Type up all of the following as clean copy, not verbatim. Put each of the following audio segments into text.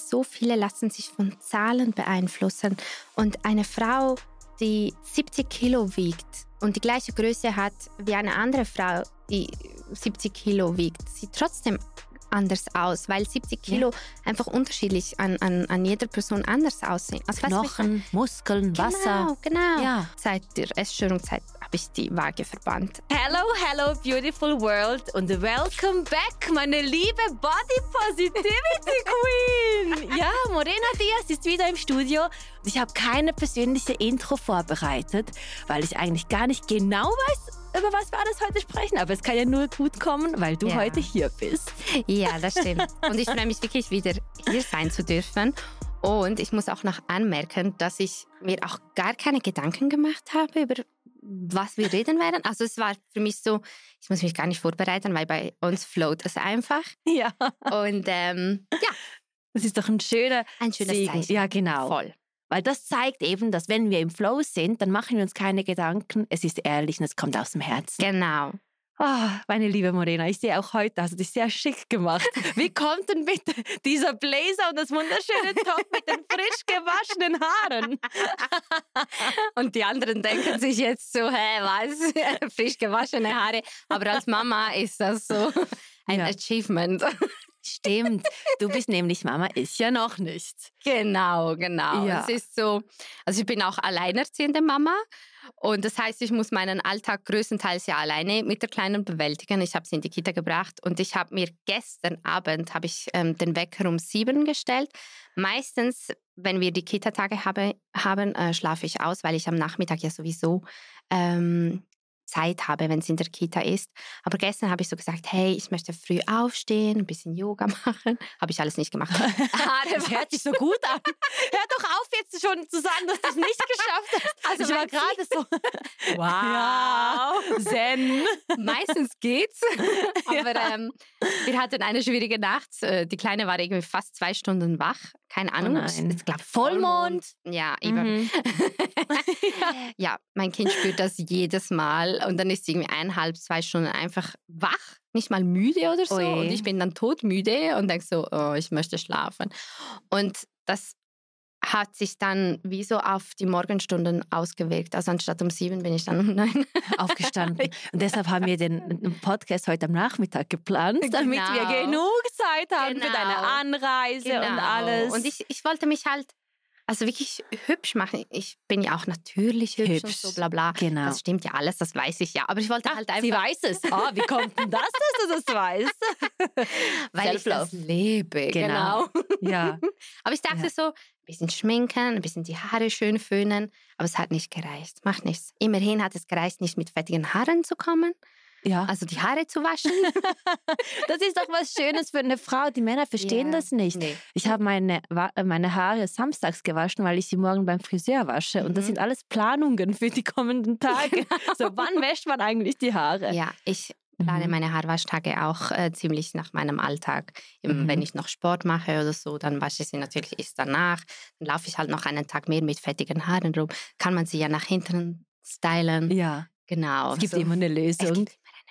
so viele lassen sich von Zahlen beeinflussen. Und eine Frau, die 70 Kilo wiegt und die gleiche Größe hat wie eine andere Frau, die 70 Kilo wiegt, sieht trotzdem anders aus, weil 70 Kilo einfach unterschiedlich an jeder Person anders aussehen. Also, Knochen, Muskeln, Wasser. Genau. Ja. Seit der Essstörungszeit habe ich die Waage verbannt. Hello, beautiful world und welcome back, meine liebe Body Positivity Queen. Ja, Morena Diaz ist wieder im Studio und ich habe keine persönliche Intro vorbereitet, weil ich eigentlich gar nicht genau weiß, über was wir alles heute sprechen. Aber es kann ja nur gut kommen, weil du heute hier bist. Ja, das stimmt. Und ich freue mich wirklich, wieder hier sein zu dürfen. Und ich muss auch noch anmerken, dass ich mir auch gar keine Gedanken gemacht habe, über was wir reden werden. Also es war für mich so, ich muss mich gar nicht vorbereiten, weil bei uns float es einfach. Ja. Und ja. Das ist doch ein schönes Zeichen. Ja, genau. Voll. Weil das zeigt eben, dass wenn wir im Flow sind, dann machen wir uns keine Gedanken. Es ist ehrlich und es kommt aus dem Herzen. Genau. Oh, meine liebe Morena, ich sehe auch heute, hast du dich sehr schick gemacht. Wie kommt denn bitte dieser Blazer und das wunderschöne Top mit den frisch gewaschenen Haaren? Und die anderen denken sich jetzt so, was? Frisch gewaschene Haare. Aber als Mama ist das so ein Achievement. Stimmt, du bist nämlich Mama, ist ja noch nicht. Genau. Ja. Es ist so, also ich bin auch alleinerziehende Mama und das heißt, ich muss meinen Alltag größtenteils ja alleine mit der Kleinen bewältigen. Ich habe sie in die Kita gebracht und ich habe mir gestern Abend den Wecker um 7 gestellt. Meistens, wenn wir die Kita-Tage haben, schlafe ich aus, weil ich am Nachmittag ja sowieso Zeit habe, wenn sie in der Kita ist. Aber gestern habe ich so gesagt, hey, ich möchte früh aufstehen, ein bisschen Yoga machen. Habe ich alles nicht gemacht. Das hört sich so gut an. Hör doch auf, jetzt schon zu sagen, dass du es nicht geschafft hast. Also ich war gerade so, wow, Zen. Meistens geht's. Aber wir hatten eine schwierige Nacht. Die Kleine war irgendwie fast 2 Stunden wach. Keine Ahnung. Ich glaube, Vollmond. Ja, eben. Ja, mein Kind spürt das jedes Mal. Und dann ist sie irgendwie 1,5, 2 Stunden einfach wach. Nicht mal müde oder so. Oje. Und ich bin dann todmüde und denke so, oh, ich möchte schlafen. Und das hat sich dann wie so auf die Morgenstunden ausgewirkt. Also anstatt um 7 bin ich dann um 9 aufgestanden. Und deshalb haben wir den Podcast heute am Nachmittag geplant, damit wir genug Zeit haben für deine Anreise und alles. Und ich wollte mich halt also wirklich hübsch machen. Ich bin ja auch natürlich hübsch und so bla bla. Genau. Das stimmt ja alles, das weiß ich ja. Aber ich wollte halt einfach... Sie weiß es. Oh, wie kommt denn das, dass du das weißt? Weil ich das lebe. Genau. Ja. Aber ich dachte so, ein bisschen schminken, ein bisschen die Haare schön föhnen. Aber es hat nicht gereicht. Macht nichts. Immerhin hat es gereicht, nicht mit fettigen Haaren zu kommen. Ja. Also die Haare zu waschen. Das ist doch was Schönes für eine Frau. Die Männer verstehen das nicht. Nee. Ich habe meine Haare samstags gewaschen, weil ich sie morgen beim Friseur wasche. Und das sind alles Planungen für die kommenden Tage. So, wann wäscht man eigentlich die Haare? Ja, ich plane meine Haarwaschtage auch ziemlich nach meinem Alltag. Wenn ich noch Sport mache oder so, dann wasche ich sie natürlich erst danach. Dann laufe ich halt noch einen Tag mehr mit fettigen Haaren rum. Kann man sie ja nach hinten stylen. Ja. Genau. Es gibt immer eine Lösung.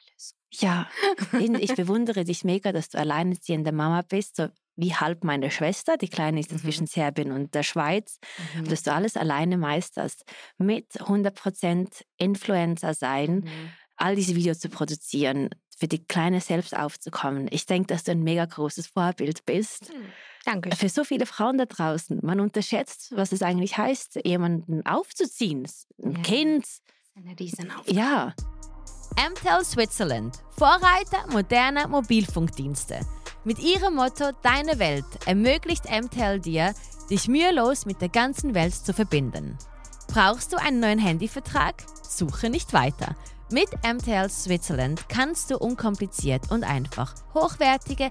Ja, ich bewundere dich mega, dass du alleinerziehende Mama bist, so wie halb meine Schwester. Die Kleine ist zwischen Serbien und der Schweiz. Und dass du alles alleine meisterst, mit 100% Influencer sein, all diese Videos zu produzieren, für die Kleine selbst aufzukommen. Ich denke, dass du ein mega großes Vorbild bist. Danke. Für so viele Frauen da draußen. Man unterschätzt, was es eigentlich heißt, jemanden aufzuziehen. Ein Kind. Das ist eine Riesenaufgabe. Ja. MTEL Switzerland, Vorreiter moderner Mobilfunkdienste. Mit ihrem Motto Deine Welt ermöglicht MTEL dir, dich mühelos mit der ganzen Welt zu verbinden. Brauchst du einen neuen Handyvertrag? Suche nicht weiter. Mit MTEL Switzerland kannst du unkompliziert und einfach hochwertige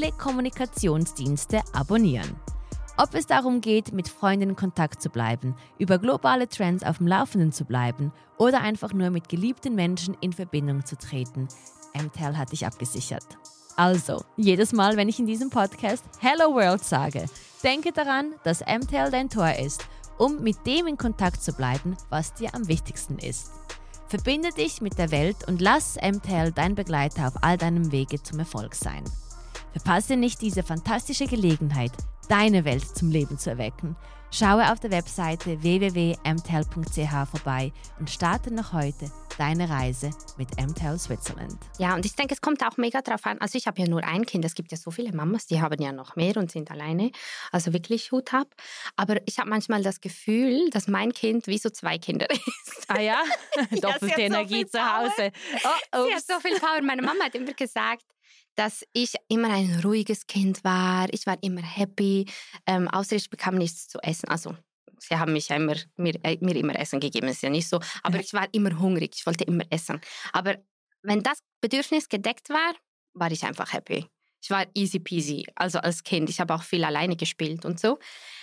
Telekommunikationsdienste abonnieren. Ob es darum geht, mit Freunden in Kontakt zu bleiben, über globale Trends auf dem Laufenden zu bleiben oder einfach nur mit geliebten Menschen in Verbindung zu treten, MTEL hat dich abgesichert. Also, jedes Mal, wenn ich in diesem Podcast Hello World sage, denke daran, dass MTEL dein Tor ist, um mit dem in Kontakt zu bleiben, was dir am wichtigsten ist. Verbinde dich mit der Welt und lass MTEL dein Begleiter auf all deinem Wege zum Erfolg sein. Verpasse nicht diese fantastische Gelegenheit, deine Welt zum Leben zu erwecken. Schaue auf der Webseite www.mtel.ch vorbei und starte noch heute deine Reise mit MTEL Switzerland. Ja, und ich denke, es kommt auch mega drauf an. Also ich habe ja nur ein Kind, es gibt ja so viele Mamas, die haben ja noch mehr und sind alleine. Also wirklich Hut ab. Aber ich habe manchmal das Gefühl, dass mein Kind wie so 2 Kinder ist. Ah ja? Doppelte Energie zu Hause. Sie hat so viel Power. Meine Mama hat immer gesagt, dass ich immer ein ruhiges Kind war. Ich war immer happy, außer ich bekam nichts zu essen. Also sie haben mich ja mir immer Essen gegeben, ist ja nicht so. Aber ich war immer hungrig, ich wollte immer essen. Aber wenn das Bedürfnis gedeckt war, war ich einfach happy. Ich war easy peasy, also als Kind. Ich habe auch viel alleine gespielt und so.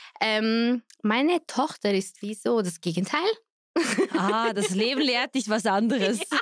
Meine Tochter ist wie so das Gegenteil. Das Leben lehrt dich was anderes. Ja.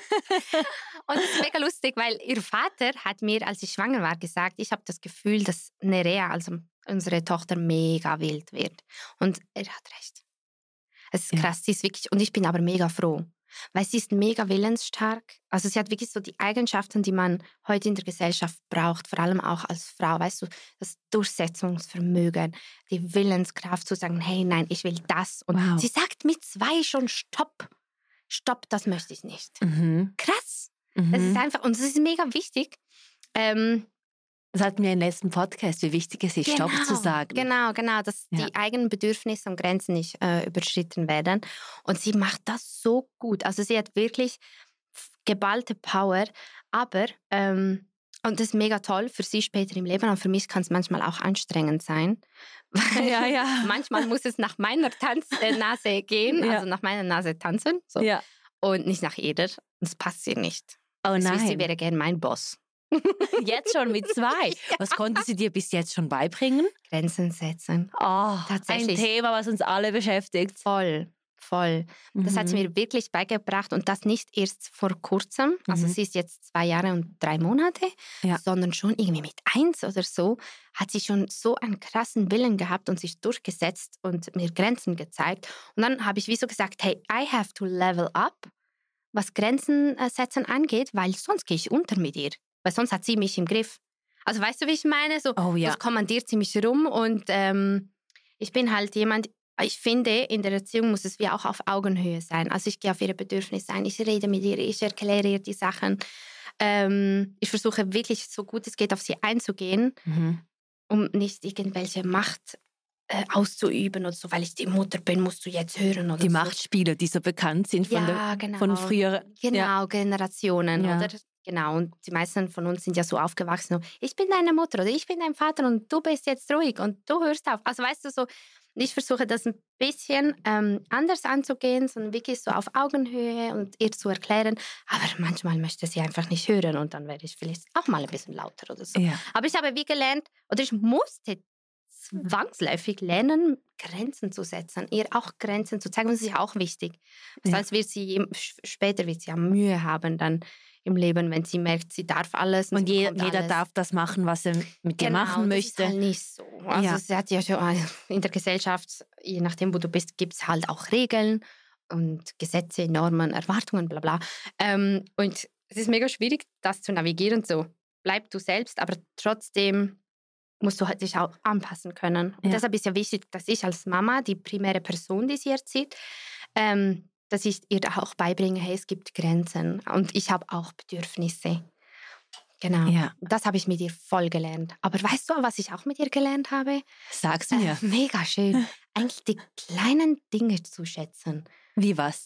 Und es ist mega lustig, weil ihr Vater hat mir, als ich schwanger war, gesagt, ich habe das Gefühl, dass Nerea, also unsere Tochter, mega wild wird. Und er hat recht. Es ist krass, sie ist wirklich, und ich bin aber mega froh, weil sie ist mega willensstark. Also sie hat wirklich so die Eigenschaften, die man heute in der Gesellschaft braucht, vor allem auch als Frau, weißt du, das Durchsetzungsvermögen, die Willenskraft zu sagen, hey, nein, ich will das. Und sie sagt mit 2 schon, stopp, das möchte ich nicht. Krass. Das ist einfach, und das ist mega wichtig. Das hatten wir im letzten Podcast, wie wichtig es ist, Stopp zu sagen. Genau, dass die eigenen Bedürfnisse und Grenzen nicht überschritten werden. Und sie macht das so gut. Also sie hat wirklich geballte Power, aber, und das ist mega toll für sie später im Leben, und für mich kann es manchmal auch anstrengend sein. Ja. Manchmal muss es nach meiner Nase gehen, also nach meiner Nase tanzen. So. Ja. Und nicht nach ihrer. Das passt ihr nicht. Oh nein. Sie wäre gern mein Boss. Jetzt schon mit 2? Was konnte sie dir bis jetzt schon beibringen? Grenzen setzen. Tatsächlich. Ein Thema, was uns alle beschäftigt. Voll. Das hat sie mir wirklich beigebracht, und das nicht erst vor kurzem. Also sie ist jetzt 2 Jahre und 3 Monate, sondern schon irgendwie mit 1 oder so hat sie schon so einen krassen Willen gehabt und sich durchgesetzt und mir Grenzen gezeigt. Und dann habe ich wie so gesagt, hey, I have to level up, was Grenzen setzen angeht, weil sonst gehe ich unter mit ihr. Weil sonst hat sie mich im Griff. Also weißt du, wie ich meine? So, das kommandiert sie mich rum, und ich bin halt jemand, ich finde, in der Erziehung muss es wie auch auf Augenhöhe sein. Also ich gehe auf ihre Bedürfnisse ein, ich rede mit ihr, ich erkläre ihr die Sachen. Ich versuche wirklich, so gut es geht, auf sie einzugehen, um nicht irgendwelche Macht auszuüben oder so, weil ich die Mutter bin, musst du jetzt hören. Oder die so. Machtspiele, die so bekannt sind von früher. Genau, Generationen, oder? Genau, und die meisten von uns sind ja so aufgewachsen, ich bin deine Mutter oder ich bin dein Vater und du bist jetzt ruhig und du hörst auf. Also weißt du, so, ich versuche das ein bisschen anders anzugehen, sondern wirklich so auf Augenhöhe und ihr zu erklären. Aber manchmal möchte sie einfach nicht hören, und dann werde ich vielleicht auch mal ein bisschen lauter oder so. Ja. Aber ich habe wie gelernt, oder ich musste zwangsläufig lernen, Grenzen zu setzen, ihr auch Grenzen zu zeigen. Das ist ja auch wichtig. Sonst wird sie später ja Mühe haben dann im Leben, wenn sie merkt, sie darf alles. Und jeder darf das machen, was er mit dir machen möchte. Das ist halt nicht so. Also sie hat ja schon in der Gesellschaft, je nachdem, wo du bist, gibt es halt auch Regeln und Gesetze, Normen, Erwartungen, bla bla. Und es ist mega schwierig, das zu navigieren. So, bleib du selbst, aber trotzdem musst du halt dich auch anpassen können. Und deshalb ist ja wichtig, dass ich als Mama, die primäre Person, die sie erzieht, dass ich ihr auch beibringe, hey, es gibt Grenzen und ich habe auch Bedürfnisse. Genau, das habe ich mit ihr voll gelernt. Aber weißt du, was ich auch mit ihr gelernt habe? Sag's mir. Mega schön. Eigentlich die kleinen Dinge zu schätzen. Wie was?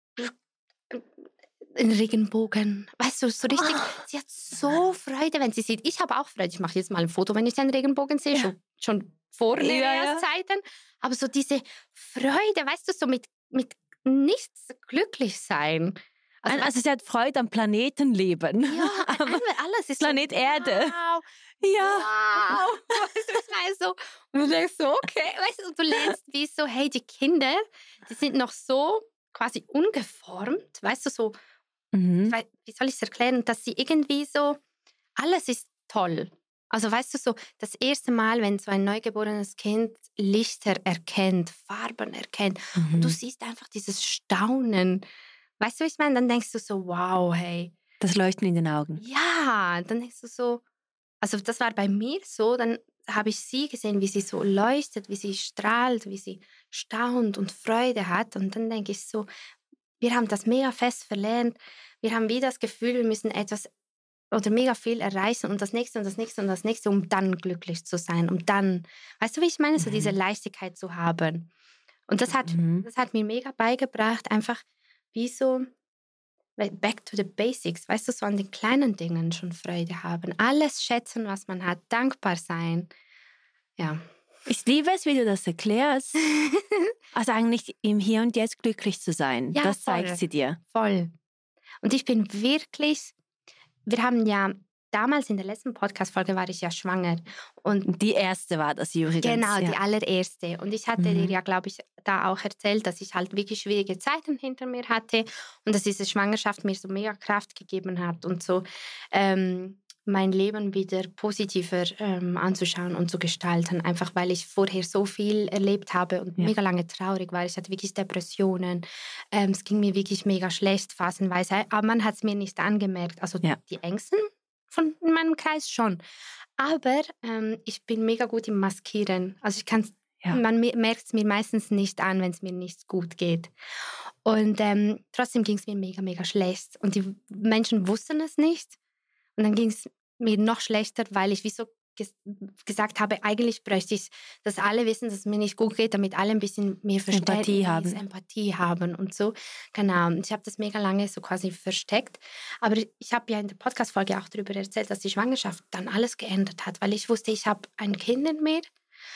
Ein Regenbogen. Weißt du, so richtig, sie hat so Freude, wenn sie sieht. Ich habe auch Freude. Ich mache jetzt mal ein Foto, wenn ich den Regenbogen sehe, schon vor Zeiten. Aber so diese Freude, weißt du, so mit nichts glücklich sein. Also sie hat Freude am Planetenleben. Ja, alles ist Planet so, Erde. Wow. Ja. Weißt du, ich meine so, und du denkst so, okay, weißt du, und du lernst wie so, hey, die Kinder, die sind noch so quasi ungeformt, weißt du, so, wie soll ich es erklären, dass sie irgendwie so, alles ist toll. Also weißt du, so das erste Mal, wenn so ein neugeborenes Kind Lichter erkennt, Farben erkennt, und du siehst einfach dieses Staunen. Weißt du, was ich meine? Dann denkst du so, wow, hey. Das Leuchten in den Augen. Ja, dann denkst du so, also das war bei mir so, dann habe ich sie gesehen, wie sie so leuchtet, wie sie strahlt, wie sie staunt und Freude hat. Und dann denke ich so, wir haben das mega fest verlernt. Wir haben wie das Gefühl, wir müssen etwas oder mega viel erreichen und das nächste und das nächste und das nächste, um dann glücklich zu sein, um dann, weißt du, wie ich meine, so diese Leichtigkeit zu haben. Und das hat mir mega beigebracht, einfach wie so back to the basics, weißt du, so an den kleinen Dingen schon Freude haben, alles schätzen, was man hat, dankbar sein. Ja. Ich liebe es, wie du das erklärst. Also eigentlich im Hier und Jetzt glücklich zu sein. Ja, das voll. zeigt sie dir. Voll. Und ich bin wirklich, wir haben ja damals in der letzten Podcast-Folge war ich ja schwanger. Und die erste war das übrigens. Genau, die allererste. Und ich hatte dir ja, glaube ich, da auch erzählt, dass ich halt wirklich schwierige Zeiten hinter mir hatte und dass diese Schwangerschaft mir so mega Kraft gegeben hat und so mein Leben wieder positiver anzuschauen und zu gestalten. Einfach weil ich vorher so viel erlebt habe und mega lange traurig war. Ich hatte wirklich Depressionen. Es ging mir wirklich mega schlecht phasenweise. Aber man hat es mir nicht angemerkt. Also die Ängsten von in meinem Kreis schon. Aber ich bin mega gut im Maskieren. Also man merkt es mir meistens nicht an, wenn es mir nicht gut geht. Und trotzdem ging es mir mega, mega schlecht. Und die Menschen wussten es nicht. Und dann ging es mir noch schlechter, weil ich wie so gesagt habe, eigentlich bräuchte ich, dass alle wissen, dass es mir nicht gut geht, damit alle ein bisschen mehr Empathie haben und so. Genau. Und ich habe das mega lange so quasi versteckt. Aber ich habe ja in der Podcast-Folge auch darüber erzählt, dass die Schwangerschaft dann alles geändert hat, weil ich wusste, ich habe ein Kind in mir,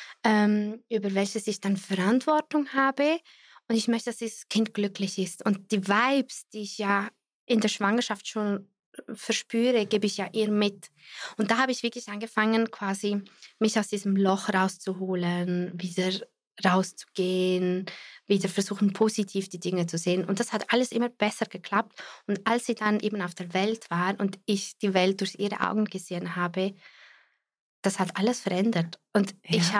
über welches ich dann Verantwortung habe. Und ich möchte, dass dieses Kind glücklich ist. Und die Vibes, die ich ja in der Schwangerschaft schon verspüre, gebe ich ja ihr mit. Und da habe ich wirklich angefangen, quasi mich aus diesem Loch rauszuholen, wieder rauszugehen, wieder versuchen, positiv die Dinge zu sehen. Und das hat alles immer besser geklappt. Und als sie dann eben auf der Welt war und ich die Welt durch ihre Augen gesehen habe, das hat alles verändert. Und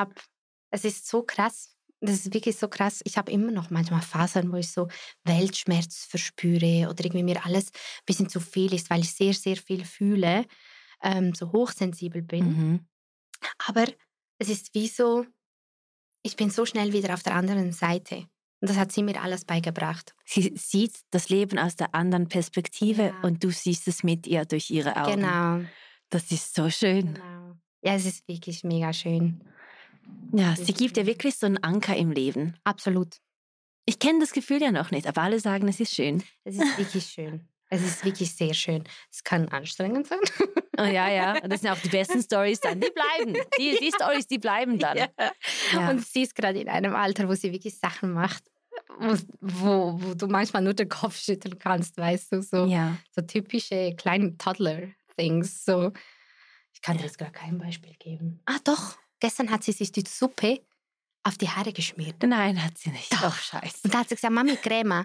es ist so krass. Das ist wirklich so krass. Ich habe immer noch manchmal Phasen, wo ich so Weltschmerz verspüre oder irgendwie mir alles ein bisschen zu viel ist, weil ich sehr, sehr viel fühle, so hochsensibel bin. Aber es ist wie so, ich bin so schnell wieder auf der anderen Seite. Und das hat sie mir alles beigebracht. Sie sieht das Leben aus der anderen Perspektive und du siehst es mit ihr durch ihre Augen. Genau. Das ist so schön. Genau. Ja, es ist wirklich mega schön. Ja, sie gibt dir wirklich so einen Anker im Leben. Absolut. Ich kenne das Gefühl ja noch nicht, aber alle sagen, es ist schön. Es ist wirklich schön. Es ist wirklich sehr schön. Es kann anstrengend sein. Oh, ja. Das sind auch die besten Storys dann. Die bleiben. Die Storys, die bleiben dann. Ja. Und sie ist gerade in einem Alter, wo sie wirklich Sachen macht, wo du manchmal nur den Kopf schütteln kannst, weißt du? So typische kleine Toddler-Things. So. Ich kann dir jetzt gar kein Beispiel geben. Ah, doch. Gestern hat sie sich die Suppe auf die Haare geschmiert. Nein, hat sie nicht. Doch, scheiße. Und da hat sie gesagt, Mami, Crema.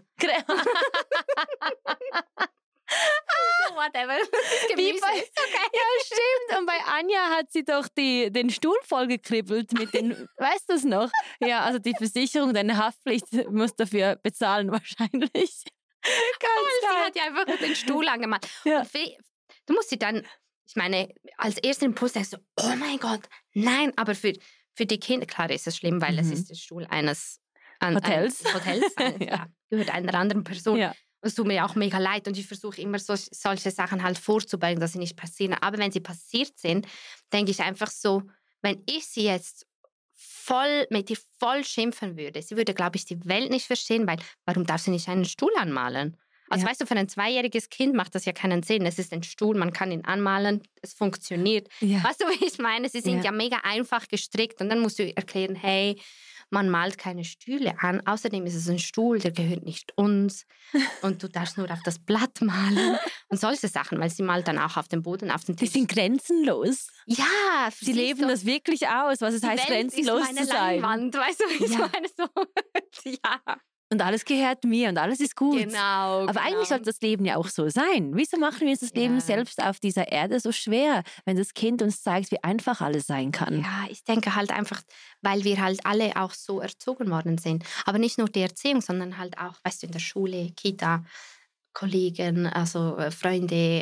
Whatever. Gemüse. Ja, stimmt. Und bei Anja hat sie doch den Stuhl vollgekribbelt mit den, weißt du es noch? Ja, also die Versicherung, deine Haftpflicht muss dafür bezahlen wahrscheinlich. Sie hat ja einfach den Stuhl angemalt. Ja. Und du musst sie dann, ich meine, als erster Impuls denkst du, oh mein Gott, nein, aber für die Kinder, klar ist es schlimm, weil es ist der Stuhl eines Hotels, gehört einer anderen Person. Ja. Es tut mir auch mega leid und ich versuche immer solche Sachen halt vorzubeugen, dass sie nicht passieren. Aber wenn sie passiert sind, denke ich einfach so, wenn ich sie jetzt mit ihr voll schimpfen würde, sie würde, glaube ich, die Welt nicht verstehen, weil warum darf sie nicht einen Stuhl anmalen? Also weißt du, für ein 2-jähriges Kind macht das ja keinen Sinn. Es ist ein Stuhl, man kann ihn anmalen, es funktioniert. Ja. Weißt du, wie ich meine? Sie sind ja mega einfach gestrickt und dann musst du erklären, hey, man malt keine Stühle an. Außerdem ist es ein Stuhl, der gehört nicht uns. Und du darfst nur auf das Blatt malen. Und solche Sachen, weil sie malt dann auch auf dem Boden, auf den Tisch. Die sind grenzenlos. Ja. Sie leben das wirklich aus, was es heißt, grenzenlos zu sein. Leinwand, weißt du, wie ich meine? So. Ja. Und alles gehört mir und alles ist gut. Genau. Aber eigentlich sollte das Leben ja auch so sein. Wieso machen wir uns das Leben selbst auf dieser Erde so schwer, wenn das Kind uns zeigt, wie einfach alles sein kann? Ja, ich denke halt einfach, weil wir halt alle auch so erzogen worden sind. Aber nicht nur die Erziehung, sondern halt auch, weißt du, in der Schule, Kita, Kollegen, also Freunde,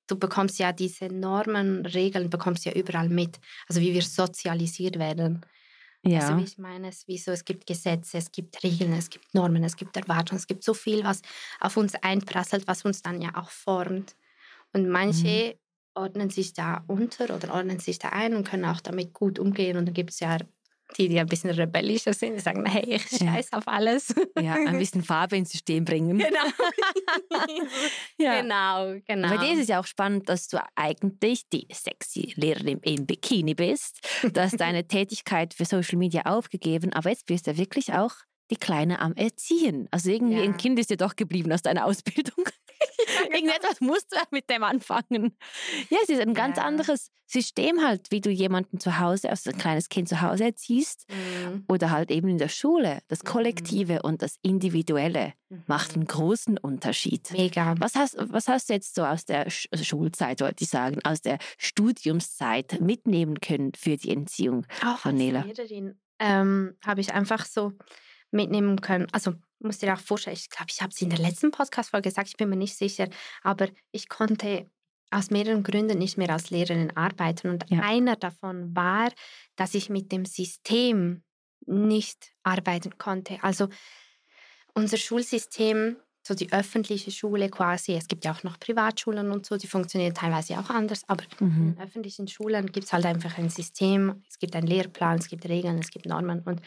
du bekommst ja diese Normen, Regeln, bekommst ja überall mit. Also wie wir sozialisiert werden. Ja. Also wie ich meine, es gibt Gesetze, es gibt Regeln, es gibt Normen, es gibt Erwartungen, es gibt so viel, was auf uns einprasselt, was uns dann ja auch formt. Und manche ordnen sich da unter oder ordnen sich da ein und können auch damit gut umgehen. Und dann gibt es ja die ein bisschen rebellischer sind, die sagen, hey, ich scheiß auf alles. Ja, ein bisschen Farbe ins System bringen. Genau. Ja. Genau. Bei dir ist es ja auch spannend, dass du eigentlich die sexy Lehrerin im Bikini bist. Du hast deine Tätigkeit für Social Media aufgegeben, aber jetzt bist du wirklich auch die Kleine am Erziehen. Also irgendwie ein Kind ist dir doch geblieben aus deiner Ausbildung. Irgendetwas musst du mit dem anfangen. Ja, es ist ein ganz anderes System halt, wie du jemanden zu Hause, also ein kleines Kind zu Hause erziehst oder halt eben in der Schule. Das Kollektive und das Individuelle macht einen großen Unterschied. Mega. Was hast du jetzt so aus der Schulzeit, wollte ich sagen, aus der Studiumszeit mitnehmen können für die Erziehung von Nela? Auch als Lehrerin habe ich einfach so mitnehmen können. Also musst dir auch vorstellen, ich glaube, ich habe es in der letzten Podcast-Folge gesagt, ich bin mir nicht sicher, aber ich konnte aus mehreren Gründen nicht mehr als Lehrerin arbeiten. Und einer davon war, dass ich mit dem System nicht arbeiten konnte. Also unser Schulsystem, so die öffentliche Schule quasi, es gibt ja auch noch Privatschulen und so, die funktionieren teilweise auch anders, aber in den öffentlichen Schulen gibt es halt einfach ein System, es gibt einen Lehrplan, es gibt Regeln, es gibt Normen und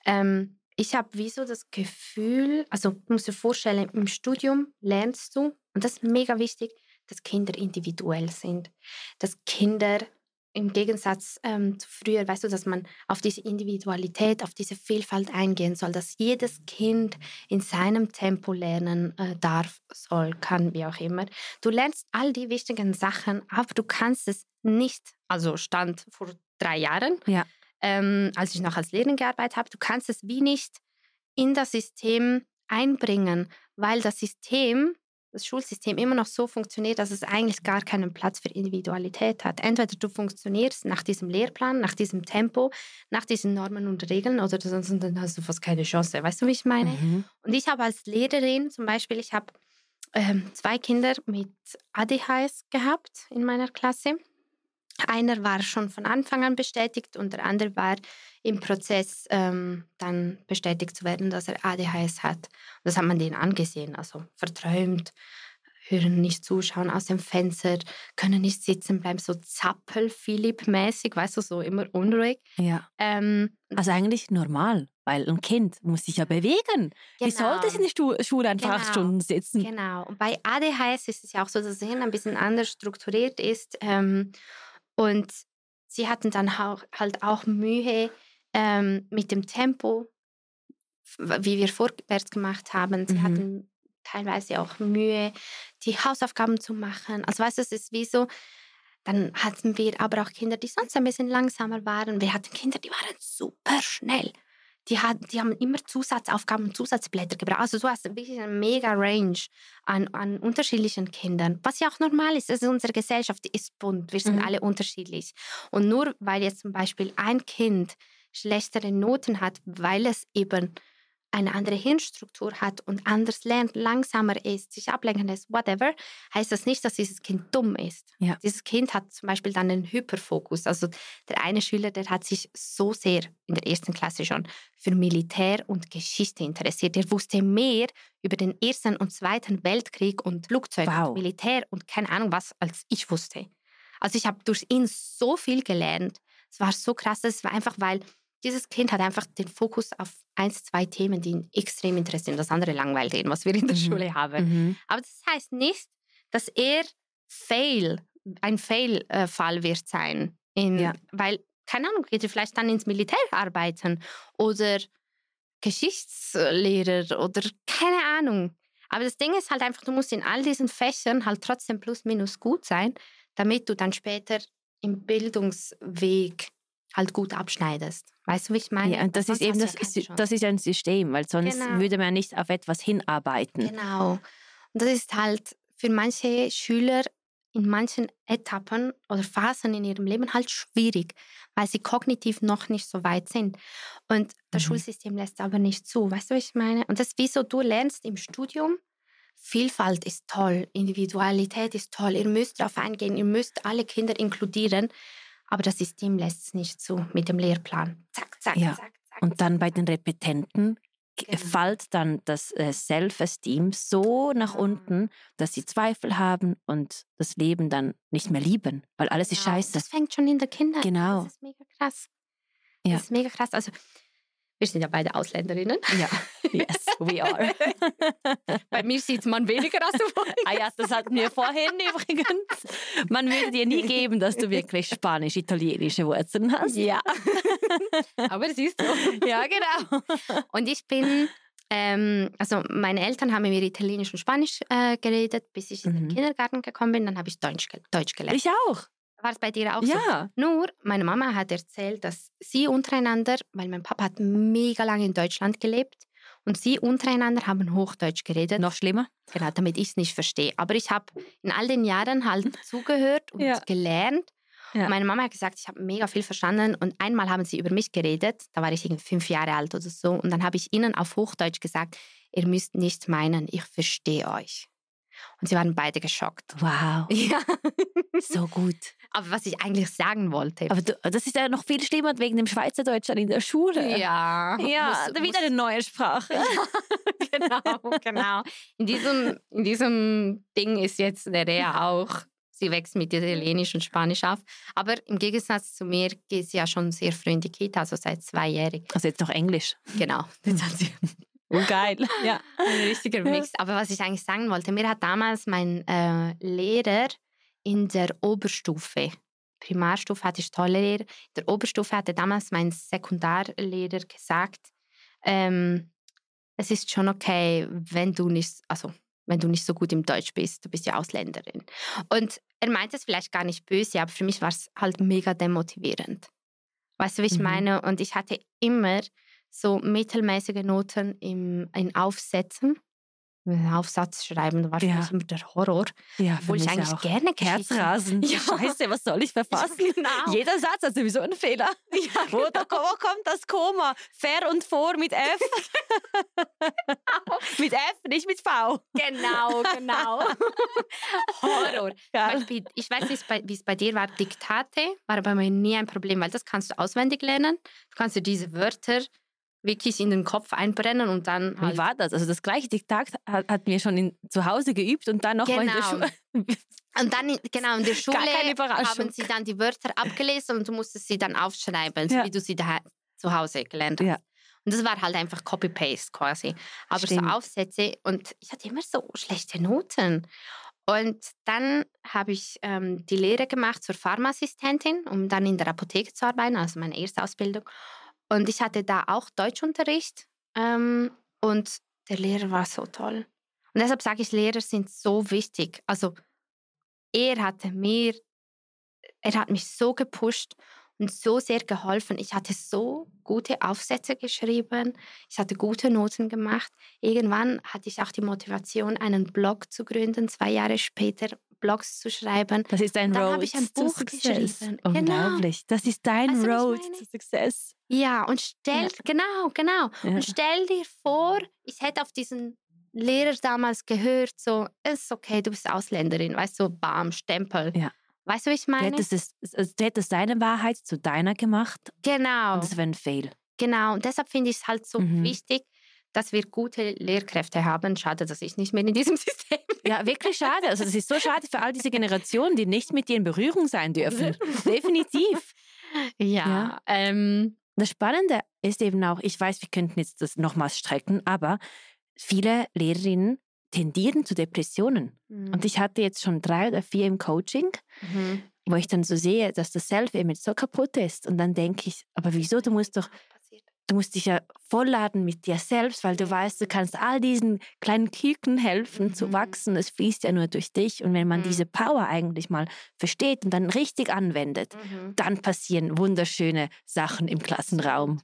ich habe wie so das Gefühl, also du musst dir vorstellen, im Studium lernst du, und das ist mega wichtig, dass Kinder individuell sind, dass Kinder im Gegensatz zu früher, weißt du, dass man auf diese Individualität, auf diese Vielfalt eingehen soll, dass jedes Kind in seinem Tempo lernen darf, soll, kann, wie auch immer. Du lernst all die wichtigen Sachen, aber du kannst es nicht, also Stand vor 3 Jahren, als ich noch als Lehrerin gearbeitet habe, du kannst es wie nicht in das System einbringen, weil das Schulsystem immer noch so funktioniert, dass es eigentlich gar keinen Platz für Individualität hat. Entweder du funktionierst nach diesem Lehrplan, nach diesem Tempo, nach diesen Normen und Regeln oder sonst dann hast du fast keine Chance. Weißt du, wie ich meine? Und ich habe als Lehrerin zum Beispiel, ich habe 2 Kinder mit ADHS gehabt in meiner Klasse. Einer war schon von Anfang an bestätigt und der andere war im Prozess dann bestätigt zu werden, dass er ADHS hat. Und das hat man denen angesehen, also verträumt, hören nicht zuschauen aus dem Fenster, können nicht sitzen bleiben, so Zappel-Philipp-mäßig, weißt du, so immer unruhig. Ja. Also eigentlich normal, weil ein Kind muss sich ja bewegen. Wie soll das in der Schule einfach 8 Stunden sitzen? Genau. Und bei ADHS ist es ja auch so, dass das Hirn ein bisschen anders strukturiert ist. Und sie hatten dann halt auch Mühe mit dem Tempo, wie wir vorwärts gemacht haben. Sie hatten teilweise auch Mühe, die Hausaufgaben zu machen. Also weißt du, es ist wie so, dann hatten wir aber auch Kinder, die sonst ein bisschen langsamer waren. Wir hatten Kinder, die waren super schnell. Die haben immer Zusatzaufgaben und Zusatzblätter gebraucht. Also du hast wirklich eine mega Range an unterschiedlichen Kindern. Was ja auch normal ist. Also unsere Gesellschaft ist bunt. Wir sind alle unterschiedlich. Und nur weil jetzt zum Beispiel ein Kind schlechtere Noten hat, weil es eben eine andere Hirnstruktur hat und anders lernt, langsamer ist, sich ablenken lässt, whatever, heißt das nicht, dass dieses Kind dumm ist. Ja. Dieses Kind hat zum Beispiel dann einen Hyperfokus. Also der eine Schüler, der hat sich so sehr in der 1. Klasse schon für Militär und Geschichte interessiert. Der wusste mehr über den 1. und 2. Weltkrieg und Flugzeug und Militär und keine Ahnung was, als ich wusste. Also ich habe durch ihn so viel gelernt. Es war so krass, es war einfach, weil dieses Kind hat einfach den Fokus auf 1, 2 Themen, die ihn extrem interessieren. Das andere langweilt ihn, was wir in der Schule haben. Aber das heißt nicht, dass er ein Fail-Fall wird sein. Weil, keine Ahnung, geht er vielleicht dann ins Militär arbeiten oder Geschichtslehrer oder keine Ahnung. Aber das Ding ist halt einfach, du musst in all diesen Fächern halt trotzdem plus minus gut sein, damit du dann später im Bildungsweg halt gut abschneidest. Weißt du, wie ich meine? Ja, und das ist eben das ist ein System, weil sonst würde man nicht auf etwas hinarbeiten. Genau. Und das ist halt für manche Schüler in manchen Etappen oder Phasen in ihrem Leben halt schwierig, weil sie kognitiv noch nicht so weit sind. Und das Schulsystem lässt aber nicht zu. Weißt du, was ich meine? Und das ist wie so, du lernst im Studium Vielfalt ist toll, Individualität ist toll, ihr müsst darauf eingehen, ihr müsst alle Kinder inkludieren, aber das System lässt es nicht zu mit dem Lehrplan. Zack, zack, Ja. zack, zack. Und dann bei den Repetenten fällt dann das Self-Esteem so nach unten, dass sie Zweifel haben und das Leben dann nicht mehr lieben, weil alles ist scheiße. Das fängt schon in der Kindheit. Genau. Das ist mega krass. Ja. Das ist mega krass. Also, wir sind ja beide Ausländerinnen. Ja, yes, we are. Bei mir sieht man weniger als du vorhin. Ja, das hatten wir vorhin übrigens. Man würde dir nie geben, dass du wirklich spanisch-italienische Wurzeln hast. Ja. Aber siehst du. Ja, genau. Und ich bin, also meine Eltern haben mit mir Italienisch und Spanisch geredet, bis ich in den Kindergarten gekommen bin. Dann habe ich Deutsch gelernt. Ich auch. War es bei dir auch so? Ja. Nur, meine Mama hat erzählt, dass sie untereinander, weil mein Papa hat mega lange in Deutschland gelebt, und sie untereinander haben Hochdeutsch geredet. Noch schlimmer? Genau, damit ich es nicht verstehe. Aber ich habe in all den Jahren halt zugehört und gelernt. Ja. Und meine Mama hat gesagt, ich habe mega viel verstanden. Und einmal haben sie über mich geredet. Da war ich irgendwie 5 Jahre alt oder so. Und dann habe ich ihnen auf Hochdeutsch gesagt, ihr müsst nicht meinen, ich verstehe euch. Und sie waren beide geschockt. Wow. Ja. So gut. Aber was ich eigentlich sagen wollte. Aber das ist ja noch viel schlimmer wegen dem Schweizerdeutsch in der Schule. Ja. Ja, wieder eine neue Sprache. Genau. In diesem Ding ist jetzt Nerea auch. Sie wächst mit Italienisch und Spanisch auf. Aber im Gegensatz zu mir geht sie ja schon sehr früh in die Kita, also seit 2-jährig. Also jetzt noch Englisch. Genau. Jetzt hat sie Oh, geil. Ja. ein richtiger Mix. Aber was ich eigentlich sagen wollte, mir hat damals mein Lehrer in der Oberstufe, Primarstufe hatte ich tolle Lehrer, in der Oberstufe hatte damals mein Sekundarlehrer gesagt, es ist schon okay, wenn du nicht so gut im Deutsch bist, du bist ja Ausländerin. Und er meinte es vielleicht gar nicht böse, aber für mich war es halt mega demotivierend. Weißt du, wie ich meine? Und ich hatte immer so mittelmäßige Noten in Aufsätzen. Einen Aufsatz schreiben, das war für mich immer der Horror. Ja, obwohl ich eigentlich auch. gerne Herzrasen. Ja. Scheiße, was soll ich verfassen? Ja, genau. Jeder Satz hat sowieso einen Fehler. Ja, Wo kommt das Komma? Ver und vor mit F. Mit F, nicht mit V. Genau. Horror. Ja. Zum Beispiel, ich weiß nicht, wie es bei dir war. Diktate war bei mir nie ein Problem, weil das kannst du auswendig lernen. Du kannst dir diese Wörter wirklich in den Kopf einbrennen und dann halt. Wie war das? Also das gleiche Diktat hat mir schon zu Hause geübt und dann nochmal in der Schule. Und dann in der Schule keine Überraschung. haben sie dann die Wörter abgelesen und du musstest sie dann aufschreiben, so wie du sie zu Hause gelernt hast. Ja. Und das war halt einfach Copy-Paste quasi. Aber so Aufsätze, und ich hatte immer so schlechte Noten. Und dann habe ich die Lehre gemacht zur Pharmaassistentin, um dann in der Apotheke zu arbeiten, also meine erste Ausbildung. Und ich hatte da auch Deutschunterricht und der Lehrer war so toll. Und deshalb sage ich, Lehrer sind so wichtig. Also er hat mich so gepusht und so sehr geholfen. Ich hatte so gute Aufsätze geschrieben, ich hatte gute Noten gemacht. Irgendwann hatte ich auch die Motivation, einen Blog zu gründen, 2 Jahre später Blogs zu schreiben. Das ist dein Road dann habe ich ein Buch geschrieben. Unglaublich. Genau. Das ist dein Road to Success. Ja, und genau. Ja. Und stell dir vor, ich hätte auf diesen Lehrer damals gehört, so, es ist okay, du bist Ausländerin, weißt du, bam, Stempel. Ja. Weißt du, wie ich meine? Du hättest deine Wahrheit zu deiner gemacht. Genau. Und das wäre ein Fail. Genau, und deshalb finde ich es halt so wichtig, dass wir gute Lehrkräfte haben. Schade, dass ich nicht mehr in diesem System bin. Ja, wirklich schade. Also das ist so schade für all diese Generationen, die nicht mit dir in Berührung sein dürfen. Definitiv. Ja. Das Spannende ist eben auch, ich weiß, wir könnten jetzt das nochmals strecken, aber viele Lehrerinnen tendieren zu Depressionen. Und ich hatte jetzt schon 3 oder 4 im Coaching, wo ich dann so sehe, dass das Self-Image so kaputt ist. Und dann denke ich, aber wieso? Du musst dich ja vollladen mit dir selbst, weil du weißt, du kannst all diesen kleinen Küken helfen zu wachsen. Es fließt ja nur durch dich. Und wenn man diese Power eigentlich mal versteht und dann richtig anwendet, dann passieren wunderschöne Sachen im Klassenraum.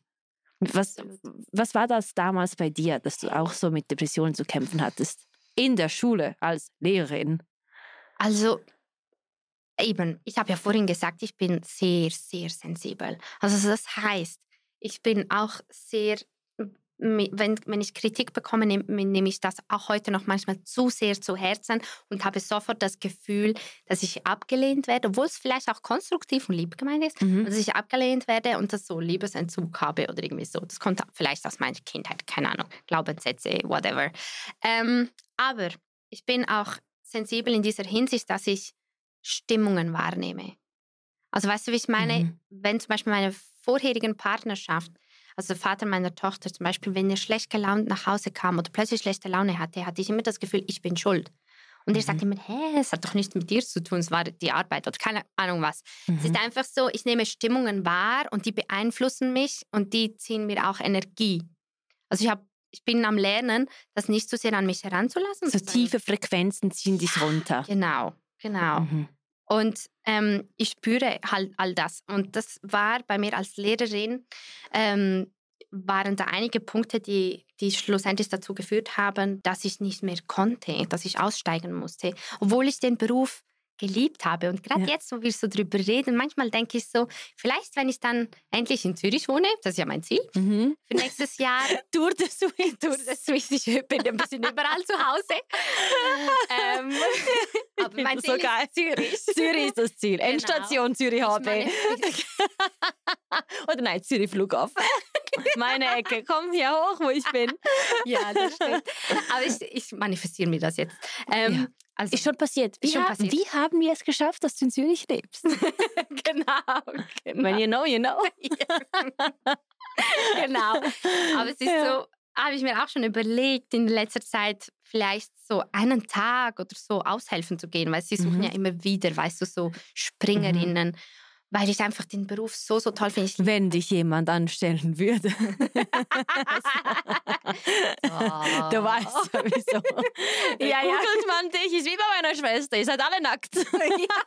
Was war das damals bei dir, dass du auch so mit Depressionen zu kämpfen hattest? In der Schule als Lehrerin? Also eben, ich habe ja vorhin gesagt, ich bin sehr, sehr sensibel. Also das heißt, ich bin auch sehr wenn ich Kritik bekomme, nehme ich das auch heute noch manchmal zu sehr zu Herzen und habe sofort das Gefühl, dass ich abgelehnt werde, obwohl es vielleicht auch konstruktiv und lieb gemeint ist, dass ich abgelehnt werde und das so Liebesentzug habe oder irgendwie so. Das kommt vielleicht aus meiner Kindheit, keine Ahnung, Glaubenssätze, whatever. Aber ich bin auch sensibel in dieser Hinsicht, dass ich Stimmungen wahrnehme. Also weißt du, wie ich meine? Wenn zum Beispiel meine vorherigen Partnerschaft, also der Vater meiner Tochter zum Beispiel, wenn er schlecht gelaunt nach Hause kam oder plötzlich schlechte Laune hatte, hatte ich immer das Gefühl, ich bin schuld. Und er sagt immer, es hat doch nichts mit dir zu tun, es war die Arbeit oder keine Ahnung was. Es ist einfach so, ich nehme Stimmungen wahr und die beeinflussen mich und die ziehen mir auch Energie. Also ich bin am Lernen, das nicht zu sehr an mich heranzulassen. So tiefe Frequenzen ziehen dich runter. Genau. Und ich spüre halt all das. Und das war bei mir als Lehrerin, waren da einige Punkte, die schlussendlich dazu geführt haben, dass ich nicht mehr konnte, dass ich aussteigen musste, obwohl ich den Beruf geliebt habe. Und gerade jetzt, wo wir so drüber reden, manchmal denke ich so, vielleicht, wenn ich dann endlich in Zürich wohne, das ist ja mein Ziel, für nächstes Jahr. Tour de Suisse, ich bin ein bisschen überall zu Hause. Aber mein Ziel ist Zürich. Zürich ist das Ziel. Endstation Zürich HB. Oder nein, Zürich Flughafen. Meine Ecke, komm hier hoch, wo ich bin. Ja, das stimmt. Aber ich manifestiere mir das jetzt. Also, ist schon passiert. Wie haben wir es geschafft, dass du in Zürich lebst? Genau. When you know, you know. Genau. Aber es ist so, habe ich mir auch schon überlegt, in letzter Zeit vielleicht so einen Tag oder so aushelfen zu gehen, weil sie suchen ja immer wieder, weißt du, so Springerinnen. Weil ich einfach den Beruf so toll finde. Wenn dich jemand anstellen würde. Du weißt ja, wieso. Ja, googelt man dich, ist wie bei meiner Schwester, ihr seid alle nackt. Das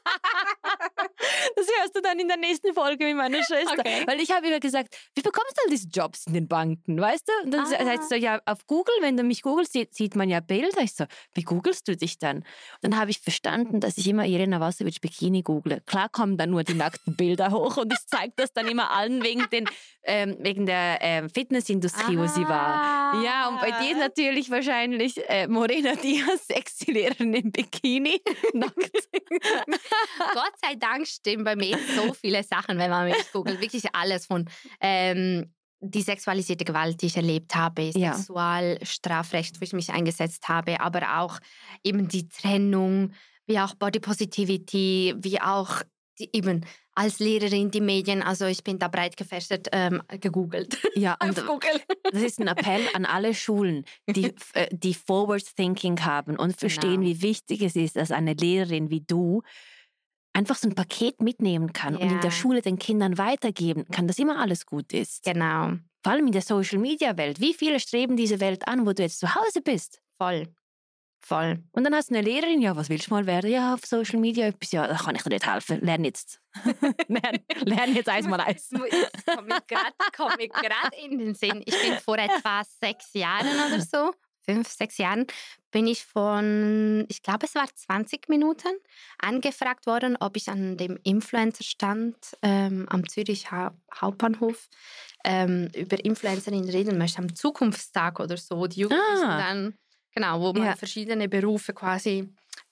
hörst du dann in der nächsten Folge mit meiner Schwester. Okay. Weil ich habe ihr gesagt, wie bekommst du all diese Jobs in den Banken, weißt du? Und dann sagt sie so, ja, auf Google, wenn du mich googelst, sieht man ja Bilder. Ich so, wie googelst du dich dann? Und dann habe ich verstanden, dass ich immer Irina Vassovic Bikini google. Klar kommen dann nur die nackten Bilder hoch und ich zeige das dann immer allen wegen der Fitnessindustrie, wo sie war. Ja, und bei dir natürlich wahrscheinlich Morena Diaz, Sexy-Lehrerin im Bikini, nackt. Gott sei Dank stimmen bei mir so viele Sachen, wenn man mich googelt. Wirklich alles von die sexualisierte Gewalt, die ich erlebt habe, Sexualstrafrecht, wo ich mich eingesetzt habe, aber auch eben die Trennung, wie auch Body Positivity, wie auch eben als Lehrerin die Medien, also ich bin da breit gefächert gegoogelt. Ja, und das ist ein Appell an alle Schulen, die Forward Thinking haben und verstehen, wie wichtig es ist, dass eine Lehrerin wie du einfach so ein Paket mitnehmen kann und in der Schule den Kindern weitergeben kann, dass immer alles gut ist. Genau. Vor allem in der Social-Media-Welt. Wie viele streben diese Welt an, wo du jetzt zu Hause bist? Voll. Und dann hast du eine Lehrerin, ja, was willst du mal werden? Ja, auf Social Media etwas, ja, da kann ich dir nicht helfen. Lern jetzt. Lern jetzt eins mal eins. Das kommt mir gerade in den Sinn. Ich bin vor etwa 6 Jahren oder so, 5, 6 Jahren, bin ich ich glaube es war 20 Minuten, angefragt worden, ob ich an dem Influencer-Stand am Zürich Hauptbahnhof über Influencerinnen reden möchte, am Zukunftstag oder so, wo die Jugendlichen dann... Genau, wo man verschiedene Berufe quasi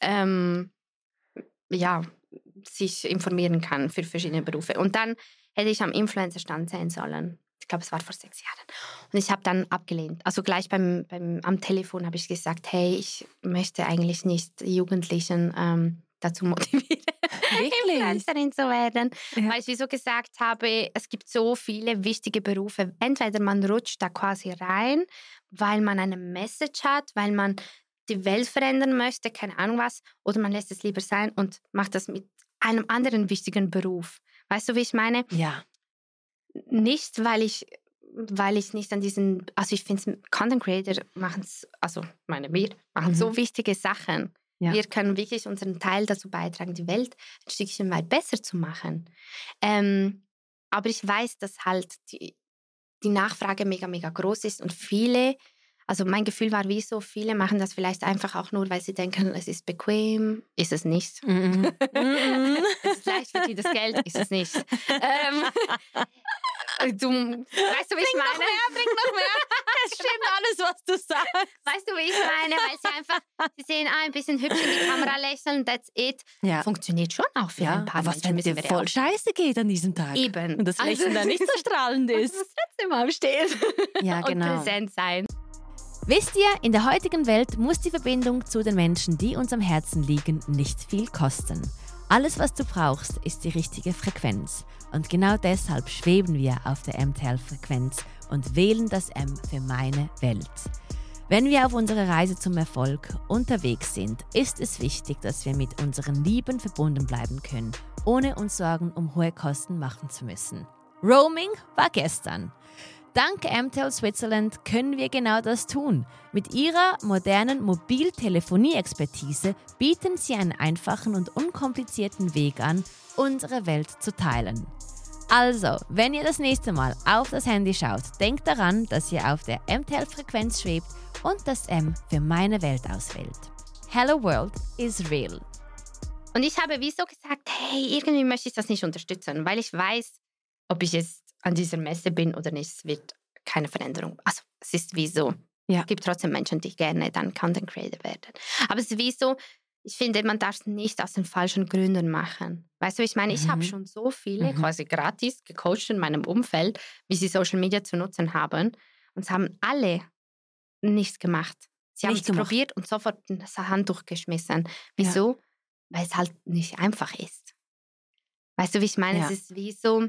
sich informieren kann für verschiedene Berufe. Und dann hätte ich am Influencer-Stand sein sollen. Ich glaube, es war vor 6 Jahren. Und ich habe dann abgelehnt. Also gleich am Telefon habe ich gesagt, hey, ich möchte eigentlich nicht die Jugendlichen dazu motivieren, Influencerin zu werden. Ja. Weil ich wie so gesagt habe, es gibt so viele wichtige Berufe. Entweder man rutscht da quasi rein, weil man eine Message hat, weil man die Welt verändern möchte, keine Ahnung was, oder man lässt es lieber sein und macht das mit einem anderen wichtigen Beruf. Weißt du, wie ich meine? Ja. Nicht, weil ich nicht an diesen, also ich finde, Content Creator machen, wir machen so wichtige Sachen. Ja. Wir können wirklich unseren Teil dazu beitragen, die Welt ein Stückchen weit besser zu machen. Aber ich weiß, dass halt die Nachfrage mega, mega groß ist und viele, also mein Gefühl war wie so, viele machen das vielleicht einfach auch nur, weil sie denken, es ist bequem, ist es nicht. Es ist leicht für die das Geld, ist es nicht. Weißt du, wie ich meine? Bring noch mehr. was du sagst. Weißt du, wie ich meine? Weil sie sehen ein bisschen hübsch in die Kamera lächeln, that's it. Ja. Funktioniert schon auch für ein paar aber was, Menschen. wenn es dir voll scheiße geht an diesem Tag? Eben. Und das Lächeln dann nicht so strahlend ist. Du musst trotzdem aufstehen Ja, genau. und präsent sein. Wisst ihr, in der heutigen Welt muss die Verbindung zu den Menschen, die uns am Herzen liegen, nicht viel kosten. Alles, was du brauchst, ist die richtige Frequenz. Und genau deshalb schweben wir auf der MTL-Frequenz und wählen das M für meine Welt. Wenn wir auf unserer Reise zum Erfolg unterwegs sind, ist es wichtig, dass wir mit unseren Lieben verbunden bleiben können, ohne uns Sorgen um hohe Kosten machen zu müssen. Roaming war gestern. Dank MTEL Switzerland können wir genau das tun. Mit ihrer modernen Mobiltelefonie-Expertise bieten sie einen einfachen und unkomplizierten Weg an, unsere Welt zu teilen. Also, wenn ihr das nächste Mal auf das Handy schaut, denkt daran, dass ihr auf der MTEL-Frequenz schwebt und das M für meine Welt auswählt. Hello World is real. Und ich habe wie so gesagt, hey, irgendwie möchte ich das nicht unterstützen, weil ich weiß, ob ich jetzt an dieser Messe bin oder nicht, es wird keine Veränderung. Also es ist wie so, es gibt trotzdem Menschen, die gerne dann Content Creator werden. Aber es ist wie so, ich finde, man darf es nicht aus den falschen Gründen machen. Weißt du, ich meine, ich habe schon so viele quasi gratis gecoacht in meinem Umfeld, wie sie Social Media zu nutzen haben. Und es haben alle nichts gemacht. Sie haben es probiert und sofort das Handtuch geschmissen. Wieso? Weil es halt nicht einfach ist. Weißt du, wie ich meine? Es ist wie so,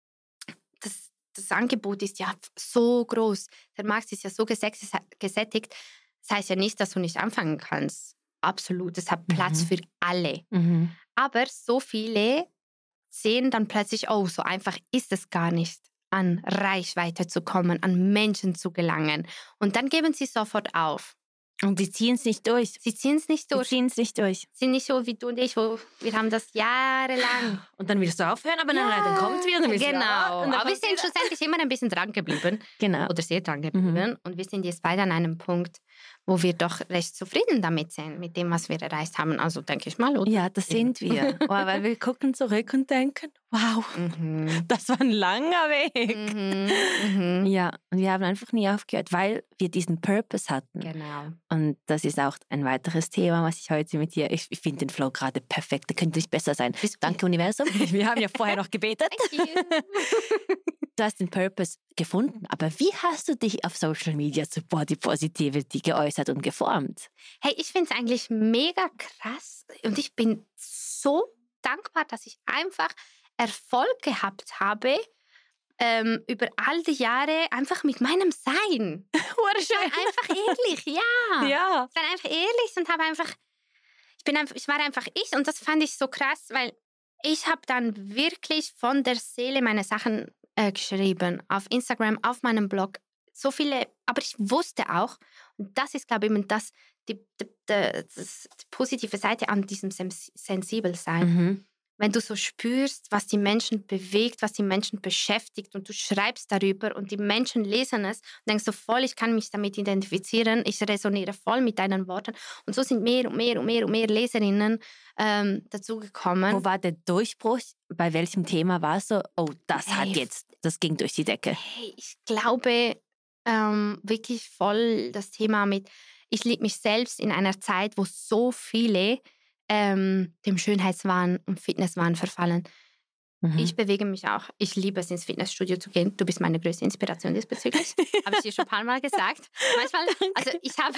das Angebot ist ja so groß. Der Markt ist ja so gesättigt. Das heißt ja nicht, dass du nicht anfangen kannst. Absolut, es hat Platz für alle. Aber so viele sehen dann plötzlich, oh, so einfach ist es gar nicht, an Reichweite zu kommen, an Menschen zu gelangen. Und dann geben sie sofort auf. Und sie ziehen es nicht durch. Sie ziehen es nicht durch. Sie sind nicht so wie du und ich, wo wir haben das jahrelang. Und dann willst du aufhören, aber dann kommt es wieder. Aber wir sind schlussendlich immer ein bisschen dran geblieben. Genau. Oder sehr dran geblieben. Und wir sind jetzt beide an einem Punkt, wo wir doch recht zufrieden damit sind, mit dem, was wir erreicht haben. Also denke ich mal, oder? Ja, das sind wir. Weil wir gucken zurück und denken, wow, das war ein langer Weg. Ja, und wir haben einfach nie aufgehört, weil wir diesen Purpose hatten. Genau. Und das ist auch ein weiteres Thema, was ich heute mit dir, ich finde den Flow gerade perfekt, der könnte nicht besser sein. Danke, Universum. Wir haben ja vorher noch gebetet. Thank you. Du hast den Purpose gefunden, aber wie hast du dich auf Social Media zu Body Positivity geäußert und geformt? Hey, ich finde es eigentlich mega krass und ich bin so dankbar, dass ich einfach Erfolg gehabt habe über all die Jahre einfach mit meinem Sein. Ich war einfach ehrlich, ja. Ich war einfach ehrlich und habe einfach, ich war einfach ich und das fand ich so krass, weil ich habe dann wirklich von der Seele meine Sachen geschrieben, auf Instagram, auf meinem Blog, so viele, aber ich wusste auch, und das ist, glaube ich, die positive Seite an diesem Sensibelsein, wenn du so spürst, was die Menschen bewegt, was die Menschen beschäftigt und du schreibst darüber und die Menschen lesen es und denkst so voll, ich kann mich damit identifizieren, ich resoniere voll mit deinen Worten und so sind mehr und mehr Leserinnen dazugekommen. Wo war der Durchbruch? Bei welchem Thema war es so, oh, das ging durch die Decke? Hey, ich glaube wirklich voll das Thema mit, ich liebe mich selbst in einer Zeit, wo so viele dem Schönheitswahn und Fitnesswahn verfallen. Ich bewege mich auch. Ich liebe es, ins Fitnessstudio zu gehen. Du bist meine größte Inspiration diesbezüglich. Habe ich dir schon ein paar Mal gesagt. Manchmal, also ich habe...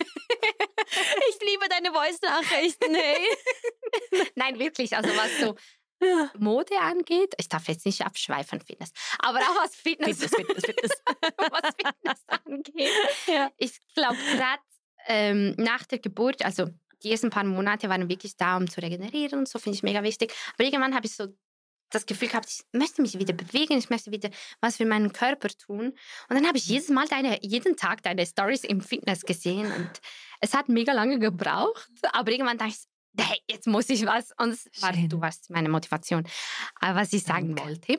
Ich liebe deine Voice-Nachrichten, hey. Nein, wirklich. Also was so Mode angeht, ich darf jetzt nicht abschweifen, Fitness, aber auch was Fitness. Was Fitness angeht. Ja. Ich glaube, gerade nach der Geburt, also die ersten paar Monate waren wirklich da, um zu regenerieren und so, finde ich mega wichtig. Aber irgendwann habe ich so das Gefühl gehabt, ich möchte mich wieder bewegen, ich möchte wieder was für meinen Körper tun. Und dann habe ich jeden Tag deine Stories im Fitness gesehen und es hat mega lange gebraucht, aber irgendwann dachte ich, hey, jetzt muss ich was. Und du warst meine Motivation. Aber was ich sagen wollte,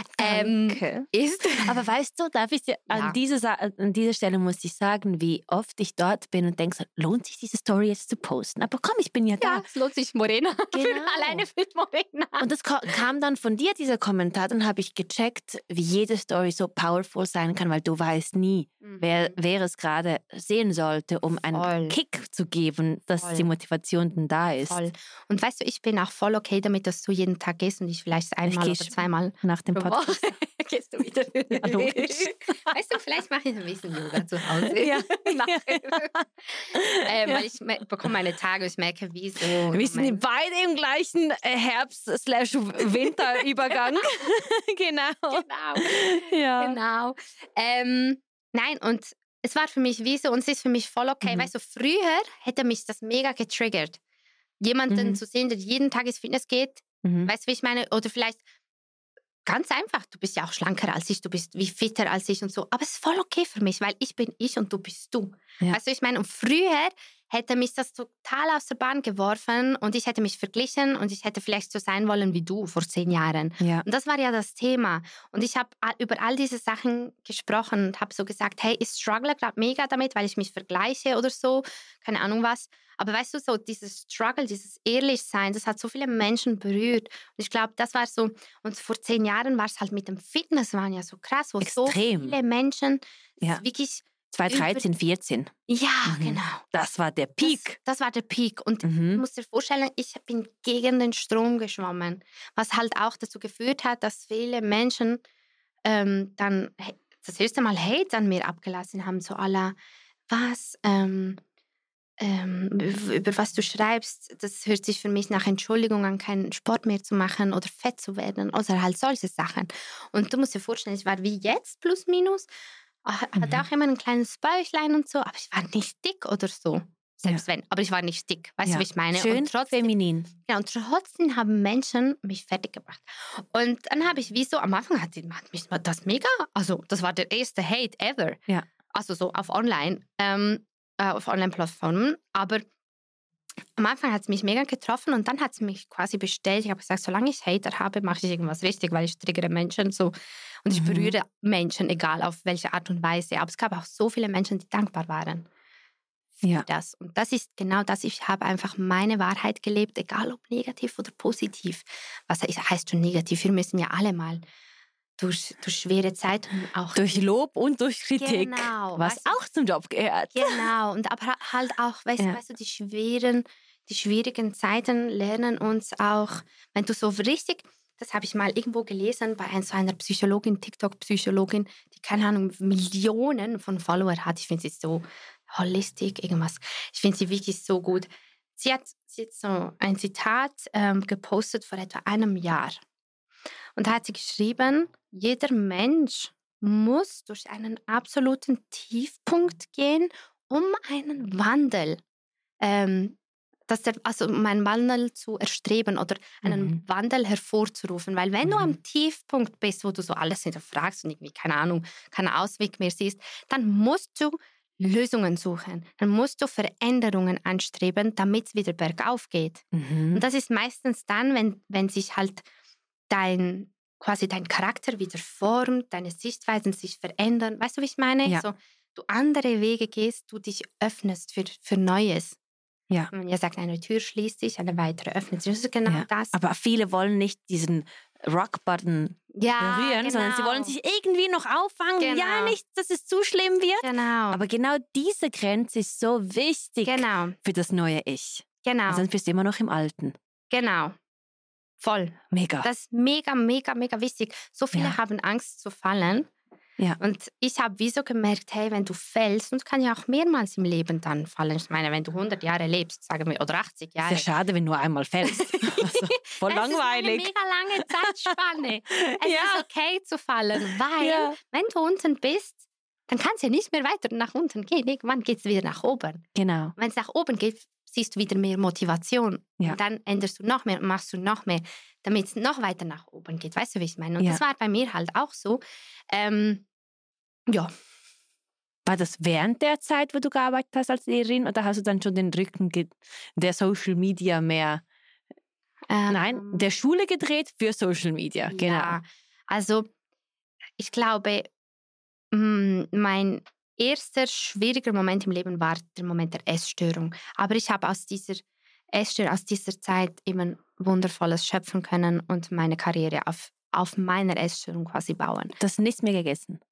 ist... Aber weißt du, darf ich dir an dieser Stelle muss ich sagen, wie oft ich dort bin und denke, lohnt sich diese Story jetzt zu posten? Aber komm, ich bin ja da. Ja, es lohnt sich, Morena. Genau. Alleine für Morena. Und das kam dann von dir, dieser Kommentar. Dann habe ich gecheckt, wie jede Story so powerful sein kann, weil du weißt nie, wer es gerade sehen sollte, um einen Kick zu geben, dass die Motivation dann da ist. Voll. Und weißt du, ich bin auch voll okay damit, dass du jeden Tag gehst und ich vielleicht einmal oder zweimal nach dem Podcast. Gehst du wieder? Ja, logisch. Weißt du, vielleicht mache ich ein bisschen Yoga zu Hause. Ja. Weil ich bekomme meine Tage und ich merke, wieso. Wir sind beide im gleichen Herbst/Winterübergang. Genau. Ja. Genau. Nein, und es war für mich wie so, und es ist für mich voll okay. Weißt du, früher hätte mich das mega getriggert. Jemanden zu sehen, der jeden Tag ins Fitness geht. Weißt du, wie ich meine? Oder vielleicht ganz einfach, du bist ja auch schlanker als ich, du bist wie fitter als ich und so. Aber es ist voll okay für mich, weil ich bin ich und du bist du. Ja. Weißt du, ich meine, und früher hätte mich das total aus der Bahn geworfen und ich hätte mich verglichen und ich hätte vielleicht so sein wollen wie du vor 10 Jahren. Ja. Und das war ja das Thema. Und ich habe über all diese Sachen gesprochen und habe so gesagt, hey, ich struggle gerade mega damit, weil ich mich vergleiche oder so, keine Ahnung was. Aber weißt du, so dieses Struggle, dieses Ehrlichsein, das hat so viele Menschen berührt. Und ich glaube, das war so, und vor 10 Jahren war es halt mit dem Fitness, waren ja so krass, wo extrem. So viele Menschen wirklich 2013, 14. Ja, genau. Das war der Peak. Das war der Peak. Und du musst dir vorstellen, ich bin gegen den Strom geschwommen, was halt auch dazu geführt hat, dass viele Menschen dann das erste Mal Hate an mir abgelassen haben, so à la, was, über was du schreibst, das hört sich für mich nach Entschuldigung an, keinen Sport mehr zu machen oder fett zu werden oder halt solche Sachen. Und du musst dir vorstellen, ich war wie jetzt plus minus, hatte auch immer ein kleines Bäuchlein und so, aber ich war nicht dick oder so. Selbst wenn, aber ich war nicht dick. Weißt du, wie ich meine? Schön und trotzdem, feminin. Ja, und trotzdem haben Menschen mich fertig gemacht. Und dann habe ich wie so, am Anfang hat mich das mega, also das war der erste Hate ever. Ja. Also so auf Online-Plattformen, aber am Anfang hat es mich mega getroffen und dann hat es mich quasi bestätigt. Ich habe gesagt, solange ich Hater habe, mache ich irgendwas richtig, weil ich triggere Menschen so und ich berühre Menschen, egal auf welche Art und Weise. Aber es gab auch so viele Menschen, die dankbar waren für das. Und das ist genau das. Ich habe einfach meine Wahrheit gelebt, egal ob negativ oder positiv. Was heißt schon negativ? Wir müssen ja alle mal durch schwere Zeiten auch. Durch Lob und durch Kritik. Genau. Was auch zum Job gehört. Genau. Und aber halt auch, weißt du, die schwierigen Zeiten lernen uns auch, wenn du so richtig, das habe ich mal irgendwo gelesen, bei so einer Psychologin, TikTok-Psychologin, die, keine Ahnung, Millionen von Follower hat. Ich finde sie so holistic, irgendwas. Ich finde sie wirklich so gut. Sie hat so ein Zitat gepostet vor etwa einem Jahr. Und da hat sie geschrieben, jeder Mensch muss durch einen absoluten Tiefpunkt gehen, um einen Wandel, um einen Wandel zu erstreben oder einen Wandel hervorzurufen. Weil wenn du am Tiefpunkt bist, wo du so alles hinterfragst und irgendwie, keine Ahnung, keinen Ausweg mehr siehst, dann musst du Lösungen suchen. Dann musst du Veränderungen anstreben, damit es wieder bergauf geht. Und das ist meistens dann, wenn sich halt dein Charakter wieder formt, deine Sichtweisen sich verändern. Weißt du, wie ich meine? Ja. So, du andere Wege gehst, du dich öffnest für Neues. Ja. Man ja sagt, eine Tür schließt sich, eine weitere öffnet sich. Das ist genau das. Aber viele wollen nicht diesen Rock-Button berühren, sondern sie wollen sich irgendwie noch auffangen. Genau. Ja, nicht, dass es zu schlimm wird. Genau. Aber genau diese Grenze ist so wichtig für das neue Ich. Genau. Sonst bist du immer noch im Alten. Genau. Voll. Mega. Das ist mega, mega, mega wichtig. So viele haben Angst zu fallen. Ja. Und ich habe wie so gemerkt, hey, wenn du fällst, und du kannst ja auch mehrmals im Leben dann fallen. Ich meine, wenn du 100 Jahre lebst, sagen wir, oder 80 Jahre. Ist ja schade, wenn du einmal fällst. Also, voll langweilig. Es ist eine mega lange Zeitspanne. Es ist okay zu fallen, weil wenn du unten bist, dann kann es ja nicht mehr weiter nach unten gehen. Irgendwann geht es wieder nach oben. Genau. Wenn es nach oben geht, siehst du wieder mehr Motivation. Ja. Und dann änderst du noch mehr und machst du noch mehr, damit es noch weiter nach oben geht. Weißt du, wie ich meine? Und das war bei mir halt auch so. Ja. War das während der Zeit, wo du gearbeitet hast als Lehrerin, oder hast du dann schon den Rücken der Social Media mehr, der Schule gedreht für Social Media? Genau. Ja, also ich glaube, mein erster schwieriger Moment im Leben war der Moment der Essstörung. Aber ich habe aus dieser Zeit immer Wundervolles schöpfen können und meine Karriere auf meiner Essstörung quasi bauen. Du hast nichts mehr gegessen?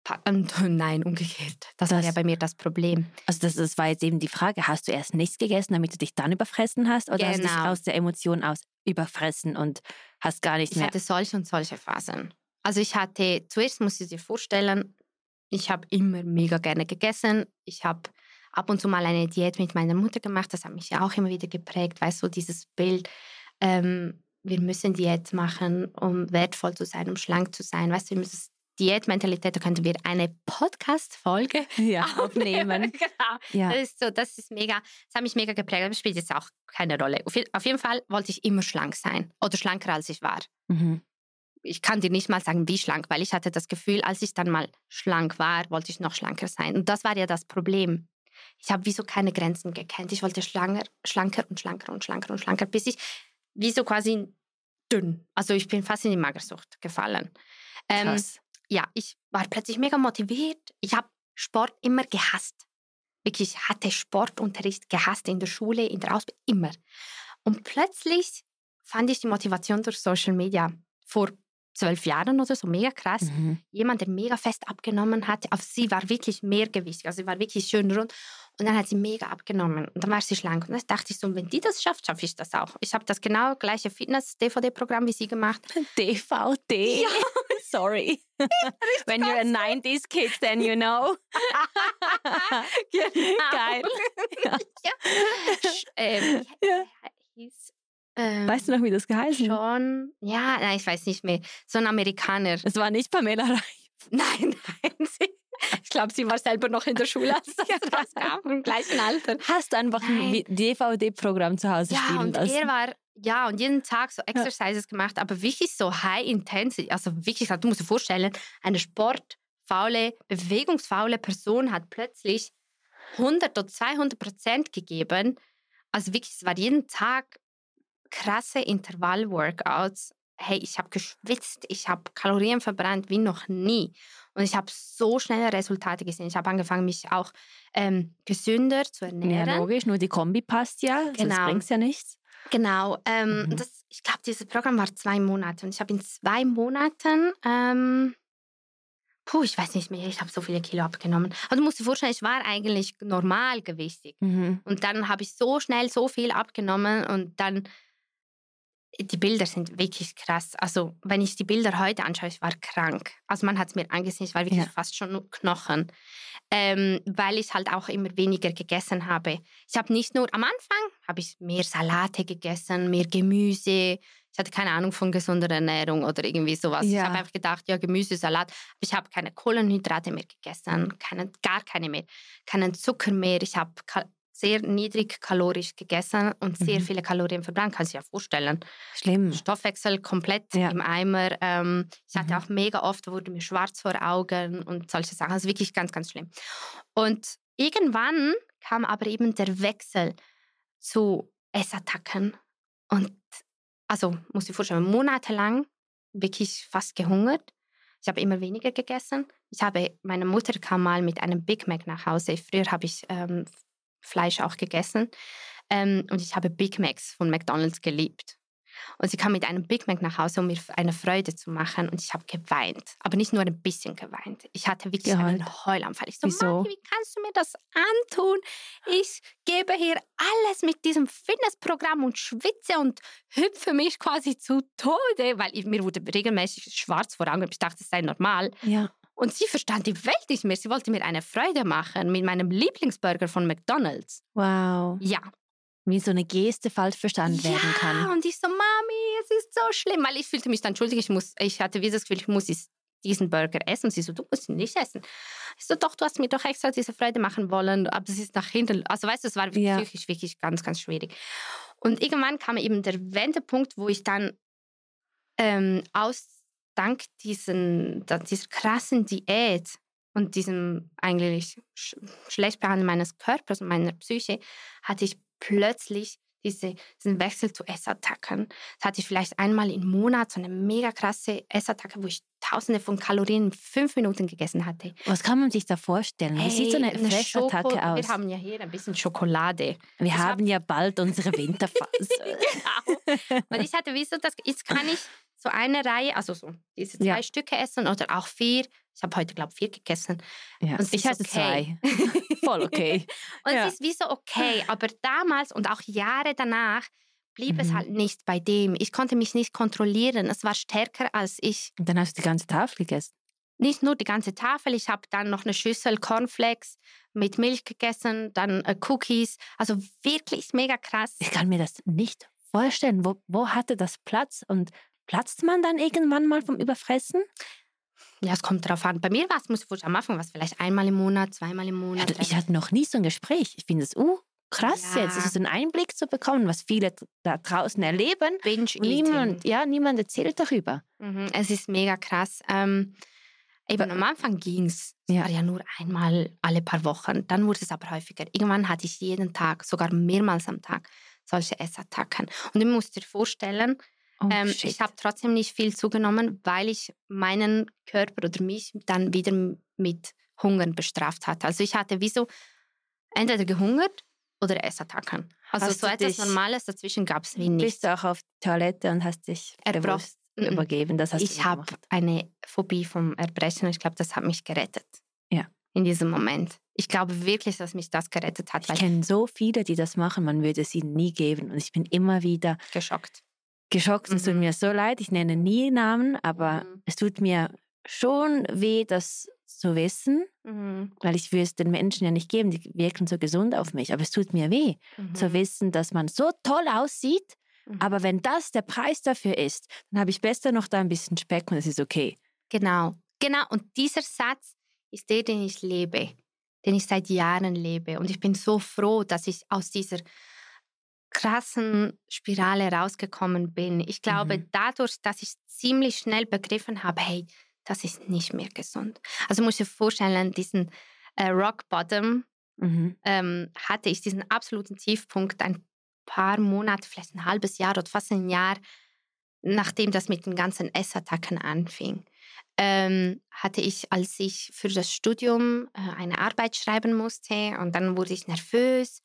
Nein, umgekehrt. Das war ja bei mir das Problem. Also das war jetzt eben die Frage, hast du erst nichts gegessen, damit du dich dann überfressen hast? Oder hast du dich aus der Emotion aus überfressen und hast gar nichts mehr? Ich hatte solche und solche Phasen. Also zuerst musst du dir vorstellen, ich habe immer mega gerne gegessen. Ich habe ab und zu mal eine Diät mit meiner Mutter gemacht. Das hat mich ja auch immer wieder geprägt. Weißt du, dieses Bild, wir müssen Diät machen, um wertvoll zu sein, um schlank zu sein. Weißt du, wir müssen Diätmentalität, da könnten wir eine Podcast-Folge aufnehmen. Genau. Ja. Das ist mega, das hat mich mega geprägt. Das spielt jetzt auch keine Rolle. Auf jeden Fall wollte ich immer schlank sein oder schlanker, als ich war. Mhm. Ich kann dir nicht mal sagen, wie schlank, weil ich hatte das Gefühl, als ich dann mal schlank war, wollte ich noch schlanker sein. Und das war ja das Problem. Ich habe wieso keine Grenzen gekannt. Ich wollte schlanker und schlanker und schlanker und schlanker, bis ich wieso quasi dünn. Also ich bin fast in die Magersucht gefallen. Krass. Ja, ich war plötzlich mega motiviert. Ich habe Sport immer gehasst. Wirklich, ich hatte Sportunterricht gehasst in der Schule, in der Ausbildung, immer. Und plötzlich fand ich die Motivation durch Social Media. Vor 12 Jahren oder so, mega krass. Mhm. Jemand, der mega fest abgenommen hat, auf sie war wirklich mehrgewichtig, also sie war wirklich schön rund. Und dann hat sie mega abgenommen und dann war sie schlank. Und dann dachte ich so, wenn die das schafft, schaffe ich das auch. Ich habe das genau gleiche Fitness-DVD-Programm wie sie gemacht. DVD? Ja. Sorry. When you're a 90s kid, then you know. Genau. Geil. Ja. Hieß, weißt du noch, wie das geheißen hat? Schon, ja, nein, ich weiß nicht mehr. So ein Amerikaner. Es war nicht Pamela Reif. Nein. Ich glaube, sie war selber noch in der Schule, als das rauskam, im gleichen Alter. Hast du einfach ein DVD-Programm zu Hause spielen lassen? Er war, und jeden Tag so Exercises gemacht, aber wirklich so high intensity. Also wirklich, du musst dir vorstellen, eine sportfaule, bewegungsfaule Person hat plötzlich 100 oder 200% gegeben. Also wirklich, es war jeden Tag krasse Intervall-Workouts. Hey, ich habe geschwitzt, ich habe Kalorien verbrannt wie noch nie. Und ich habe so schnelle Resultate gesehen. Ich habe angefangen, mich auch gesünder zu ernähren. Ja, logisch, nur die Kombi passt ja, genau. Sonst bringt es ja nichts. Genau. Ich glaube, dieses Programm war 2 Monate. Und ich habe in 2 Monaten, ich weiß nicht mehr, ich habe so viele Kilo abgenommen. Aber du musst dir vorstellen, ich war eigentlich normalgewichtig. Mhm. Und dann habe ich so schnell so viel abgenommen und dann... Die Bilder sind wirklich krass. Also wenn ich die Bilder heute anschaue, ich war krank. Also man hat es mir angesehen, ich war wirklich fast schon nur Knochen. Weil ich halt auch immer weniger gegessen habe. Ich habe nicht nur, am Anfang habe ich mehr Salate gegessen, mehr Gemüse. Ich hatte keine Ahnung von gesunder Ernährung oder irgendwie sowas. Ja. Ich habe einfach gedacht, ja, Gemüse, Salat. Aber ich habe keine Kohlenhydrate mehr gegessen, gar keine mehr. Keinen Zucker mehr. Ich habe sehr niedrig kalorisch gegessen und sehr viele Kalorien verbrannt, kannst du dir ja vorstellen. Schlimm. Stoffwechsel komplett im Eimer. Ich hatte auch mega oft, wurde mir schwarz vor Augen und solche Sachen. Also wirklich ganz, ganz schlimm. Und irgendwann kam aber eben der Wechsel zu Essattacken. Und also, musst du dir vorstellen, monatelang wirklich fast gehungert. Ich habe immer weniger gegessen. Meine Mutter kam mal mit einem Big Mac nach Hause. Früher habe ich Fleisch auch gegessen. Und ich habe Big Macs von McDonald's geliebt. Und sie kam mit einem Big Mac nach Hause, um mir eine Freude zu machen. Und ich habe geweint. Aber nicht nur ein bisschen geweint. Ich hatte wirklich einen Heulanfall. Ich so, wieso? Mami, wie kannst du mir das antun? Ich gebe hier alles mit diesem Fitnessprogramm und schwitze und hüpfe mich quasi zu Tode. Weil mir wurde regelmäßig schwarz vor Augen. Ich dachte, das sei normal. Ja. Und sie verstand die Welt nicht mehr. Sie wollte mir eine Freude machen mit meinem Lieblingsburger von McDonald's. Wow. Ja. Wie so eine Geste falsch verstanden werden kann. Ja, und ich so, Mami, es ist so schlimm. Weil ich fühlte mich dann schuldig. Ich hatte wie das Gefühl, ich muss diesen Burger essen. Und sie so, du musst ihn nicht essen. Ich so, doch, du hast mir doch extra diese Freude machen wollen. Aber es ist nach hinten. Also weißt du, es war wirklich, wirklich ganz, ganz schwierig. Und irgendwann kam eben der Wendepunkt, wo ich dann dank dieser krassen Diät und diesem eigentlich schlecht behandeln meines Körpers und meiner Psyche, hatte ich plötzlich diesen Wechsel zu Essattacken. Das hatte ich vielleicht einmal im Monat so eine mega krasse Essattacke, wo ich Tausende von Kalorien in 5 Minuten gegessen hatte. Was kann man sich da vorstellen? Wie sieht so eine Fressattacke aus? Wir haben ja hier ein bisschen Schokolade. Wir haben ja bald unsere Winterphase. Genau. Und ich hatte jetzt kann ich so eine Reihe, also so diese 2 Stücke essen oder auch 4 Ich habe heute, glaube ich, 4 gegessen. Ja. Und Ich hatte okay. 2. Voll okay. Und Ja. es ist wie so okay. Aber damals und auch Jahre danach blieb es Mhm. halt nicht bei dem. Ich konnte mich nicht kontrollieren. Es war stärker als ich. Und dann hast du die ganze Tafel gegessen. Nicht nur die ganze Tafel, ich habe dann noch eine Schüssel Cornflakes mit Milch gegessen, dann Cookies. Also wirklich mega krass. Ich kann mir das nicht vorstellen. Wo hatte das Platz? Und platzt man dann irgendwann mal vom Überfressen? Ja, es kommt drauf an. Bei mir war es, muss ich am Anfang, was vielleicht einmal im Monat, zweimal im Monat. Ich hatte noch nie so ein Gespräch. Ich finde es krass Ja. jetzt. Es ist ein Einblick zu bekommen, was viele da draußen erleben. Und Binge-Eating. niemand erzählt darüber. Es ist mega krass. Eben am Anfang ging es. Es Ja. war ja nur einmal alle paar Wochen. Dann wurde es aber häufiger. Irgendwann hatte ich jeden Tag, sogar mehrmals am Tag, solche Essattacken. Und du musst dir vorstellen, Oh, ich habe trotzdem nicht viel zugenommen, weil ich meinen Körper oder mich dann wieder mit Hungern bestraft hatte. Also ich hatte wie so entweder gehungert oder Essattacken. Also Hast so du etwas dich- Normales dazwischen gab es wie nicht. Bist du auch auf die Toilette und hast dich Erbrochen. bewusst übergeben? Das hast du Ich nicht habe gemacht. eine Phobie vom Erbrechen und ich glaube, das hat mich gerettet. Ja. In diesem Moment. Ich glaube wirklich, dass mich das gerettet hat, Ich weil kenne so viele, die das machen, man würde es ihnen nie geben. Und ich bin immer wieder geschockt. geschockt. Es tut mir so leid, ich nenne nie Namen, aber es tut mir schon weh, das zu wissen, weil ich will es den Menschen ja nicht geben, die wirken so gesund auf mich. Aber es tut mir weh, zu wissen, dass man so toll aussieht, aber wenn das der Preis dafür ist, dann habe ich besser noch da ein bisschen Speck und es ist okay. Genau. Und dieser Satz ist der, den ich lebe, den ich seit Jahren lebe. Und ich bin so froh, dass ich aus dieser krassen Spirale rausgekommen bin. Ich glaube, dadurch, dass ich ziemlich schnell begriffen habe, hey, das ist nicht mehr gesund. Also muss ich mir vorstellen, diesen Rock Bottom hatte ich, diesen absoluten Tiefpunkt ein paar Monate, vielleicht ein halbes Jahr oder fast ein Jahr, nachdem das mit den ganzen Essattacken anfing. Hatte ich, als ich für das Studium eine Arbeit schreiben musste und dann wurde ich nervös,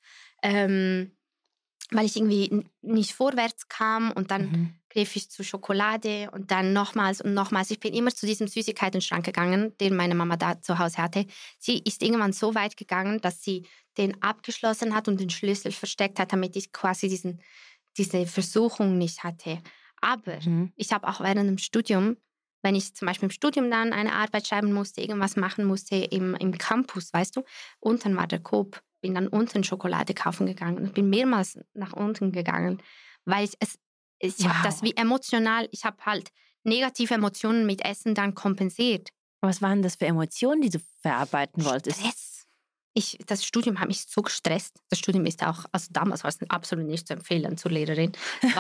weil ich irgendwie nicht vorwärts kam und dann griff ich zu Schokolade und dann nochmals und nochmals. Ich bin immer zu diesem Süßigkeitenschrank gegangen, den meine Mama da zu Hause hatte. Sie ist irgendwann so weit gegangen, dass sie den abgeschlossen hat und den Schlüssel versteckt hat, damit ich quasi diese Versuchung nicht hatte. Aber ich habe auch während dem Studium, wenn ich zum Beispiel im Studium dann eine Arbeit schreiben musste, irgendwas machen musste im Campus, weißt du, unten war der Coop, bin dann unten Schokolade kaufen gegangen und bin mehrmals nach unten gegangen, weil ich habe das wie emotional, ich habe halt negative Emotionen mit Essen dann kompensiert. Was waren das für Emotionen, die du verarbeiten wolltest? Stress. Das Studium hat mich so gestresst. Das Studium ist auch, also damals war es absolut nicht zu empfehlen zur Lehrerin.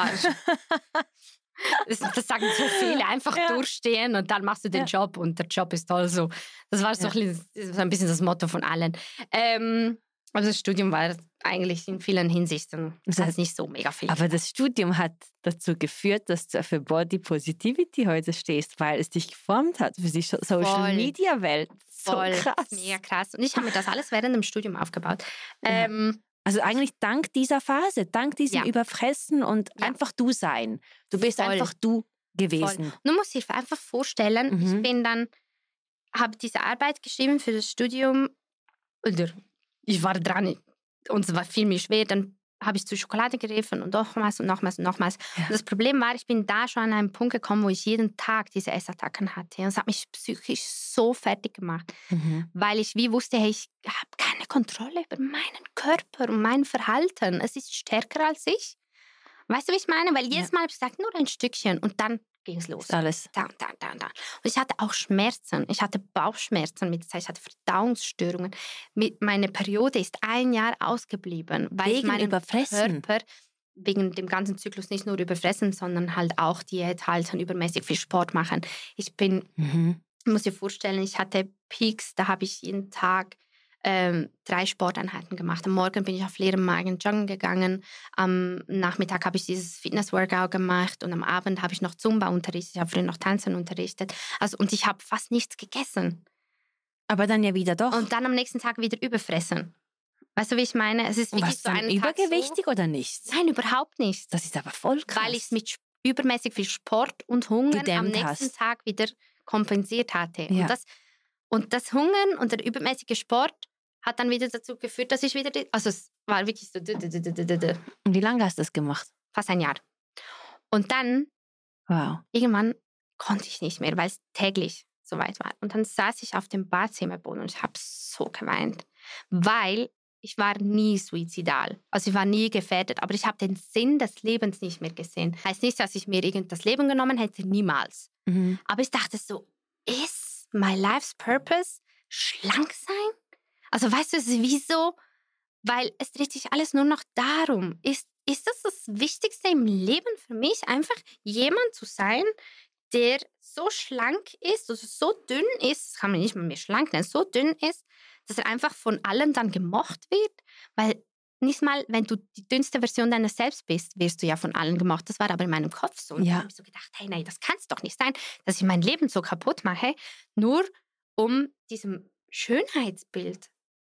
Das sagen so viele, einfach durchstehen und dann machst du den Job und der Job ist toll so. Das war so ein bisschen das Motto von allen. Also das Studium war eigentlich in vielen Hinsichten nicht so mega viel. Aber das Studium hat dazu geführt, dass du für Body Positivity heute stehst, weil es dich geformt hat für die Social Media Welt. So krass. Mega krass. Und ich habe mir das alles während dem Studium aufgebaut. Also eigentlich dank dieser Phase, dank diesem Überfressen und einfach du sein. Du bist einfach du gewesen. Du musst dir einfach vorstellen, habe diese Arbeit geschrieben für das Studium oder ich war dran und es fiel mir schwer, dann habe ich zu Schokolade gegriffen und nochmals und nochmals und nochmals. Ja. Und das Problem war, ich bin da schon an einen Punkt gekommen, wo ich jeden Tag diese Essattacken hatte. Und es hat mich psychisch so fertig gemacht, weil ich wie wusste, hey, ich habe keine Kontrolle über meinen Körper und mein Verhalten. Es ist stärker als ich. Weißt du, wie ich meine? Weil jedes Mal habe ich gesagt, nur ein Stückchen und dann ging es los. Alles. Da. Und ich hatte auch Schmerzen. Ich hatte Bauchschmerzen mit der Zeit. Ich hatte Verdauungsstörungen. Meine Periode ist 1 Jahr ausgeblieben. Weil wegen mein Überfressen? Körper, wegen dem ganzen Zyklus, nicht nur Überfressen, sondern halt auch Diät halten, übermäßig viel Sport machen. Ich muss dir vorstellen, ich hatte Peaks, da habe ich jeden Tag 3 Sporteinheiten gemacht. Am Morgen bin ich auf leerem Magen joggen gegangen. Am Nachmittag habe ich dieses Fitness-Workout gemacht und am Abend habe ich noch Zumba unterrichtet. Ich habe früher noch Tanzen unterrichtet. Und ich habe fast nichts gegessen. Aber dann ja wieder doch. Und dann am nächsten Tag wieder überfressen. Weißt du, wie ich meine? Es ist wirklich warst du dann übergewichtig oder nicht? Nein, überhaupt nicht. Das ist aber voll krass. Weil ich es mit übermäßig viel Sport und Hunger gedämmt am nächsten Tag wieder kompensiert hatte. Ja. Und das Und das Hungern und der übermäßige Sport hat dann wieder dazu geführt, dass ich wieder, also es war wirklich so, Und wie lange hast du das gemacht? fast ein Jahr. Und dann, Wow. irgendwann konnte ich nicht mehr, weil es täglich so weit war. Und dann saß ich auf dem Badezimmerboden und ich habe so geweint, weil ich war nie suizidal. Also ich war nie gefährdet, aber ich habe den Sinn des Lebens nicht mehr gesehen. Heißt nicht, dass ich mir das Leben genommen hätte, niemals. Mhm. Aber ich dachte so, ist my life's purpose schlank sein? Also weißt du, es ist wie so, weil es dreht sich alles nur noch darum. Ist das Wichtigste im Leben für mich, einfach jemand zu sein, der so schlank ist, also so dünn ist, das kann man nicht mal mehr schlank nennen, so dünn ist, dass er einfach von allen dann gemocht wird? Weil nicht mal, wenn du die dünnste Version deines Selbst bist, wirst du ja von allen gemocht. Das war aber in meinem Kopf so. Und Ja. ich habe so gedacht, hey, nein, das kann es doch nicht sein, dass ich mein Leben so kaputt mache, nur um diesem Schönheitsbild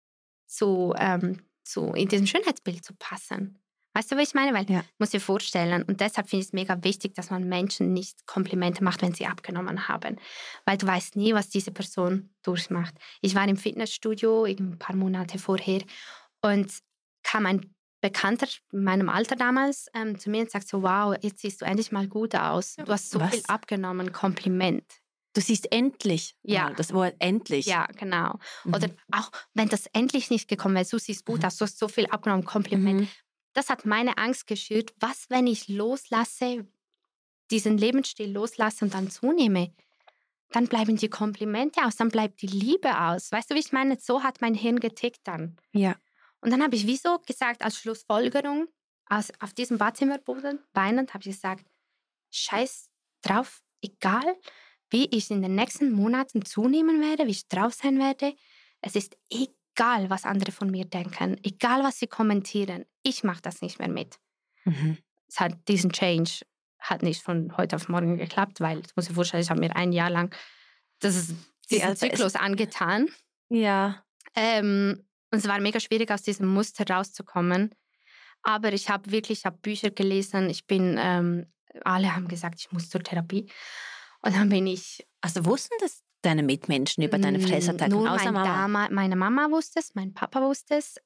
in diesem Schönheitsbild zu passen. Weißt du, was ich meine? Weil Ja. ich muss dir vorstellen, und deshalb finde ich es mega wichtig, dass man Menschen nicht Komplimente macht, wenn sie abgenommen haben. Weil du weißt nie, was diese Person durchmacht. Ich war im Fitnessstudio ein paar Monate vorher und kam ein Bekannter in meinem Alter damals zu mir und sagt so, wow, jetzt siehst du endlich mal gut aus. Du hast so Was? viel abgenommen, Kompliment. Du siehst endlich. Ja. Das Wort endlich. Ja, genau. Mhm. Oder auch, wenn das endlich nicht gekommen wäre, du siehst gut aus, du hast so viel abgenommen, Kompliment. Mhm. Das hat meine Angst geschürt. Was, wenn ich loslasse, diesen Lebensstil loslasse und dann zunehme? Dann bleiben die Komplimente aus, dann bleibt die Liebe aus. Weißt du, wie ich meine? So hat mein Hirn getickt dann. Ja. Und dann habe ich wieso gesagt, als Schlussfolgerung, auf diesem Badezimmerboden weinend, habe ich gesagt, scheiß drauf, egal wie ich in den nächsten Monaten zunehmen werde, wie ich drauf sein werde. Es ist egal, was andere von mir denken, egal, was sie kommentieren. Ich mache das nicht mehr mit. Mhm. Diesen Change hat nicht von heute auf morgen geklappt, weil, ich muss mir vorstellen, ich habe mir ein Jahr lang diesen Zyklus angetan. Ja. Und es war mega schwierig, aus diesem Muster rauszukommen. Aber ich habe Bücher gelesen. Alle haben gesagt, ich muss zur Therapie. Und dann bin ich... Also wussten das deine Mitmenschen über deine Fressattacken? Nur Außer Mama? meine Mama wusste es, mein Papa wusste es.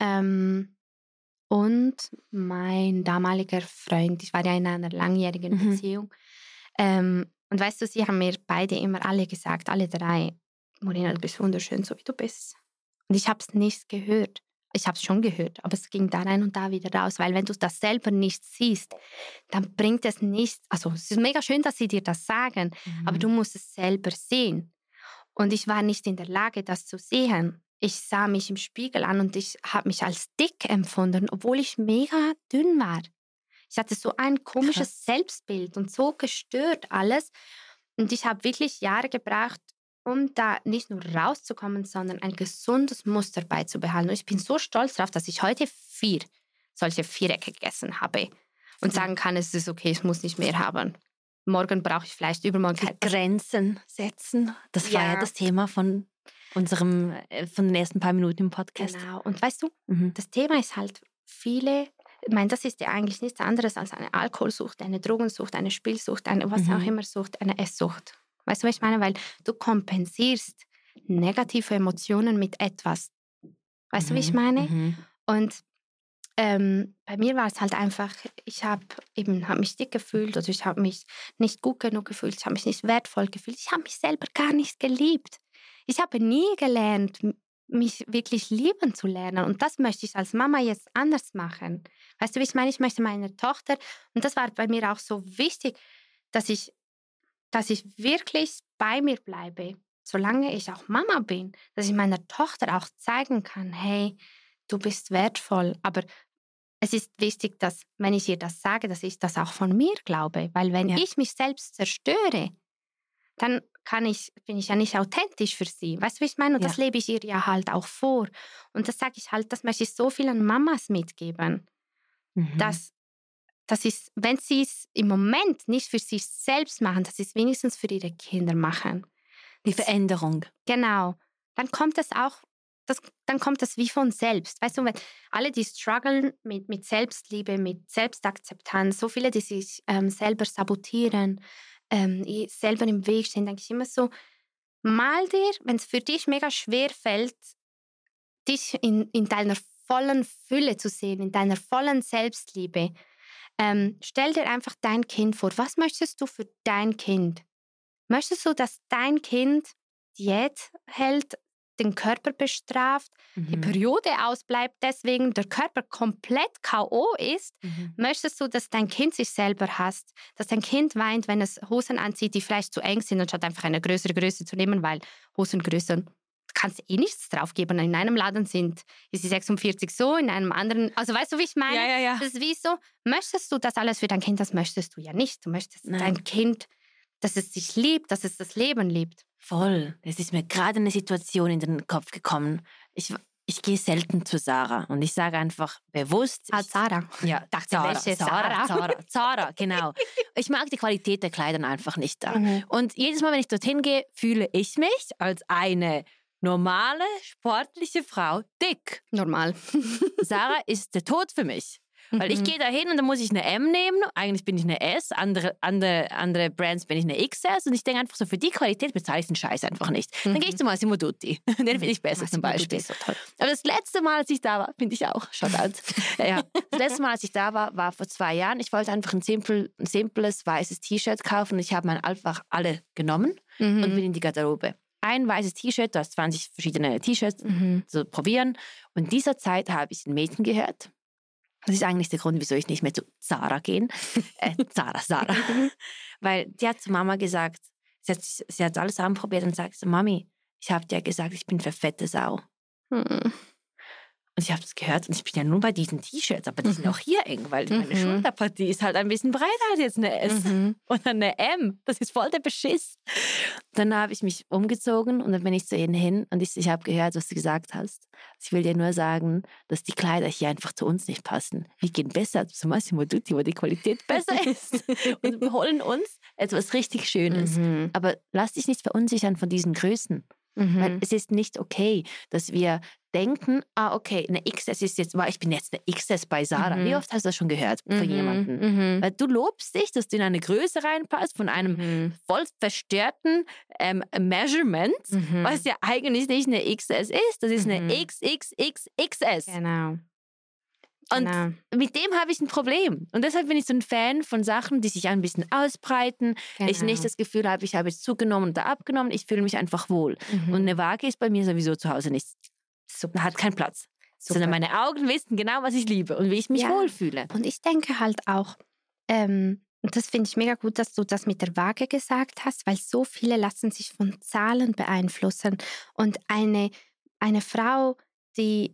Und mein damaliger Freund. Ich war ja in einer langjährigen Beziehung. Und weißt du, sie haben mir beide immer alle gesagt, alle drei, Morena, du bist wunderschön, so wie du bist. Und ich habe es nicht gehört. Ich habe es schon gehört, aber es ging da rein und da wieder raus. Weil wenn du das selber nicht siehst, dann bringt es nichts. Also es ist mega schön, dass sie dir das sagen, aber du musst es selber sehen. Und ich war nicht in der Lage, das zu sehen. Ich sah mich im Spiegel an und ich habe mich als dick empfunden, obwohl ich mega dünn war. Ich hatte so ein komisches Selbstbild und so gestört alles. Und ich habe wirklich Jahre gebraucht, um da nicht nur rauszukommen, sondern ein gesundes Muster beizubehalten. Und ich bin so stolz darauf, dass ich heute 4 solche Vierecke gegessen habe und sagen kann, es ist okay, ich muss nicht mehr haben. Morgen brauche ich vielleicht, übermorgen Grenzen setzen. Das war ja das Thema von den ersten paar Minuten im Podcast. Genau. Und weißt du, das Thema ist halt ich meine, das ist ja eigentlich nichts anderes als eine Alkoholsucht, eine Drogensucht, eine Spielsucht, eine was auch immer Sucht, eine Esssucht. Weißt du, was ich meine? Weil du kompensierst negative Emotionen mit etwas. Weißt du, wie ich meine? Und bei mir war es halt einfach, ich habe mich dick gefühlt oder ich habe mich nicht gut genug gefühlt, ich habe mich nicht wertvoll gefühlt, ich habe mich selber gar nicht geliebt. Ich habe nie gelernt, mich wirklich lieben zu lernen und das möchte ich als Mama jetzt anders machen. Weißt du, wie ich meine? Ich möchte meiner Tochter, und das war bei mir auch so wichtig, dass ich wirklich bei mir bleibe, solange ich auch Mama bin, dass ich meiner Tochter auch zeigen kann, hey, du bist wertvoll, aber es ist wichtig, dass, wenn ich ihr das sage, dass ich das auch von mir glaube. Weil wenn ich mich selbst zerstöre, dann bin ich ja nicht authentisch für sie. Weißt du, wie ich meine? Und das lebe ich ihr ja halt auch vor. Und das sage ich halt, das möchte ich so vielen Mamas mitgeben. Dass ist, wenn sie es im Moment nicht für sich selbst machen, dass sie es wenigstens für ihre Kinder machen. Die Veränderung. Genau. Dann kommt es auch, dann kommt das wie von selbst. Weißt du, wenn alle, die strugglen mit Selbstliebe, mit Selbstakzeptanz, so viele, die sich selber sabotieren, selber im Weg stehen, denke ich immer so, mal dir, wenn es für dich mega schwer fällt, dich in deiner vollen Fülle zu sehen, in deiner vollen Selbstliebe, stell dir einfach dein Kind vor. Was möchtest du für dein Kind? Möchtest du, dass dein Kind Diät hält, den Körper bestraft, die Periode ausbleibt, deswegen der Körper komplett K.O. ist? Möchtest du, dass dein Kind sich selber hasst, dass dein Kind weint, wenn es Hosen anzieht, die vielleicht zu eng sind, anstatt einfach eine größere Größe zu nehmen, weil Hosengrößen kannst eh nichts drauf geben. In einem Laden ist die 46 so, in einem anderen, also weißt du, wie ich meine? Ja. Das ist wie so, möchtest du das alles für dein Kind? Das möchtest du ja nicht. Du möchtest dein Kind, dass es sich liebt, dass es das Leben liebt. Voll. Es ist mir gerade eine Situation in den Kopf gekommen. Ich gehe selten zu Sarah und ich sage einfach bewusst... Zara. Ja, dachte, welche Sarah? Zara, genau. Ich mag die Qualität der Kleider einfach nicht da. Und jedes Mal, wenn ich dorthin gehe, fühle ich mich als eine normale, sportliche Frau dick. Normal. Sarah ist der Tod für mich. Weil ich gehe da hin und dann muss ich eine M nehmen. Eigentlich bin ich eine S. Andere Brands bin ich eine XS. Und ich denke einfach so, für die Qualität bezahle ich den Scheiß einfach nicht. Dann gehe ich zu Massimo Dutti. Den finde ich besser zum Beispiel. So toll. Aber das letzte Mal, als ich da war, finde ich auch, Shoutout. Ja. Das letzte Mal, als ich da war vor 2 Jahren. Ich wollte einfach ein simples weißes T-Shirt kaufen. Und ich habe mir einfach alle genommen und bin in die Garderobe. Ein weißes T-Shirt, du hast 20 verschiedene T-Shirts zu probieren. Und in dieser Zeit habe ich ein Mädchen gehört. Das ist eigentlich der Grund, wieso ich nicht mehr zu Zara gehen. Sarah. Weil die hat zu Mama gesagt, sie hat alles anprobiert und sagt so, Mami, ich habe dir gesagt, ich bin für fette Sau. Und ich habe das gehört und ich bin ja nur bei diesen T-Shirts, aber die sind auch hier eng, weil meine Schulterpartie ist halt ein bisschen breiter als jetzt eine S oder eine M. Das ist voll der Beschiss. Dann habe ich mich umgezogen und dann bin ich zu ihnen hin und ich habe gehört, was du gesagt hast. Ich will dir nur sagen, dass die Kleider hier einfach zu uns nicht passen. Wir gehen besser zu Massimo Dutti, wo die Qualität besser ist und wir holen uns etwas richtig Schönes. Aber lass dich nicht verunsichern von diesen Größen. Weil es ist nicht okay, dass wir denken, okay, eine XS ist jetzt, ich bin jetzt eine XS bei Sarah. Wie oft hast du das schon gehört von jemandem? Weil du lobst dich, dass du in eine Größe reinpasst von einem voll verstörten Measurement, was ja eigentlich nicht eine XS ist. Das ist eine XXXXS. Genau. Und mit dem habe ich ein Problem. Und deshalb bin ich so ein Fan von Sachen, die sich ein bisschen ausbreiten. Genau. Ich nicht das Gefühl habe, ich habe jetzt zugenommen oder abgenommen. Ich fühle mich einfach wohl. Und eine Waage ist bei mir sowieso zu Hause nicht. Hat keinen Platz. Super. Sondern meine Augen wissen genau, was ich liebe und wie ich mich wohlfühle. Und ich denke halt auch, und das finde ich mega gut, dass du das mit der Waage gesagt hast, weil so viele lassen sich von Zahlen beeinflussen. Und eine Frau, die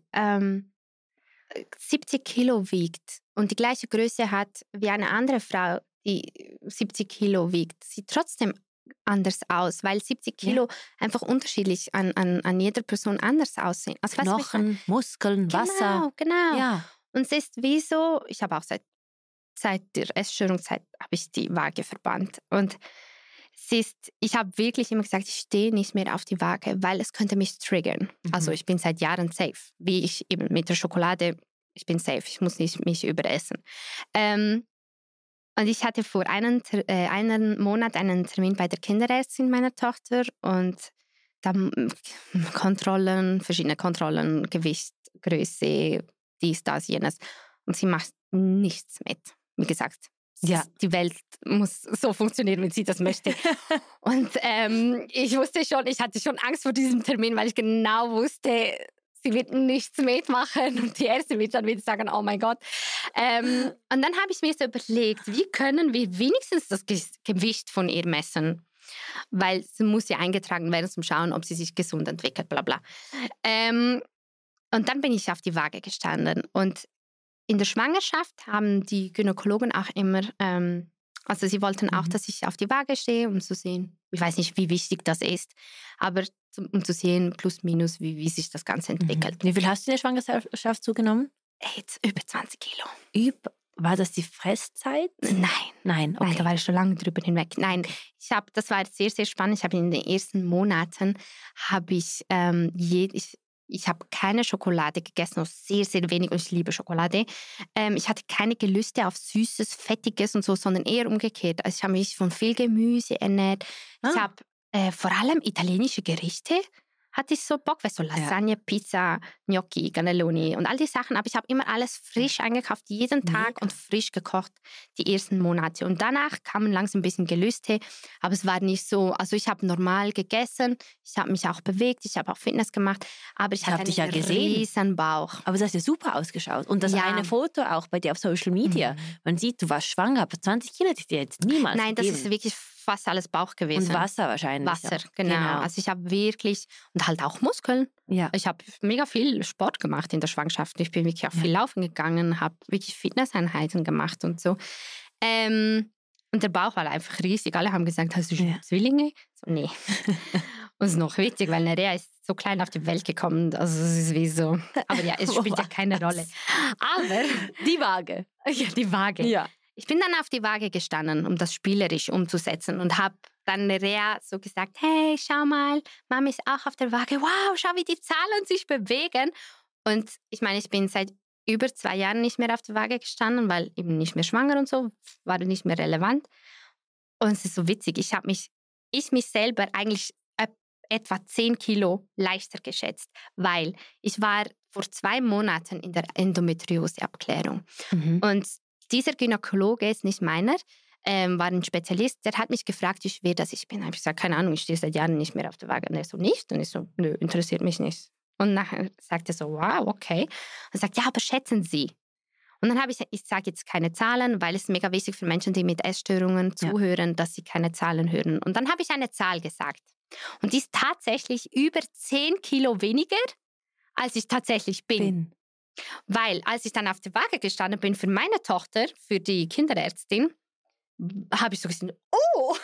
70 Kilo wiegt und die gleiche Größe hat wie eine andere Frau, die 70 Kilo wiegt, sieht trotzdem anders aus, weil 70 Kilo einfach unterschiedlich an jeder Person anders aussehen. Also, Knochen, Muskeln, Wasser. Genau. Ja. Und es ist wie so, ich habe auch seit der Essstörungszeit habe ich die Waage verbannt. Und ich habe wirklich immer gesagt, ich stehe nicht mehr auf die Waage, weil es könnte mich triggern. Also ich bin seit Jahren safe. Wie ich eben mit der Schokolade, ich bin safe, ich muss nicht mich überessen. Und ich hatte vor einem Monat einen Termin bei der Kinderärztin meiner Tochter und dann verschiedene Kontrollen, Gewicht, Größe, dies, das, jenes. Und sie macht nichts mit. Wie gesagt, die Welt muss so funktionieren, wie sie das möchte. Und ich hatte schon Angst vor diesem Termin, weil ich genau wusste, sie wird nichts mitmachen und die Ärzte wird dann wieder sagen, oh mein Gott. Und dann habe ich mir so überlegt, wie können wir wenigstens das Gewicht von ihr messen? Weil sie muss ja eingetragen werden, zum Schauen, ob sie sich gesund entwickelt, bla bla. Und dann bin ich auf die Waage gestanden und in der Schwangerschaft haben die Gynäkologen auch immer, also sie wollten auch, dass ich auf die Waage stehe, um zu sehen, ich weiß nicht, wie wichtig das ist, aber um zu sehen, plus minus, wie sich das Ganze entwickelt. Wie viel hast du in der Schwangerschaft zugenommen? Jetzt über 20 Kilo. War das die Fresszeit? Nein, okay. Da war ich schon lange drüber hinweg. Nein, das war sehr, sehr spannend. Ich habe in den ersten Monaten, ich habe keine Schokolade gegessen, nur sehr, sehr wenig und ich liebe Schokolade. Ich hatte keine Gelüste auf Süßes, Fettiges und so, sondern eher umgekehrt. Also ich habe mich von viel Gemüse ernährt. Ich habe vor allem italienische Gerichte hatte ich so Bock, weißt du, Lasagne, Pizza, Gnocchi, Cannelloni und all die Sachen. Aber ich habe immer alles frisch eingekauft, jeden Tag und frisch gekocht, die ersten Monate. Und danach kamen langsam ein bisschen Gelüste, aber es war nicht so, also ich habe normal gegessen, ich habe mich auch bewegt, ich habe auch Fitness gemacht, aber ich hatte einen riesen Bauch. Aber das hat ja super ausgeschaut. Und das eine Foto auch bei dir auf Social Media, man sieht, du warst schwanger, aber 20 Kilo hätte ich dir jetzt niemals Nein, gegeben. das ist wirklich fast alles Bauch gewesen. Und Wasser wahrscheinlich. Wasser, genau. Also ich habe wirklich, und halt auch Muskeln. Ja. Ich habe mega viel Sport gemacht in der Schwangerschaft. Ich bin wirklich auch viel laufen gegangen, habe wirklich Fitnesseinheiten gemacht und so. Und der Bauch war einfach riesig. Alle haben gesagt, hast du schon Zwillinge? So, nee. Und es ist noch witzig, weil Nerea ist so klein auf die Welt gekommen. Also es ist wie so, aber ja, es spielt ja keine Rolle. Aber die Waage. Ja, die Waage. Ja. Ich bin dann auf die Waage gestanden, um das spielerisch umzusetzen und habe dann Nerea so gesagt, hey, schau mal, Mama ist auch auf der Waage. Wow, schau, wie die Zahlen sich bewegen. Und ich meine, ich bin seit über 2 Jahren nicht mehr auf der Waage gestanden, weil eben nicht mehr schwanger und so, war nicht mehr relevant. Und es ist so witzig, ich mich selber eigentlich etwa 10 Kilo leichter geschätzt, weil ich war vor 2 Monaten in der Endometriose-Abklärung. Und dieser Gynäkologe ist nicht meiner, war ein Spezialist, der hat mich gefragt, wie schwer das ich bin. Da habe ich gesagt, keine Ahnung, ich stehe seit Jahren nicht mehr auf der Waage. Und er so, nicht? Und ich so, nö, interessiert mich nicht. Und nachher sagt er so, wow, okay. Und er sagt, ja, aber schätzen Sie. Und dann habe ich sage jetzt keine Zahlen, weil es ist mega wichtig für Menschen, die mit Essstörungen zuhören, dass sie keine Zahlen hören. Und dann habe ich eine Zahl gesagt. Und die ist tatsächlich über 10 Kilo weniger, als ich tatsächlich bin. Weil als ich dann auf der Waage gestanden bin für meine Tochter, für die Kinderärztin, habe ich so gesagt, oh,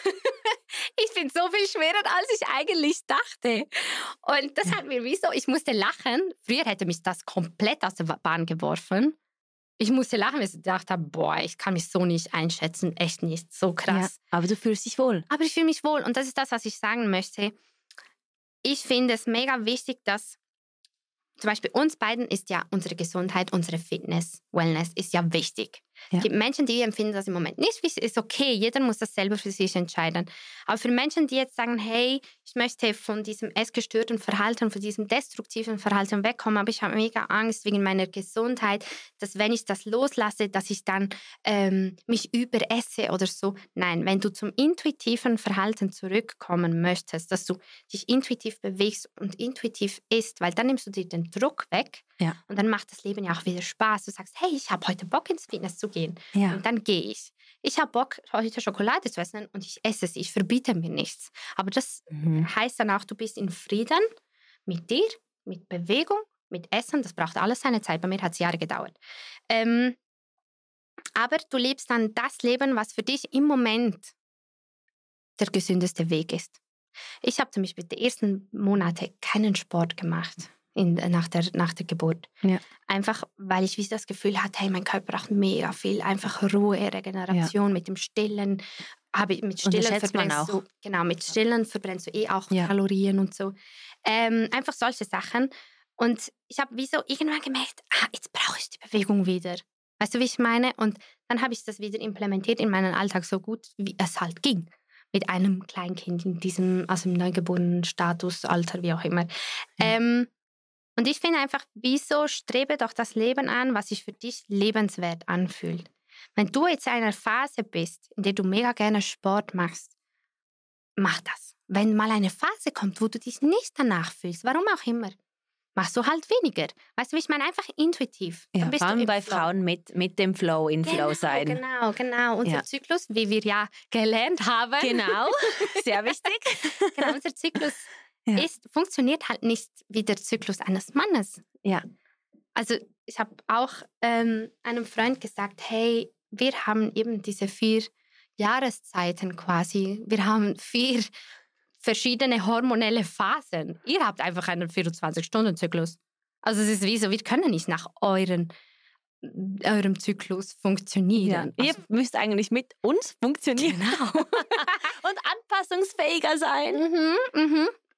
ich bin so viel schwerer, als ich eigentlich dachte. Und das hat mir ich musste lachen. Früher hätte mich das komplett aus der Bahn geworfen. Ich musste lachen, weil ich gedacht habe, boah, ich kann mich so nicht einschätzen, echt nicht, so krass. Ja, aber du fühlst dich wohl. Aber ich fühle mich wohl und das ist das, was ich sagen möchte. Ich finde es mega wichtig, dass zum Beispiel uns beiden ist ja unsere Gesundheit, unsere Fitness, Wellness ist ja wichtig. Ja. Es gibt Menschen, die empfinden das im Moment nicht wichtig. Ist okay, jeder muss das selber für sich entscheiden. Aber für Menschen, die jetzt sagen, hey, ich möchte von diesem essgestörten Verhalten, von diesem destruktiven Verhalten wegkommen, aber ich habe mega Angst wegen meiner Gesundheit, dass wenn ich das loslasse, dass ich dann mich überesse oder so. Nein, wenn du zum intuitiven Verhalten zurückkommen möchtest, dass du dich intuitiv bewegst und intuitiv isst, weil dann nimmst du dir den Druck weg. Ja. Und dann macht das Leben ja auch wieder Spaß. Du sagst, hey, ich habe heute Bock ins Fitness zu gehen. Ja. Und dann gehe ich. Ich habe Bock, heute Schokolade zu essen und ich esse es. Ich verbiete mir nichts. Aber das heißt dann auch, du bist in Frieden mit dir, mit Bewegung, mit Essen. Das braucht alles seine Zeit. Bei mir hat es Jahre gedauert. Aber du lebst dann das Leben, was für dich im Moment der gesündeste Weg ist. Ich habe zum Beispiel die ersten Monate keinen Sport gemacht. Nach der Geburt. Ja. Einfach, weil ich das Gefühl hatte, hey, mein Körper braucht mega viel, einfach Ruhe, Regeneration mit dem Stillen. Mit Stillen verbrennst du auch Kalorien und so. Einfach solche Sachen. Und ich habe irgendwann gemerkt, jetzt brauche ich die Bewegung wieder. Weißt du, wie ich meine? Und dann habe ich das wieder implementiert in meinen Alltag so gut, wie es halt ging. Mit einem Kleinkind in diesem, also im neugeborenen Status, Alter, wie auch immer. Und ich finde einfach, wieso strebe doch das Leben an, was sich für dich lebenswert anfühlt. Wenn du jetzt in einer Phase bist, in der du mega gerne Sport machst, mach das. Wenn mal eine Phase kommt, wo du dich nicht danach fühlst, warum auch immer, machst du halt weniger. Weißt du, wie ich meine? Einfach intuitiv. Ja, vor allem bei Frauen mit dem Flow, Flow sein. Genau. Unser Zyklus, wie wir ja gelernt haben. Genau, sehr wichtig. Genau, unser Zyklus funktioniert halt nicht wie der Zyklus eines Mannes. Ja. Also ich habe auch einem Freund gesagt, hey, wir haben eben diese 4 Jahreszeiten quasi. Wir haben 4 verschiedene hormonelle Phasen. Ihr habt einfach einen 24-Stunden-Zyklus. Also es ist wie so, wir können nicht nach eurem Zyklus funktionieren. Ja, ihr müsst eigentlich mit uns funktionieren. Genau. Und anpassungsfähiger sein.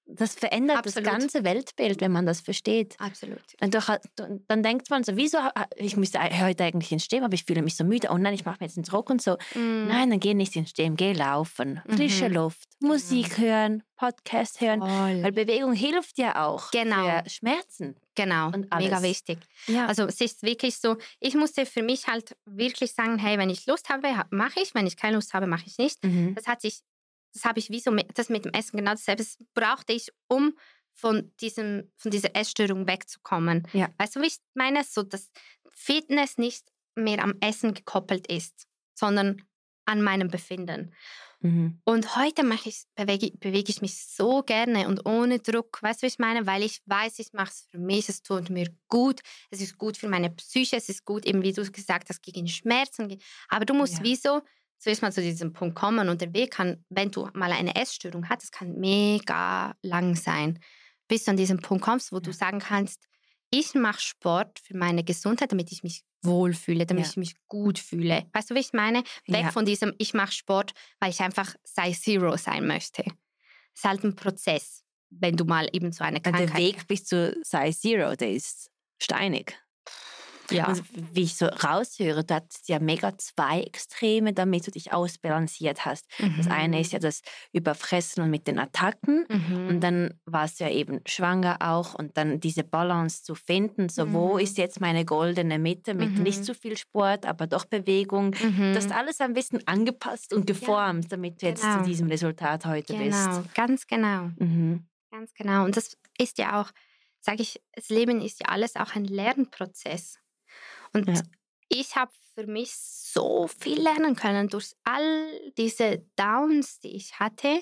das verändert das ganze Weltbild, wenn man das versteht. Absolut. Und dann denkt man so, wieso, ich müsste heute eigentlich ins Gym, aber ich fühle mich so müde. Oh nein, ich mache mir jetzt einen Druck und so. Nein, dann geh nicht ins Gym, geh laufen. Frische Luft, Musik hören, Podcast hören. Weil Bewegung hilft ja auch für Schmerzen. Genau, und alles. Mega wichtig. Ja. Also es ist wirklich so, ich musste für mich halt wirklich sagen, hey, wenn ich Lust habe, mache ich. Wenn ich keine Lust habe, mache ich nicht. Das habe ich wie so, das mit dem Essen genau dasselbe. Das brauchte ich, um von dieser Essstörung wegzukommen. Ja. Weißt du, wie ich meine? So, dass Fitness nicht mehr am Essen gekoppelt ist, sondern an meinem Befinden. Und heute bewege ich mich so gerne und ohne Druck. Weißt du, wie ich meine? Weil ich weiß, ich mache es für mich, es tut mir gut. Es ist gut für meine Psyche, es ist gut, eben wie du gesagt hast, gegen Schmerzen. Aber du musst zuerst mal zu diesem Punkt kommen und der Weg kann, wenn du mal eine Essstörung hast, das kann mega lang sein, bis du an diesen Punkt kommst, wo du sagen kannst, ich mache Sport für meine Gesundheit, damit ich mich wohlfühle, damit ich mich gut fühle. Weißt du, wie ich meine? Weg von diesem, ich mache Sport, weil ich einfach Size Zero sein möchte. Es ist halt ein Prozess, wenn du mal eben so eine Krankheit hast. Der Weg bis zu Size Zero, der ist steinig. Ja. Und wie ich so raushöre, du hattest ja mega 2 Extreme, damit du dich ausbalanciert hast. Das eine ist ja das Überfressen und mit den Attacken. Und dann warst du ja eben schwanger auch. Und dann diese Balance zu finden, so wo ist jetzt meine goldene Mitte mit nicht zu viel Sport, aber doch Bewegung. Das ist alles ein bisschen angepasst und geformt, damit du jetzt zu diesem Resultat heute bist. Ganz genau. Ganz genau. Und das ist ja auch, sage ich, das Leben ist ja alles auch ein Lernprozess. Und ich habe für mich so viel lernen können durch all diese Downs, die ich hatte,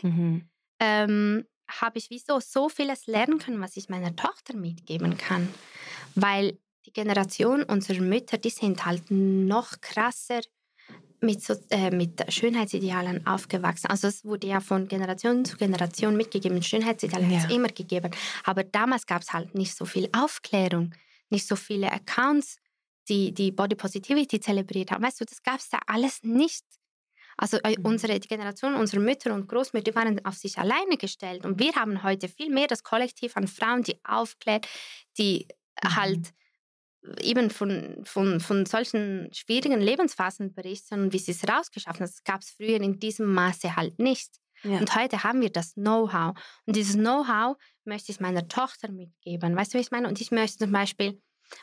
habe ich so vieles lernen können, was ich meiner Tochter mitgeben kann. Weil die Generation unserer Mütter, die sind halt noch krasser mit Schönheitsidealen aufgewachsen. Also es wurde ja von Generation zu Generation mitgegeben. Schönheitsideale hat es immer gegeben. Aber damals gab es halt nicht so viel Aufklärung, nicht so viele Accounts, die Body Positivity zelebriert haben. Weißt du, das gab es da alles nicht. Also die Generation, unsere Mütter und Großmütter, die waren auf sich alleine gestellt. Und wir haben heute viel mehr das Kollektiv an Frauen, die aufklärt, die halt eben von solchen schwierigen Lebensphasen berichten und wie sie es rausgeschafft haben. Das gab es früher in diesem Maße halt nicht. Ja. Und heute haben wir das Know-how. Und dieses Know-how möchte ich meiner Tochter mitgeben. Weißt du, wie ich meine? Und ich möchte zum Beispiel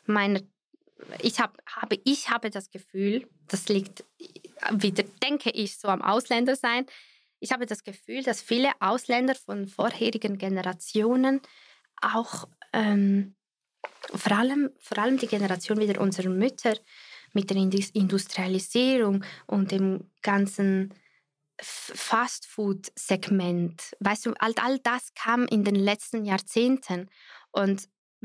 ich habe das Gefühl, das liegt wieder, denke ich, so am Ausländersein. Ich habe das Gefühl, dass viele Ausländer von vorherigen Generationen auch vor allem die Generation wieder unserer Mütter mit der Industrialisierung und dem ganzen Fastfood-Segment. Weißt du, all das kam in den letzten Jahrzehnten. Und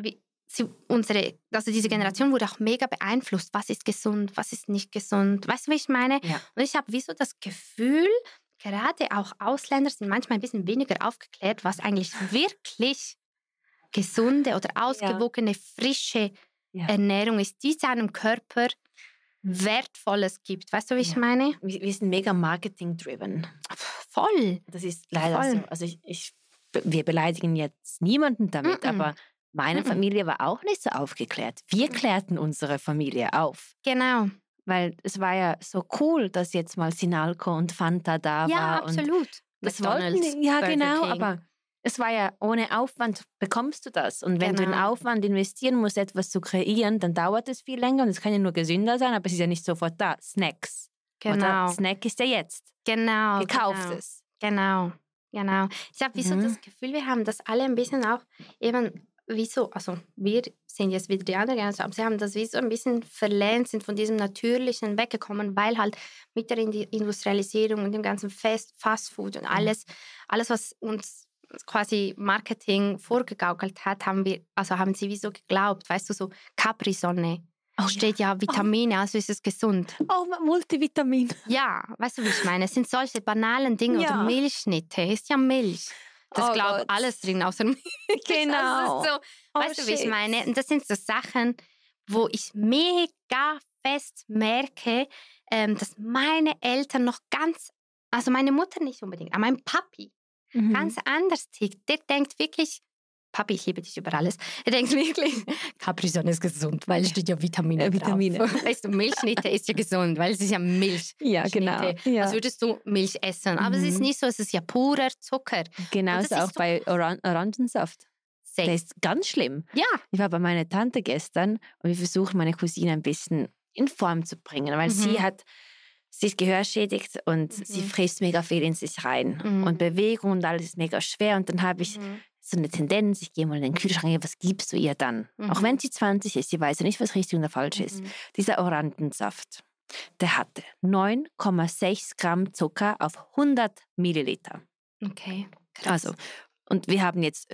diese Generation wurde auch mega beeinflusst. Was ist gesund, was ist nicht gesund? Weißt du, wie ich meine? Ja. Und ich habe so das Gefühl, gerade auch Ausländer sind manchmal ein bisschen weniger aufgeklärt, was eigentlich wirklich gesunde oder ausgewogene, frische Ernährung ist, die seinem Körper Wertvolles gibt. Weißt du, wie ich meine? Wir sind mega marketing-driven. Voll. Das ist leider so. Also wir beleidigen jetzt niemanden damit, aber meine Familie war auch nicht so aufgeklärt. Wir klärten unsere Familie auf. Genau. Weil es war ja so cool, dass jetzt mal Sinalco und Fanta da war. Ja, absolut. Das wollten, ja, genau, King. Aber es war ja ohne Aufwand bekommst du das. Und wenn du den Aufwand investieren musst, etwas zu kreieren, dann dauert es viel länger und es kann ja nur gesünder sein, aber es ist ja nicht sofort da. Snacks. Genau. Oder Snack ist ja jetzt. Genau. Gekauftes. Genau. Ich habe so das Gefühl, wir haben das alle ein bisschen auch eben also wir sind jetzt wieder die andere Generation, aber sie haben das so ein bisschen verlernt, sind von diesem Natürlichen weggekommen, weil halt mit der Industrialisierung und dem ganzen Fastfood und alles, was uns quasi Marketing vorgegaukelt hat, haben sie so geglaubt, weißt du, so Capri-Sonne. Steht ja Vitamine, also ist es gesund. Oh, Multivitamin. Ja, weißt du, wie ich meine? Es sind solche banalen Dinge oder Milchschnitte, ist ja Milch. Das glaubt alles drin, außer Milch. Genau. Das ist so, weißt du, wie ich meine? Und das sind so Sachen, wo ich mega fest merke, dass meine Eltern noch also meine Mutter nicht unbedingt, aber mein Papi ganz anders tickt. Der denkt wirklich, Papi, ich liebe dich über alles. Er denkt wirklich, Capri-Sonne ist gesund, weil es steht ja Vitamine drauf. Weißt du, Milchschnitte ist ja gesund, weil es ist ja Milch. Ja, genau. Ja. Als würdest du Milch essen. Aber es ist nicht so, es ist ja purer Zucker. Genauso auch so bei Orangensaft. Safe. Das ist ganz schlimm. Ja. Ich war bei meiner Tante gestern und wir versuchen, meine Cousine ein bisschen in Form zu bringen, weil sie ist gehörschädigt und sie frisst mega viel in sich rein. Und Bewegung und alles ist mega schwer. Und dann habe ich so eine Tendenz, ich gehe mal in den Kühlschrank, was gibst du ihr dann? Auch wenn sie 20 ist, sie weiß ja nicht, was richtig oder falsch ist. Dieser Orangensaft, der hatte 9,6 Gramm Zucker auf 100 Milliliter. Okay, krass. Also, und wir haben jetzt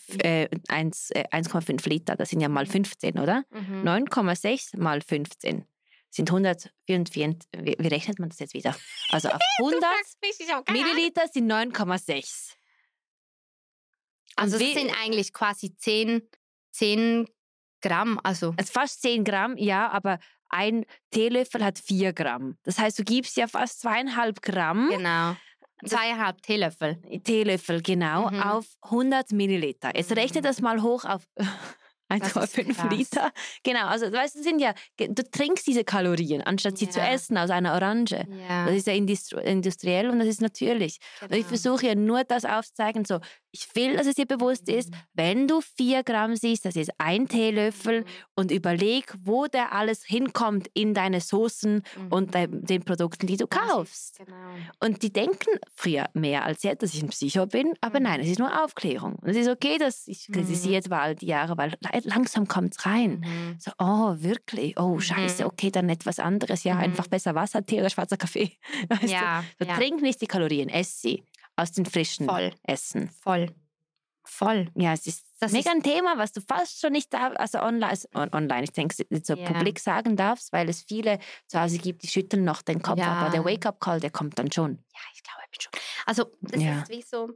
1,5 Liter, das sind ja mal 15, oder? 9,6 mal 15 sind 144, wie rechnet man das jetzt wieder? Also auf 100 Milliliter sind 9,6. Also das sind eigentlich quasi 10 Gramm. Also fast 10 Gramm, ja, aber ein Teelöffel hat 4 Gramm. Das heißt, du gibst ja fast 2,5 Gramm. Genau. 2,5 Teelöffel. Teelöffel, genau, auf 100 Milliliter. Jetzt rechne das mal hoch auf 1,5 Liter. Genau, also weißt du, trinkst diese Kalorien, anstatt sie zu essen aus einer Orange. Ja. Das ist ja industriell und das ist natürlich. Genau. Und ich versuche ja nur das aufzuzeigen, so, ich will, dass es dir bewusst ist, wenn du 4 Gramm siehst, das ist ein Teelöffel und überleg, wo der alles hinkommt in deine Soßen und den Produkten, die du kaufst. Genau. Und die denken früher mehr als jetzt, dass ich ein Psycho bin, aber nein, es ist nur Aufklärung. Und es ist okay, dass ich kritisiere zwar all die Jahre, weil langsam kommt es rein. So, oh, wirklich? Oh, scheiße, okay, dann etwas anderes. Ja, einfach besser Wasser, Tee oder schwarzer Kaffee. Weißt du? Trink nicht die Kalorien, ess sie. Aus den frischen Essen. Voll. Ja, es ist mega ein Thema, was du fast schon nicht online, ich denke, so publik sagen darfst, weil es viele zu Hause gibt, die schütteln noch den Kopf, aber der Wake-up-Call, der kommt dann schon. Ja, ich glaube schon. Also das ist wie so,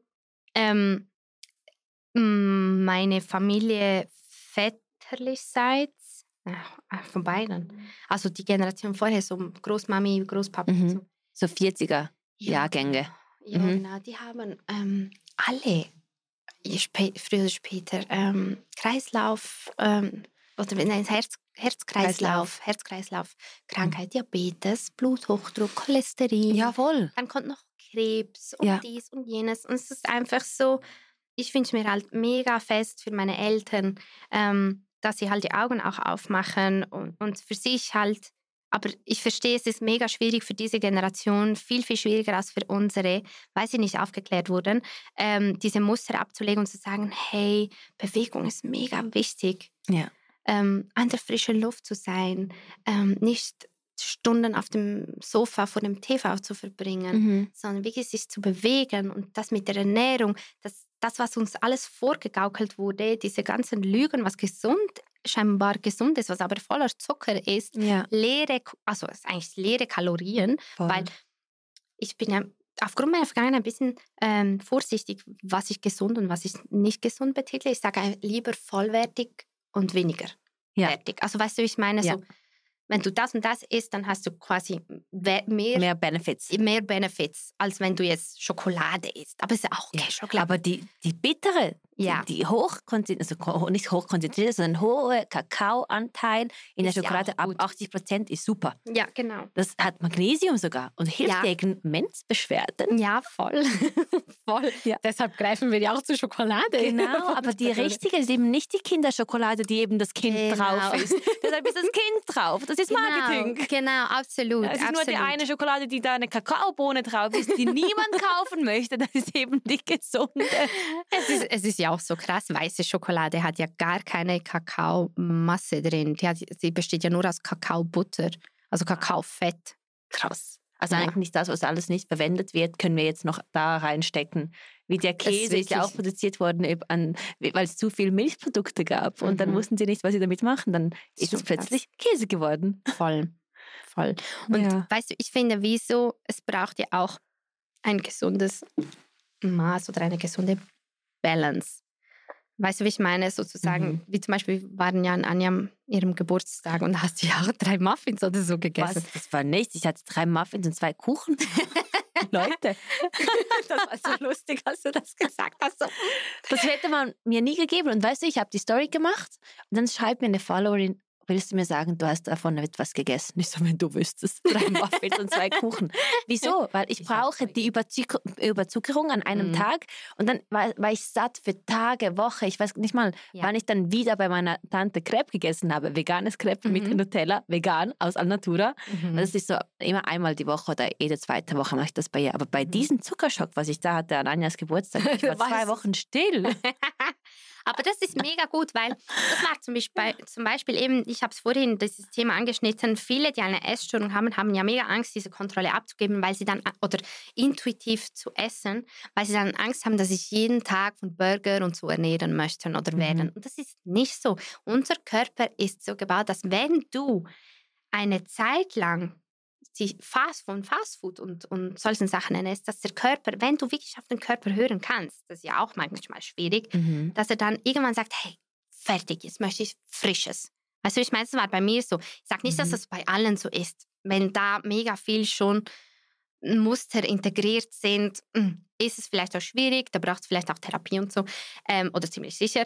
meine Familie väterlichseits, von beiden, also die Generation vorher, so Großmami, Großpapi. So 40er-Jahrgänge. Ja, genau, die haben alle früher oder später Kreislauf oder Herz-Kreislauf-Krankheit, Diabetes, Bluthochdruck, Cholesterin. Ja, voll. Dann kommt noch Krebs und dies und jenes. Und es ist einfach so, ich wünsche mir halt mega fest für meine Eltern, dass sie halt die Augen auch aufmachen und für sich halt. Aber ich verstehe, es ist mega schwierig für diese Generation, viel, viel schwieriger als für unsere, weil sie nicht aufgeklärt wurden, diese Muster abzulegen und zu sagen, hey, Bewegung ist mega wichtig. Ja. An der frischen Luft zu sein, nicht Stunden auf dem Sofa vor dem TV zu verbringen, sondern wirklich sich zu bewegen und das mit der Ernährung, das, was uns alles vorgegaukelt wurde, diese ganzen Lügen, was scheinbar gesund ist, was aber voller Zucker ist, also es ist eigentlich leere Kalorien, weil ich bin ja aufgrund meiner Vergangenheit ein bisschen vorsichtig, was ich gesund und was ich nicht gesund betitle. Ich sage lieber vollwertig und weniger wertig. Also weißt du, ich meine so, wenn du das und das isst, dann hast du quasi mehr Benefits. Mehr Benefits, als wenn du jetzt Schokolade isst. Aber es ist auch okay, Schokolade. Aber die bittere, die nicht hochkonzentrierte, sondern hohe Kakaoanteil in der Schokolade ab 80% ist super. Ja, genau. Das hat Magnesium sogar und hilft gegen Menzbeschwerden. Ja, voll. Voll. Ja. Deshalb greifen wir ja auch zur Schokolade. Genau, aber die richtige ist eben nicht die Kinderschokolade, die eben das Kind drauf ist. Deshalb ist das Kind drauf. Das ist Marketing. Genau, absolut. Es ist nur die eine Schokolade, die da eine Kakaobohne drauf ist, die niemand kaufen möchte. Das ist eben die gesunde. Es ist ja auch so krass. Weiße Schokolade hat ja gar keine Kakaomasse drin. Sie besteht ja nur aus Kakaobutter, also Kakaofett. Krass. Also eigentlich das, was alles nicht verwendet wird, können wir jetzt noch da reinstecken. Wie der Käse ist ja auch produziert worden, weil es zu viel Milchprodukte gab. Und dann wussten sie nicht, was sie damit machen. Dann ist es plötzlich Käse geworden. Voll. Und weißt du, ich finde, es braucht ja auch ein gesundes Maß oder eine gesunde Balance. Weißt du, wie ich meine? Sozusagen, wie zum Beispiel waren ja an Anja ihrem Geburtstag und da hast du ja auch 3 Muffins oder so gegessen. Was? Das war nichts. Ich hatte 3 Muffins und 2 Kuchen. Leute. Das war so lustig, als du das gesagt hast. So. Das hätte man mir nie gegeben. Und weißt du, ich habe die Story gemacht und dann schreibt mir eine Followerin, willst du mir sagen, du hast davon etwas gegessen? Ich so, wenn du wüsstest, 3 Muffins und 2 Kuchen. Wieso? Weil ich brauche die Überzuckerung an einem Tag und dann war ich satt für Tage, Woche. Ich weiß nicht mal, wann ich dann wieder bei meiner Tante Crepe gegessen habe. Veganes Crepe mit Nutella, vegan, aus Alnatura. Das ist so immer einmal die Woche oder jede zweite Woche mache ich das bei ihr. Aber bei diesem Zuckerschock, was ich da hatte an Anjas Geburtstag, ich war 2 Wochen still. Aber das ist mega gut, weil das macht zum Beispiel eben, ich habe es vorhin dieses Thema angeschnitten, viele, die eine Essstörung haben, haben ja mega Angst, diese Kontrolle abzugeben, weil sie dann, oder intuitiv zu essen, weil sie dann Angst haben, dass sie sich jeden Tag von Burger und so ernähren möchten oder werden. Und das ist nicht so. Unser Körper ist so gebaut, dass wenn du eine Zeit lang sich von Fastfood und solchen Sachen ernährst, dass der Körper, wenn du wirklich auf den Körper hören kannst, das ist ja auch manchmal schwierig, dass er dann irgendwann sagt, hey, fertig, jetzt möchte ich Frisches. Weißt du, ich meine, das war bei mir so. Ich sage nicht, dass das bei allen so ist. Wenn da mega viel schon Muster integriert sind, ist es vielleicht auch schwierig, da braucht es vielleicht auch Therapie und so, oder ziemlich sicher.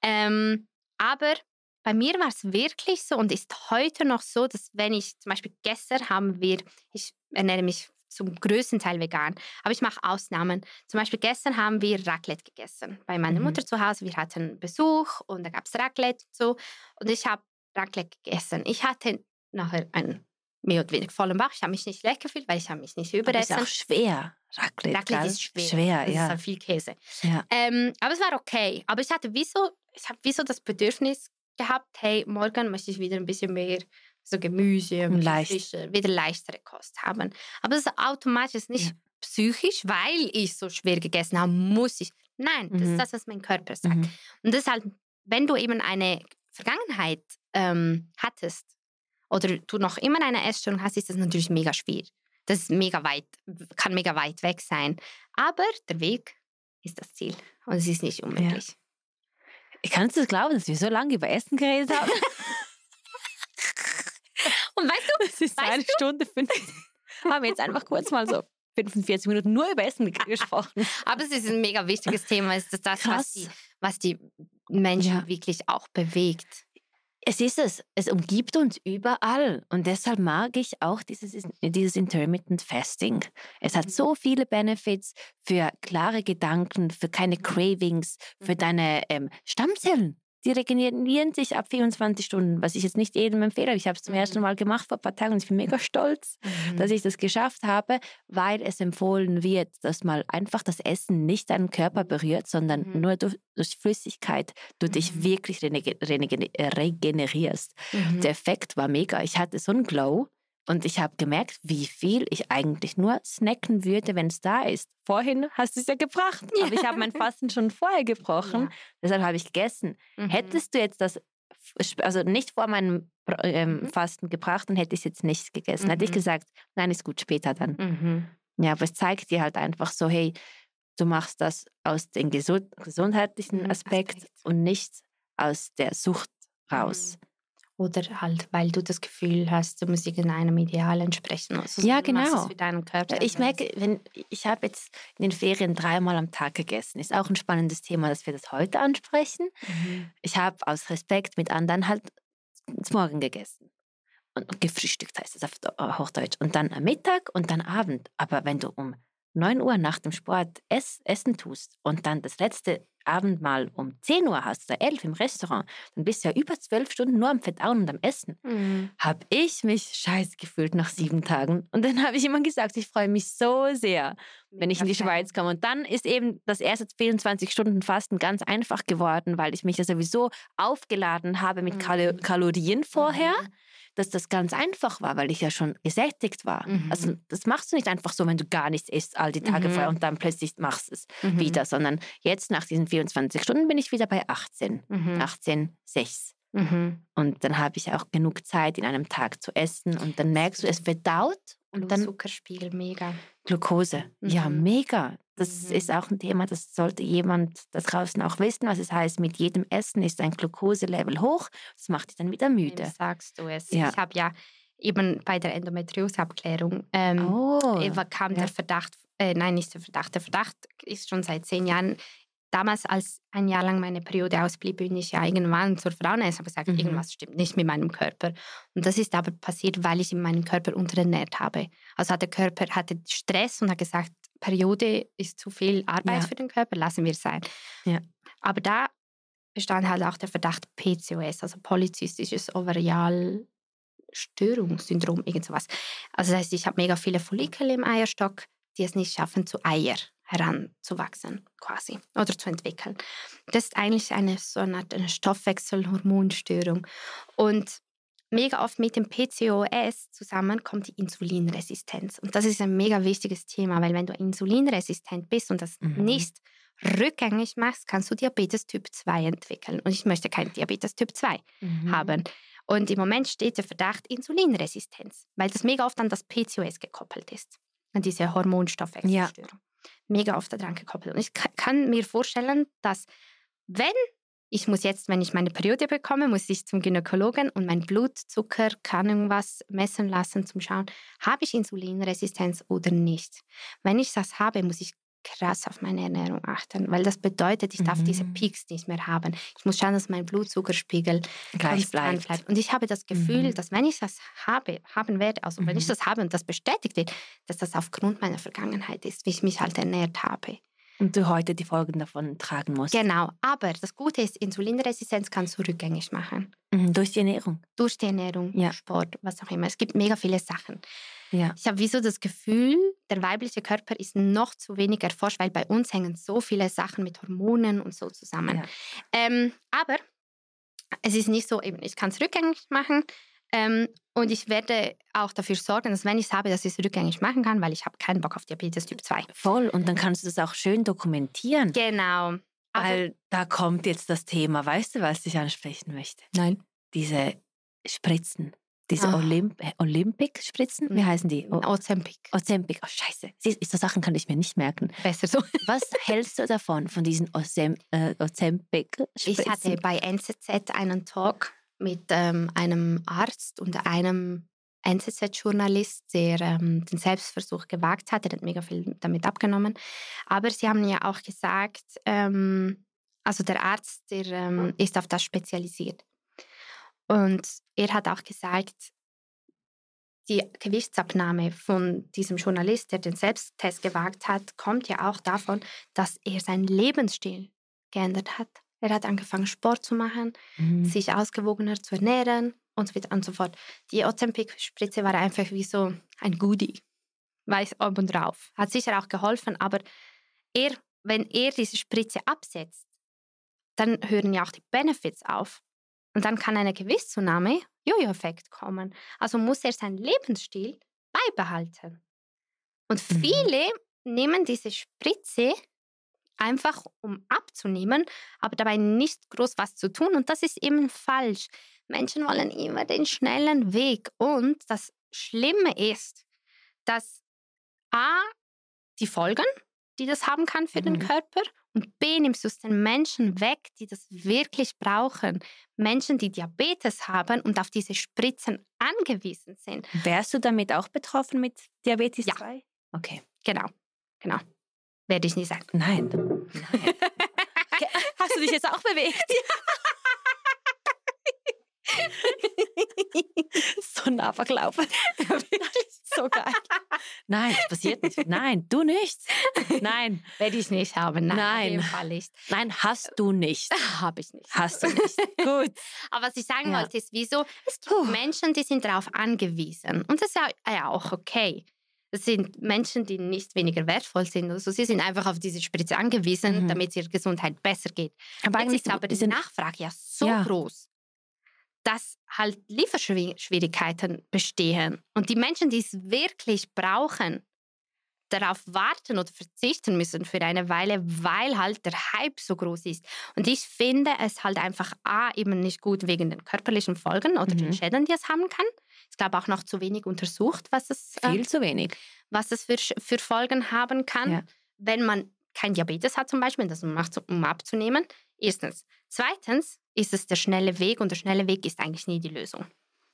Aber bei mir war es wirklich so und ist heute noch so, dass wenn ich zum Beispiel gestern ich ernähre mich zum größten Teil vegan, aber ich mache Ausnahmen. Zum Beispiel gestern haben wir Raclette gegessen bei meiner Mutter zu Hause. Wir hatten Besuch und da gab es Raclette und so und ich habe Raclette gegessen. Ich hatte nachher einen mehr oder weniger vollen Bauch. Ich habe mich nicht schlecht gefühlt, weil ich habe mich nicht überessen. Aber ist auch schwer, Raclette. Raclette ist schwer, ja. Das ist halt viel Käse. Ja. Aber es war okay. Aber ich habe wie so das Bedürfnis gehabt, hey, morgen möchte ich wieder ein bisschen mehr so Gemüse, frischer, wieder leichtere Kost haben. Aber das ist automatisch nicht psychisch, weil ich so schwer gegessen habe, muss ich. Nein, das ist das, was mein Körper sagt. Und das ist halt, wenn du eben eine Vergangenheit hattest oder du noch immer eine Essstörung hast, ist das natürlich mega schwierig. Das ist kann mega weit weg sein. Aber der Weg ist das Ziel und es ist nicht unmöglich. Ja. Kannst du es glauben, dass wir so lange über Essen geredet haben? Und weißt du, es ist eine Stunde 15. Haben wir jetzt einfach kurz mal so 45 Minuten nur über Essen gesprochen. Aber es ist ein mega wichtiges Thema. Es ist das, was die Menschen wirklich auch bewegt. Es ist es. Es umgibt uns überall. Und deshalb mag ich auch dieses Intermittent Fasting. Es hat so viele Benefits für klare Gedanken, für keine Cravings, für deine Stammzellen. Die regenerieren sich ab 24 Stunden, was ich jetzt nicht jedem empfehle. Ich habe es zum ersten Mal gemacht vor ein paar Tagen und ich bin mega stolz, dass ich das geschafft habe, weil es empfohlen wird, dass mal einfach das Essen nicht deinen Körper berührt, sondern nur durch Flüssigkeit du dich wirklich regenerierst. Der Effekt war mega. Ich hatte so einen Glow. Und ich habe gemerkt, wie viel ich eigentlich nur snacken würde, wenn es da ist. Vorhin hast du es ja gebracht, aber ich habe mein Fasten schon vorher gebrochen. Deshalb habe ich gegessen. Hättest du jetzt das, also nicht vor meinem Fasten gebracht, dann hätte ich es jetzt nicht gegessen. Hätte ich gesagt, nein, ist gut, später dann. Ja, aber es zeigt dir halt einfach so, hey, du machst das aus dem gesundheitlichen Aspekt und nicht aus der Sucht raus. Oder halt, weil du das Gefühl hast, du musst irgendeinem Ideal entsprechen. Also ja, genau. Du machst es für deinen Körper. Ich merke, ich habe jetzt in den Ferien 3-mal am Tag gegessen. Ist auch ein spannendes Thema, dass wir das heute ansprechen. Ich habe aus Respekt mit anderen halt zum Morgen gegessen. Und gefrühstückt heißt es auf Hochdeutsch. Und dann am Mittag und dann Abend. Aber wenn du um 9 Uhr nach dem Sport essen tust und dann das letzte Abendmahl um 10 Uhr hast oder 11 im Restaurant, dann bist du ja über 12 Stunden nur am Verdauen und am Essen. Habe ich mich scheiße gefühlt nach 7 Tagen. Und dann habe ich immer gesagt, ich freue mich so sehr, wenn ich in die Schweiz komme. Und dann ist eben das erste 24 Stunden Fasten ganz einfach geworden, weil ich mich ja sowieso aufgeladen habe mit Kalorien vorher. Dass das ganz einfach war, weil ich ja schon gesättigt war. Also das machst du nicht einfach so, wenn du gar nichts isst, all die Tage vorher und dann plötzlich machst du es wieder, sondern jetzt nach diesen 24 Stunden bin ich wieder bei 18,6. Und dann habe ich auch genug Zeit in einem Tag zu essen und dann merkst du, es verdaut. Und dann Blutzuckerspiegel, mega. Glucose, ja, mega. Das ist auch ein Thema, das sollte jemand da draußen auch wissen, was es heißt, mit jedem Essen ist ein Glukoselevel hoch, das macht dich dann wieder müde. Sagst du es. Ja. Ich habe ja eben bei der Endometriose-Abklärung kam der Verdacht, nein, nicht der Verdacht ist schon seit 10 Jahren. Damals, als ein Jahr lang meine Periode ausblieb, bin ich ja irgendwann zur Frauenärztin und habe gesagt, irgendwas stimmt nicht mit meinem Körper. Und das ist aber passiert, weil ich meinen Körper unterernährt habe. Also der Körper hatte Stress und hat gesagt, Periode ist zu viel Arbeit für den Körper, lassen wir es sein. Ja. Aber da bestand halt auch der Verdacht PCOS, also polyzystisches Ovarialstörungssyndrom, irgend sowas. Also das heißt, ich habe mega viele Follikel im Eierstock, die es nicht schaffen, zu Eier heranzuwachsen quasi oder zu entwickeln. Das ist eigentlich eine Stoffwechselhormonstörung. Und mega oft mit dem PCOS zusammen kommt die Insulinresistenz. Und das ist ein mega wichtiges Thema, weil wenn du insulinresistent bist und das nicht rückgängig machst, kannst du Diabetes Typ 2 entwickeln. Und ich möchte keinen Diabetes Typ 2 haben. Und im Moment steht der Verdacht Insulinresistenz, weil das mega oft an das PCOS gekoppelt ist, an diese Hormonstoffwechselstörung. Ja. Mega oft daran gekoppelt. Und ich kann mir vorstellen, dass wenn ich meine Periode bekomme, muss ich zum Gynäkologen und mein Blutzucker kann irgendwas messen lassen, zum Schauen, habe ich Insulinresistenz oder nicht. Wenn ich das habe, muss ich krass auf meine Ernährung achten, weil das bedeutet, ich darf diese Peaks nicht mehr haben. Ich muss schauen, dass mein Blutzuckerspiegel gleich bleibt. Und ich habe das Gefühl, dass wenn ich das haben werde, also wenn ich das habe und das bestätigt wird, dass das aufgrund meiner Vergangenheit ist, wie ich mich halt ernährt habe. Und du heute die Folgen davon tragen musst. Genau, aber das Gute ist, Insulinresistenz kannst du rückgängig machen. Durch die Ernährung? Durch die Ernährung, Sport, was auch immer. Es gibt mega viele Sachen. Ja. Ich habe wie so das Gefühl, der weibliche Körper ist noch zu wenig erforscht, weil bei uns hängen so viele Sachen mit Hormonen und so zusammen. Ja. Aber es ist nicht so, eben, ich kann es rückgängig machen und ich werde auch dafür sorgen, dass wenn ich es habe, dass ich es rückgängig machen kann, weil ich habe keinen Bock auf Diabetes Typ 2. Voll, und dann kannst du das auch schön dokumentieren. Genau. Weil da kommt jetzt das Thema, weißt du, was ich ansprechen möchte? Nein. Diese Spritzen. Diese Olympic-Spritzen, wie heißen die? Ozempic. Ozempic, oh scheiße. So Sachen kann ich mir nicht merken. Besser so. Was hältst du davon, von diesen Ozempic-Spritzen? Ich hatte bei NZZ einen Talk mit einem Arzt und einem NZZ-Journalist, der den Selbstversuch gewagt hat. Der hat mega viel damit abgenommen. Aber sie haben ja auch gesagt, also der Arzt, der ist auf das spezialisiert. Und er hat auch gesagt, die Gewichtsabnahme von diesem Journalist, der den Selbsttest gewagt hat, kommt ja auch davon, dass er seinen Lebensstil geändert hat. Er hat angefangen, Sport zu machen, sich ausgewogener zu ernähren und so weiter und so fort. Die Ozempic-Spritze war einfach wie so ein Goodie, weiß oben drauf. Hat sicher auch geholfen, aber wenn er diese Spritze absetzt, dann hören ja auch die Benefits auf. Und dann kann eine Gewichtszunahme, Jojo-Effekt kommen. Also muss er seinen Lebensstil beibehalten. Und viele nehmen diese Spritze einfach, um abzunehmen, aber dabei nicht groß was zu tun. Und das ist eben falsch. Menschen wollen immer den schnellen Weg. Und das Schlimme ist, dass A, die Folgen, die das haben kann für den Körper, und B, nimmst du es den Menschen weg, die das wirklich brauchen. Menschen, die Diabetes haben und auf diese Spritzen angewiesen sind. Wärst du damit auch betroffen mit Diabetes 2? Ja. Okay. Genau. Werde ich nie sagen. Nein. Hast du dich jetzt auch bewegt? So ein Aberglaube. So geil. Nein, das passiert nicht. Nein, du nicht. Nein. Werde ich nicht haben. Nein. Auf jeden Fall nicht. Nein, hast du nicht. Habe ich nicht. Hast du nicht. Gut. Aber was ich sagen wollte, ist, wieso? Es gibt Menschen, die sind darauf angewiesen. Und das ist ja auch okay. Das sind Menschen, die nicht weniger wertvoll sind. Also sie sind einfach auf diese Spritze angewiesen, damit es ihrer Gesundheit besser geht. Aber eigentlich ist aber die Nachfrage ja so groß, dass halt Lieferschwierigkeiten bestehen. Und die Menschen, die es wirklich brauchen, darauf warten oder verzichten müssen für eine Weile, weil halt der Hype so groß ist. Und ich finde es halt einfach eben nicht gut wegen den körperlichen Folgen oder den Schäden, die es haben kann. Ich glaube auch noch zu wenig untersucht, was es viel zu wenig, was es für Folgen haben kann, wenn man kein Diabetes hat zum Beispiel, das man macht, um abzunehmen. Erstens. Zweitens ist es der schnelle Weg und der schnelle Weg ist eigentlich nie die Lösung.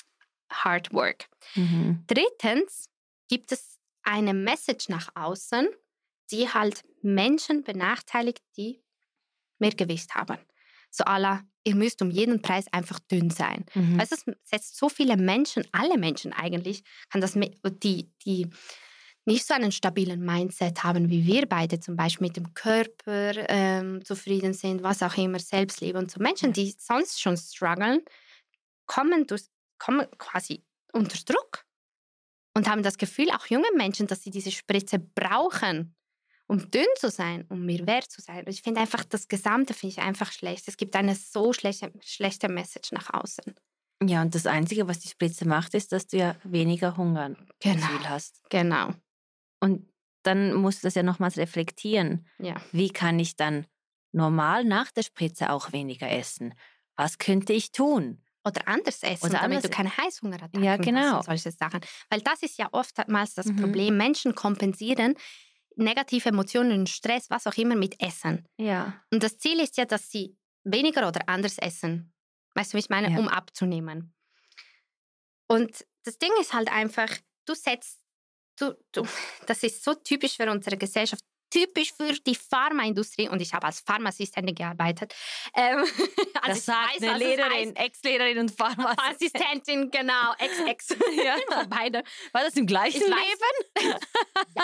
hard work. Drittens gibt es eine Message nach außen, die halt Menschen benachteiligt, die mehr Gewicht haben. So à la, ihr müsst um jeden Preis einfach dünn sein. Also es setzt so viele Menschen, alle Menschen eigentlich, kann das, die nicht so einen stabilen Mindset haben, wie wir beide zum Beispiel mit dem Körper zufrieden sind, was auch immer, Selbstliebe und so. Menschen, die sonst schon strugglen, kommen quasi unter Druck und haben das Gefühl, auch junge Menschen, dass sie diese Spritze brauchen, um dünn zu sein, um mehr wert zu sein. Und ich finde einfach, das Gesamte finde ich einfach schlecht. Es gibt eine so schlechte Message nach außen. Ja, und das Einzige, was die Spritze macht, ist, dass du ja weniger Hungergefühl hast. Genau. Und dann musst du das ja nochmals reflektieren. Ja. Wie kann ich dann normal nach der Spritze auch weniger essen? Was könnte ich tun? Oder anders essen, damit du keine Heißhungerattacken hast und solche Sachen. Weil das ist ja oftmals das Problem. Menschen kompensieren negative Emotionen, Stress, was auch immer mit Essen. Ja. Und das Ziel ist ja, dass sie weniger oder anders essen. Weißt du, wie ich meine? Um abzunehmen. Und das Ding ist halt einfach, das ist so typisch für unsere Gesellschaft, typisch für die Pharmaindustrie. Und ich habe als Pharmaassistentin gearbeitet. Also das sagt eine Lehrerin, Ex-Lehrerin und Pharmaassistentin, genau, Ex. Ja. Beide. War das im gleichen Leben? Ja.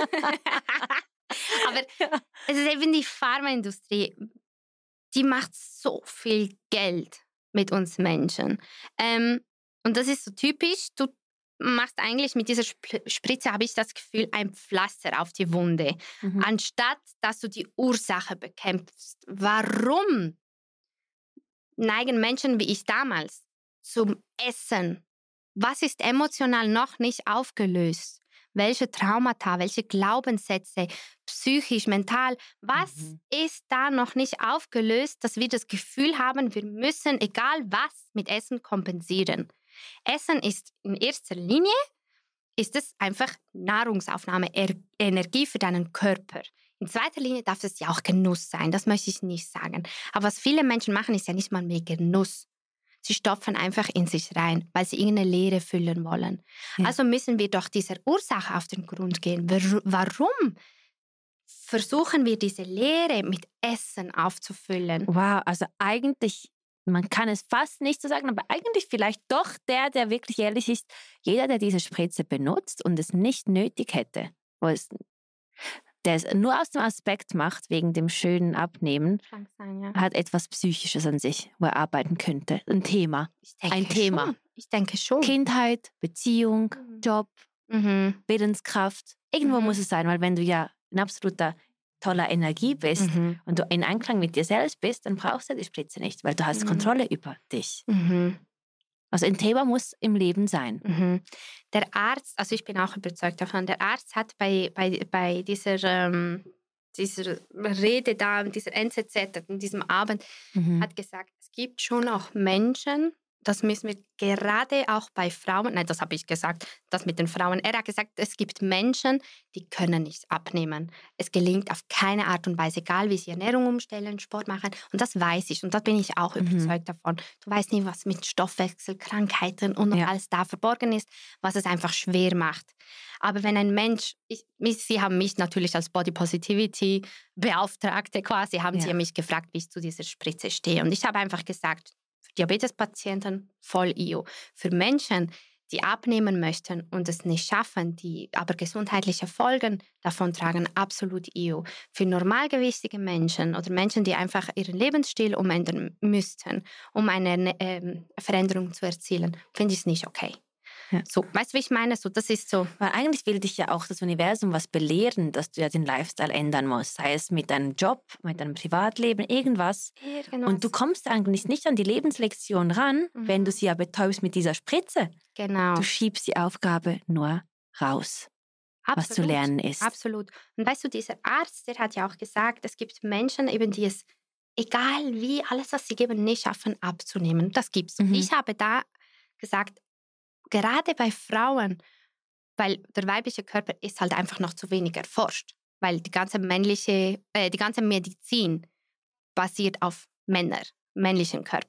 Aber es ist eben die Pharmaindustrie, die macht so viel Geld mit uns Menschen. Und das ist so typisch, du machst eigentlich mit dieser Spritze, habe ich das Gefühl, ein Pflaster auf die Wunde, anstatt dass du die Ursache bekämpfst. Warum neigen Menschen wie ich damals zum Essen? Was ist emotional noch nicht aufgelöst? Welche Traumata, welche Glaubenssätze, psychisch, mental, was ist da noch nicht aufgelöst, dass wir das Gefühl haben, wir müssen, egal was, mit Essen kompensieren? Essen ist in erster Linie, ist es einfach Nahrungsaufnahme, Energie für deinen Körper. In zweiter Linie darf es ja auch Genuss sein, das möchte ich nicht sagen. Aber was viele Menschen machen, ist ja nicht mal mehr Genuss. Sie stopfen einfach in sich rein, weil sie irgendeine Leere füllen wollen. Ja. Also müssen wir doch dieser Ursache auf den Grund gehen. Warum versuchen wir diese Leere mit Essen aufzufüllen? Wow, also eigentlich, man kann es fast nicht so sagen, aber eigentlich vielleicht doch der wirklich ehrlich ist, jeder, der diese Spritze benutzt und es nicht nötig hätte, der es nur aus dem Aspekt macht, wegen dem schönen Abnehmen, hat etwas Psychisches an sich, wo er arbeiten könnte. Ein Thema. Ich denke schon. Kindheit, Beziehung, Job, Willenskraft. Irgendwo muss es sein, weil wenn du ja in absoluter toller Energie bist und du in Einklang mit dir selbst bist, dann brauchst du die Spritze nicht, weil du hast Kontrolle über dich. Also ein Thema muss im Leben sein. Der Arzt, also ich bin auch überzeugt davon, der Arzt hat bei dieser Rede da, dieser NZZ, in diesem Abend, hat gesagt, es gibt schon auch Menschen, das müssen wir gerade auch bei Frauen, nein, das habe ich gesagt, das mit den Frauen. Er hat gesagt, es gibt Menschen, die können nicht abnehmen. Es gelingt auf keine Art und Weise, egal wie sie Ernährung umstellen, Sport machen. Und das weiß ich und da bin ich auch überzeugt davon. Du weißt nicht, was mit Stoffwechsel, Krankheiten und alles da verborgen ist, was es einfach schwer macht. Aber wenn ein Mensch, Sie haben mich natürlich als Body Positivity Beauftragte quasi, haben Sie mich gefragt, wie ich zu dieser Spritze stehe. Und ich habe einfach gesagt, Diabetespatienten voll IO. Für Menschen, die abnehmen möchten und es nicht schaffen, die aber gesundheitliche Folgen davon tragen, absolut IO. Für normalgewichtige Menschen oder Menschen, die einfach ihren Lebensstil umändern müssten, um eine Veränderung zu erzielen, finde ich es nicht okay. Ja. So, weißt du, wie ich meine? So, das ist so. Weil eigentlich will dich ja auch das Universum was belehren, dass du ja den Lifestyle ändern musst. Sei es mit deinem Job, mit deinem Privatleben, irgendwas. Und du kommst eigentlich nicht an die Lebenslektion ran, wenn du sie ja betäubst mit dieser Spritze. Genau. Du schiebst die Aufgabe nur raus, was zu lernen ist. Absolut. Und weißt du, dieser Arzt, der hat ja auch gesagt, es gibt Menschen, eben die es, egal wie, alles, was sie geben, nicht schaffen abzunehmen. Das gibt's. Ich habe da gesagt, gerade bei Frauen, weil der weibliche Körper ist halt einfach noch zu wenig erforscht, weil die ganze Medizin basiert auf männlichen Körper.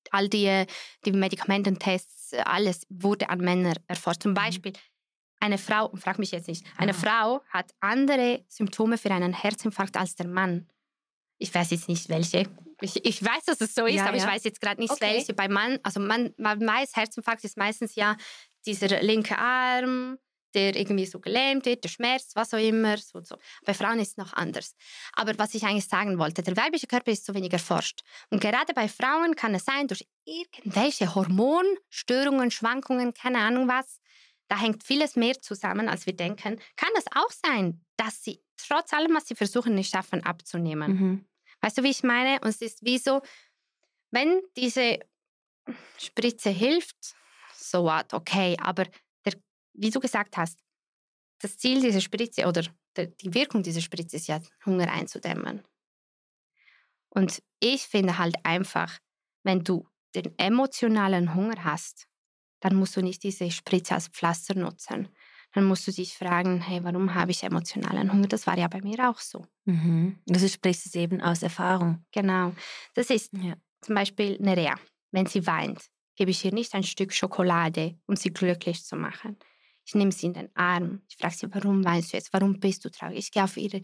all die Medikamententests, alles wurde an Männern erforscht. Zum Beispiel eine Frau, frag mich jetzt nicht, eine Frau hat andere Symptome für einen Herzinfarkt als der Mann. Ich weiß jetzt nicht, welche. Ich weiß, dass es so ist, aber ich weiß jetzt gerade nicht, welche. Bei Mann, also man weiß, Herzinfarkt ist meistens ja dieser linke Arm, der irgendwie so gelähmt wird, der schmerzt, was auch immer. So. Bei Frauen ist es noch anders. Aber was ich eigentlich sagen wollte, der weibliche Körper ist so wenig erforscht. Und gerade bei Frauen kann es sein, durch irgendwelche Hormonstörungen, Schwankungen, keine Ahnung was, da hängt vieles mehr zusammen, als wir denken, kann es auch sein, dass sie trotz allem, was sie versuchen, nicht schaffen, abzunehmen. Mhm. Weißt du, wie ich meine? Und es ist wie so, wenn diese Spritze hilft, so what, okay, aber wie du gesagt hast, das Ziel dieser Spritze oder die Wirkung dieser Spritze ist ja, Hunger einzudämmen. Und ich finde halt einfach, wenn du den emotionalen Hunger hast, dann musst du nicht diese Spritze als Pflaster nutzen. Dann musst du dich fragen, hey, warum habe ich emotionalen Hunger? Das war ja bei mir auch so. Mhm. Also sprichst du es eben aus Erfahrung. Genau. Das ist zum Beispiel Nerea. Wenn sie weint, gebe ich ihr nicht ein Stück Schokolade, um sie glücklich zu machen. Ich nehme sie in den Arm. Ich frage sie, warum weinst du jetzt? Warum bist du traurig? Ich gehe auf ihre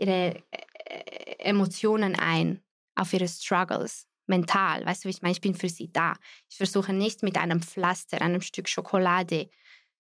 Emotionen ein, auf ihre Struggles, mental. Weißt du, wie ich meine? Ich bin für sie da. Ich versuche nicht mit einem Pflaster, einem Stück Schokolade,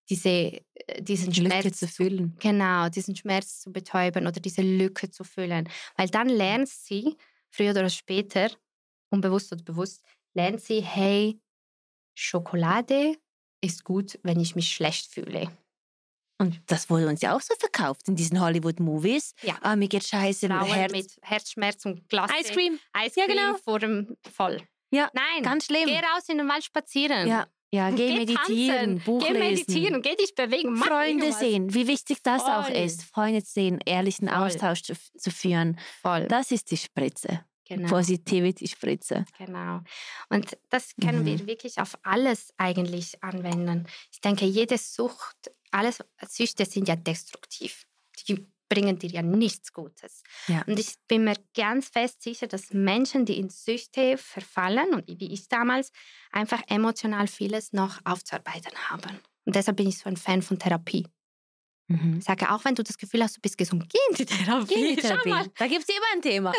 diesen Schmerz zu füllen. Genau, diesen Schmerz zu betäuben oder diese Lücke zu füllen. Weil dann lernt sie, früher oder später, unbewusst oder bewusst, lernt sie, hey, Schokolade ist gut, wenn ich mich schlecht fühle. Und das wurde uns ja auch so verkauft in diesen Hollywood-Movies. Ja. Mir geht scheiße. Frauen mit Herzschmerz und Glas Ice Cream. Ja, genau. Vor dem Voll. Ja, nein, ganz schlimm. Geh raus in den Wald spazieren. Ja, geh meditieren, tanzen, Buch geh lesen. meditieren, geh dich bewegen. Freunde sehen, wie wichtig das Voll. auch ist. Freunde sehen, ehrlichen Austausch zu führen. Voll. Das ist die Spritze. Genau. Positivity-Spritze. Genau. Und das können wir wirklich auf alles eigentlich anwenden. Ich denke, jede Sucht, alles Süchte sind ja destruktiv. Die bringen dir ja nichts Gutes. Ja. Und ich bin mir ganz fest sicher, dass Menschen, die in Süchte verfallen, und wie ich damals, einfach emotional vieles noch aufzuarbeiten haben. Und deshalb bin ich so ein Fan von Therapie. Ich sage, auch wenn du das Gefühl hast, du bist gesund, geh in die Therapie. Geh in die Therapie. Da gibt es immer ein Thema.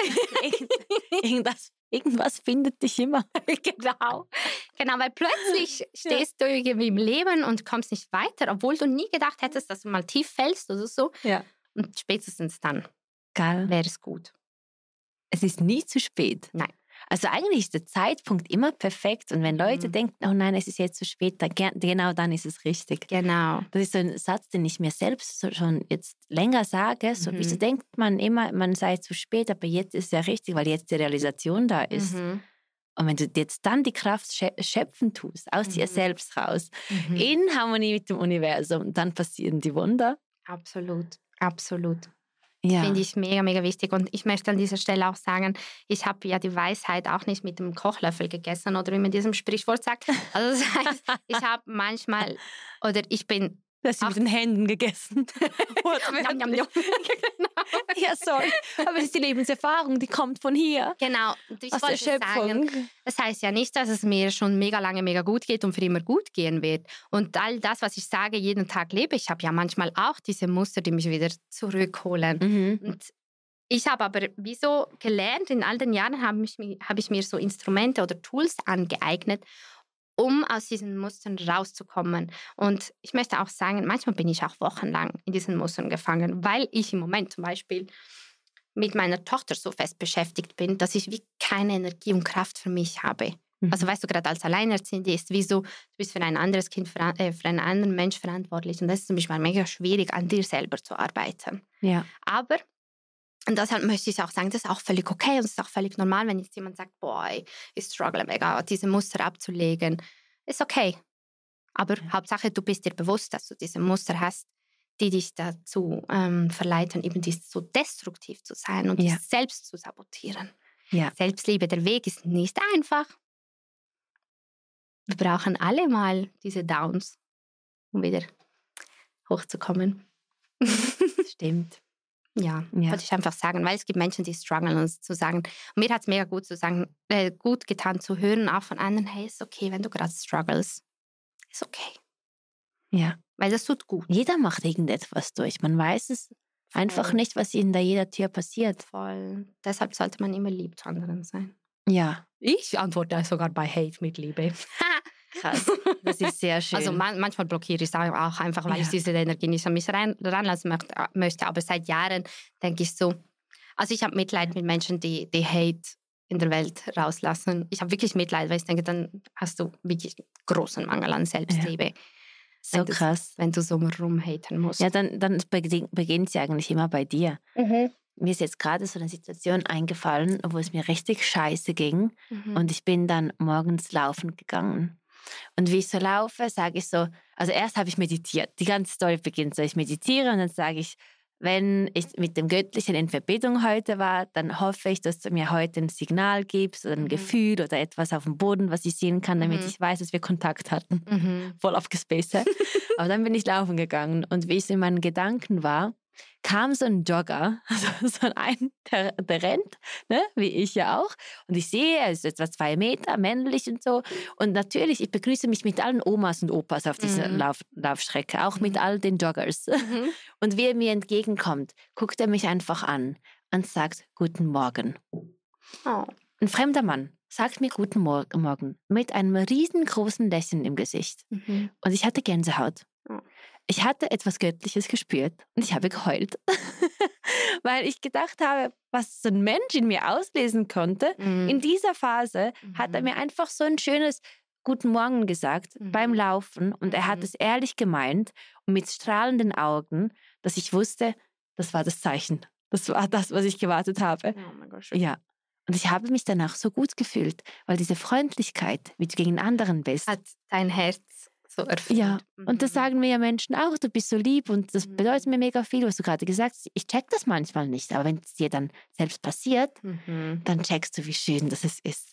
Irgendwas findet dich immer. Genau, weil plötzlich stehst du irgendwie im Leben und kommst nicht weiter, obwohl du nie gedacht hättest, dass du mal tief fällst oder so. Ja. Und spätestens dann wäre es gut. Es ist nie zu spät. Nein. Also eigentlich ist der Zeitpunkt immer perfekt. Und wenn Leute denken, oh nein, es ist jetzt zu spät, genau dann ist es richtig. Genau. Das ist so ein Satz, den ich mir selbst schon jetzt länger sage. So, wieso denkt man immer, man sei zu spät, aber jetzt ist es ja richtig, weil jetzt die Realisation da ist. Und wenn du jetzt dann die Kraft schöpfen tust, aus dir selbst raus, in Harmonie mit dem Universum, dann passieren die Wunder. Absolut. Absolut. Ja. Finde ich mega, mega wichtig. Und ich möchte an dieser Stelle auch sagen, ich habe ja die Weisheit auch nicht mit dem Kochlöffel gegessen oder wie man diesem Sprichwort sagt. Also das heißt, ich habe manchmal, oder ich bin... Du hast sie mit den Händen gegessen. Njam, njam, njam. Genau. Ja, sorry. Aber es ist die Lebenserfahrung, die kommt von hier. Genau. Und ich aus der Schöpfung. Sagen, das heißt ja nicht, dass es mir schon mega lange mega gut geht und für immer gut gehen wird. Und all das, was ich sage, jeden Tag lebe, ich habe ja manchmal auch diese Muster, die mich wieder zurückholen. Und ich habe aber wieso gelernt, in all den Jahren habe ich mir so Instrumente oder Tools angeeignet, um aus diesen Mustern rauszukommen. Und ich möchte auch sagen, manchmal bin ich auch wochenlang in diesen Mustern gefangen, weil ich im Moment zum Beispiel mit meiner Tochter so fest beschäftigt bin, dass ich wie keine Energie und Kraft für mich habe. Also weißt du, gerade als Alleinerziehende ist wie so, du bist für ein anderes Kind, für einen anderen Mensch verantwortlich. Und das ist zum Beispiel mega schwierig, an dir selber zu arbeiten. Ja. Aber und deshalb möchte ich auch sagen, das ist auch völlig okay und es ist auch völlig normal, wenn jetzt jemand sagt, boah, ich struggle mega, diese Muster abzulegen. Ist okay. Aber Hauptsache, du bist dir bewusst, dass du diese Muster hast, die dich dazu verleiten, eben so destruktiv zu sein und dich selbst zu sabotieren. Ja. Selbstliebe, der Weg ist nicht einfach. Wir brauchen alle mal diese Downs, um wieder hochzukommen. Stimmt. Ja, wollte ich einfach sagen, weil es gibt Menschen, die strugglen und zu sagen, und mir hat es mega gut getan zu hören, auch von anderen, hey, ist okay, wenn du gerade struggles, ist okay. Ja. Weil das tut gut. Jeder macht irgendetwas durch. Man weiß es einfach nicht, was hinter jeder Tür passiert. Voll. Deshalb sollte man immer lieb zu anderen sein. Ja. Ich antworte sogar bei Hate mit Liebe. Krass, das ist sehr schön. Also manchmal blockiere ich es auch einfach, weil ich diese Energie nicht an mich ranlassen möchte. Aber seit Jahren denke ich so, also ich habe Mitleid mit Menschen, die Hate in der Welt rauslassen. Ich habe wirklich Mitleid, weil ich denke, dann hast du wirklich großen Mangel an Selbstliebe. Ja. So krass. Wenn du so rumhaten musst. Ja, dann beginnt es ja eigentlich immer bei dir. Mhm. Mir ist jetzt gerade so eine Situation eingefallen, wo es mir richtig scheiße ging. Und ich bin dann morgens laufen gegangen. Und wie ich so laufe, sage ich so, also erst habe ich meditiert. Die ganze Story beginnt so, ich meditiere und dann sage ich, wenn ich mit dem Göttlichen in Verbindung heute war, dann hoffe ich, dass du mir heute ein Signal gibst oder ein Gefühl oder etwas auf dem Boden, was ich sehen kann, damit ich weiß, dass wir Kontakt hatten. Voll abgespaced. Aber dann bin ich laufen gegangen und wie ich so in meinen Gedanken war, kam so ein Jogger, also so ein, der rennt, ne, wie ich ja auch. Und ich sehe, er ist etwa 2 Meter, männlich und so. Und natürlich, ich begrüße mich mit allen Omas und Opas auf dieser Laufstrecke, auch mit all den Joggers. Und wie er mir entgegenkommt, guckt er mich einfach an und sagt, guten Morgen. Oh. Ein fremder Mann sagt mir guten Morgen mit einem riesengroßen Lächeln im Gesicht. Und ich hatte Gänsehaut. Ich hatte etwas Göttliches gespürt und ich habe geheult, weil ich gedacht habe, was so ein Mensch in mir auslesen konnte. In dieser Phase hat er mir einfach so ein schönes Guten Morgen gesagt beim Laufen und er hat es ehrlich gemeint und mit strahlenden Augen, dass ich wusste, das war das Zeichen. Das war das, was ich gewartet habe. Oh mein Gott. Ja. Und ich habe mich danach so gut gefühlt, weil diese Freundlichkeit, wie du gegen anderen bist, hat dein Herz so erfüllt. Ja, und das sagen mir ja Menschen auch, du bist so lieb und das bedeutet mir mega viel, was du gerade gesagt hast. Ich check das manchmal nicht, aber wenn es dir dann selbst passiert, dann checkst du, wie schön das ist.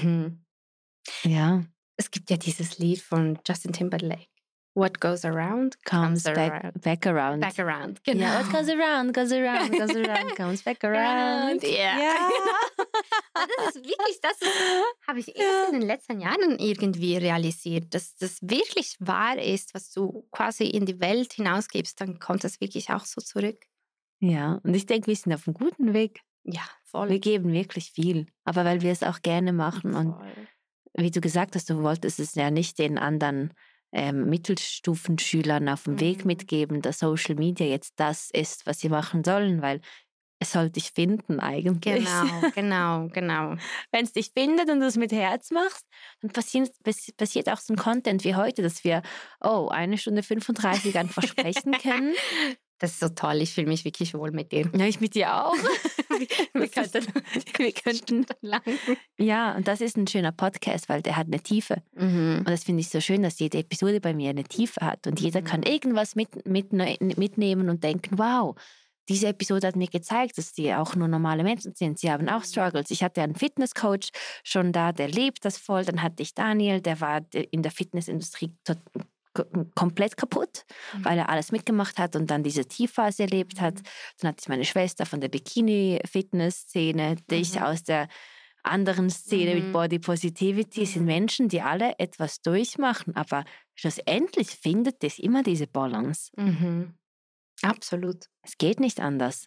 Ja. Es gibt ja dieses Lied von Justin Timberlake. What goes around comes back around. Back around, genau. Yeah, what goes around, comes back around. Ja. Das ist wirklich, das habe ich erst in den letzten Jahren irgendwie realisiert, dass das wirklich wahr ist, was du quasi in die Welt hinausgibst, dann kommt das wirklich auch so zurück. Ja, und ich denke, wir sind auf einem guten Weg. Ja, voll. Wir geben wirklich viel, aber weil wir es auch gerne machen. Und wie du gesagt hast, du wolltest es ja nicht den anderen Mittelstufenschülern auf dem Weg mitgeben, dass Social Media jetzt das ist, was sie machen sollen, weil es soll dich finden eigentlich. Genau. Wenn es dich findet und du es mit Herz machst, dann passiert auch so ein Content wie heute, dass wir 1 Stunde 35 einfach sprechen können. Das ist so toll, ich fühle mich wirklich wohl mit dir. Ja, ich mit dir auch. wir könnten lang. Ja, und das ist ein schöner Podcast, weil der hat eine Tiefe. Und das finde ich so schön, dass jede Episode bei mir eine Tiefe hat. Und jeder kann irgendwas mitnehmen und denken, wow, diese Episode hat mir gezeigt, dass die auch nur normale Menschen sind. Sie haben auch Struggles. Ich hatte einen Fitnesscoach schon da, der lebt das voll. Dann hatte ich Daniel, der war in der Fitnessindustrie komplett kaputt, weil er alles mitgemacht hat und dann diese Tiefphase erlebt hat. Dann hatte ich meine Schwester von der Bikini-Fitness-Szene, dich aus der anderen Szene mit Body Positivity. Es sind Menschen, die alle etwas durchmachen, aber schlussendlich findet es immer diese Balance. Absolut. Es geht nicht anders.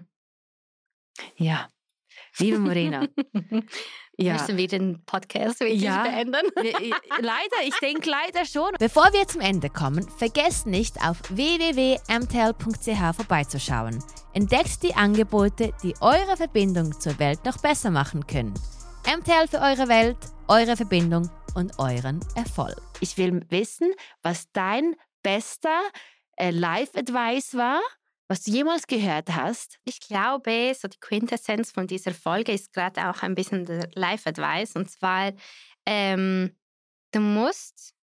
Ja. Liebe Morena. Müssen wir den Podcast wirklich beenden? Leider, ich denke leider schon. Bevor wir zum Ende kommen, vergesst nicht, auf www.mtel.ch vorbeizuschauen. Entdeckt die Angebote, die eure Verbindung zur Welt noch besser machen können. MTL für eure Welt, eure Verbindung und euren Erfolg. Ich will wissen, was dein bester Life-Advice war, was du jemals gehört hast. Ich glaube, so die Quintessenz von dieser Folge ist gerade auch ein bisschen der Life-Advice. Und zwar, du musst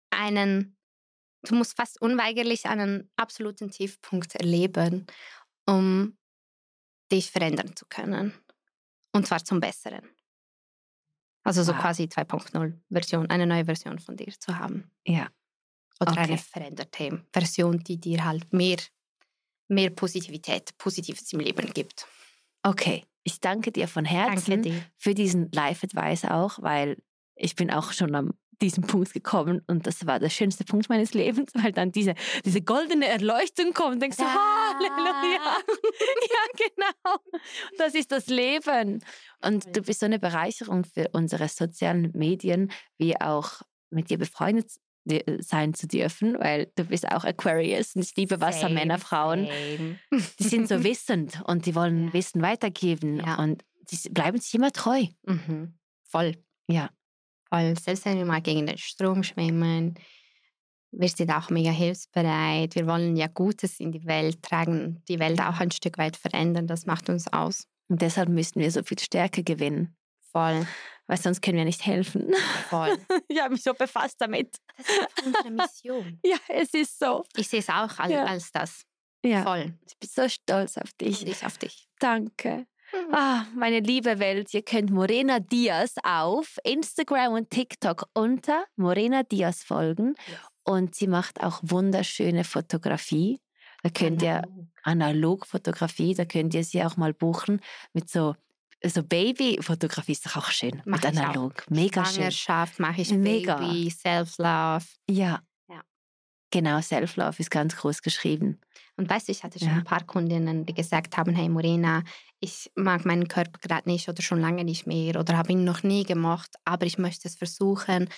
fast unweigerlich einen absoluten Tiefpunkt erleben, um dich verändern zu können. Und zwar zum Besseren. Also so quasi 2.0 Version, eine neue Version von dir zu haben. Ja. Oder eine veränderte Version, die dir halt mehr mehr Positivität, Positives im Leben gibt. Okay, ich danke dir von Herzen für diesen Live-Advice auch, weil ich bin auch schon an diesem Punkt gekommen und das war der schönste Punkt meines Lebens, weil dann diese goldene Erleuchtung kommt und denkst so, Halleluja. Ja, genau. Das ist das Leben. Und du bist so eine Bereicherung für unsere sozialen Medien, wie auch mit dir befreundet sein zu dürfen, weil du bist auch Aquarius und ich liebe Wassermänner, Frauen. Die sind so wissend und die wollen Wissen weitergeben und die bleiben sich immer treu. Mhm. Voll. Ja. Voll. Selbst wenn wir mal gegen den Strom schwimmen, wir sind auch mega hilfsbereit. Wir wollen ja Gutes in die Welt tragen, die Welt auch ein Stück weit verändern. Das macht uns aus. Und deshalb müssen wir so viel Stärke gewinnen. Voll. Weil sonst können wir nicht helfen. Voll. Ich habe mich so befasst damit. Das ist einfach unsere Mission. Ja, es ist so. Ich sehe es auch als das. Ja. Voll. Ich bin so stolz auf dich. Und ich auf dich. Danke. Meine liebe Welt, ihr könnt Morena Diaz auf Instagram und TikTok unter Morena Diaz folgen. Yes. Und sie macht auch wunderschöne Fotografie. Da könnt ihr Analogfotografie, da könnt ihr sie auch mal buchen mit so Babyfotografie ist doch auch schön. Mach mit analog. Auch. Mega schön. Schwangerschaft mache ich mega. Baby, Self-Love. Ja. Genau, Self-Love ist ganz groß geschrieben. Und weißt du, ich hatte schon ein paar Kundinnen, die gesagt haben, hey Morena, ich mag meinen Körper gerade nicht oder schon lange nicht mehr oder habe ihn noch nie gemocht, aber ich möchte es versuchen,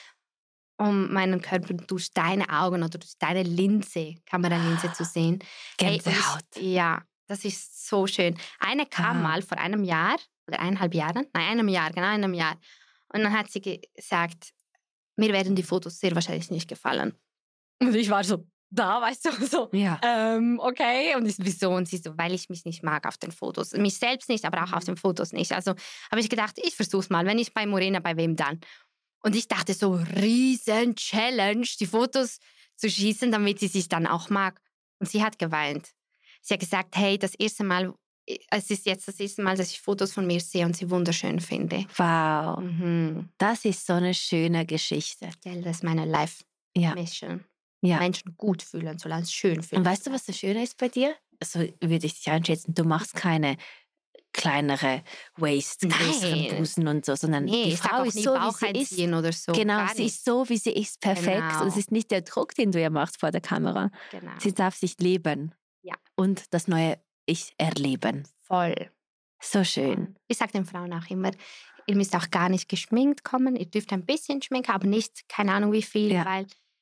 um meinen Körper durch deine Augen oder durch deine Linse, Kameralinse zu sehen. Gänsehaut. Hey, ja, das ist so schön. Eine kam mal vor einem Jahr oder 1,5 Jahren, einem Jahr. Und dann hat sie gesagt, mir werden die Fotos sehr wahrscheinlich nicht gefallen. Und ich war so, weißt du, so, okay. Und ich, wieso? Und sie so, weil ich mich nicht mag auf den Fotos. Mich selbst nicht, aber auch auf den Fotos nicht. Also habe ich gedacht, ich versuch's mal. Wenn ich bei Morena, bei wem dann? Und ich dachte so, riesen Challenge, die Fotos zu schießen, damit sie sich dann auch mag. Und sie hat geweint. Sie hat gesagt, hey, es ist jetzt das erste Mal, dass ich Fotos von mir sehe und sie wunderschön finde. Wow. Das ist so eine schöne Geschichte. Das ist meine Life-Mission. Ja. Menschen gut fühlen, solange es schön fühlen. Und weißt du, was das Schöne ist bei dir? So würde ich dich einschätzen, du machst keine kleinere Waist, größeren Busen und so, sondern die Frau ist so, wie sie ist. Oder so. Genau, sie ist so, wie sie ist, perfekt. Genau. Und es ist nicht der Druck, den du ihr machst vor der Kamera. Genau. Sie darf sich leben und das neue Ich erleben. Voll. So schön. Ich sage den Frauen auch immer, ihr müsst auch gar nicht geschminkt kommen, ihr dürft ein bisschen schminken, aber nicht, keine Ahnung wie viel, weil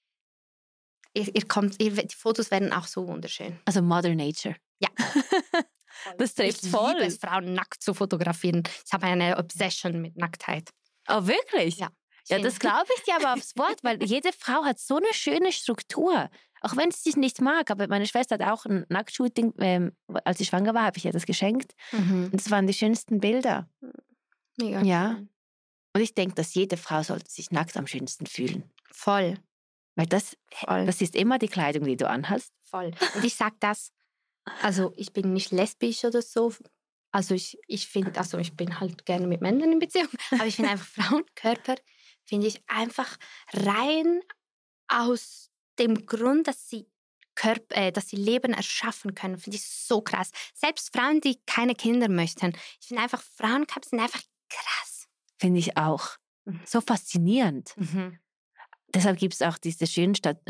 die Fotos werden auch so wunderschön. Also Mother Nature. Ja. Das trifft voll. Ich liebe es, Frauen nackt zu fotografieren. Ich habe eine Obsession mit Nacktheit. Oh, wirklich? Ja. Ja, das glaube ich dir aber aufs Wort, weil jede Frau hat so eine schöne Struktur. Auch wenn sie es nicht mag. Aber meine Schwester hat auch ein Nacktshooting, als sie schwanger war, habe ich ihr das geschenkt. Und das waren die schönsten Bilder. Mega schön. Und ich denke, dass jede Frau sollte sich nackt am schönsten fühlen. Voll. Weil das ist immer die Kleidung, die du anhast. Voll. Und ich sage das, also ich bin nicht lesbisch oder so. Also ich finde, ich bin halt gerne mit Männern in Beziehung. Aber ich finde einfach Frauenkörper, finde ich einfach rein aus dem Grund, dass sie Leben erschaffen können, finde ich so krass. Selbst Frauen, die keine Kinder möchten. Ich finde einfach, Frauenkörper sind einfach krass. Finde ich auch. So faszinierend. Deshalb gibt es auch diese schönen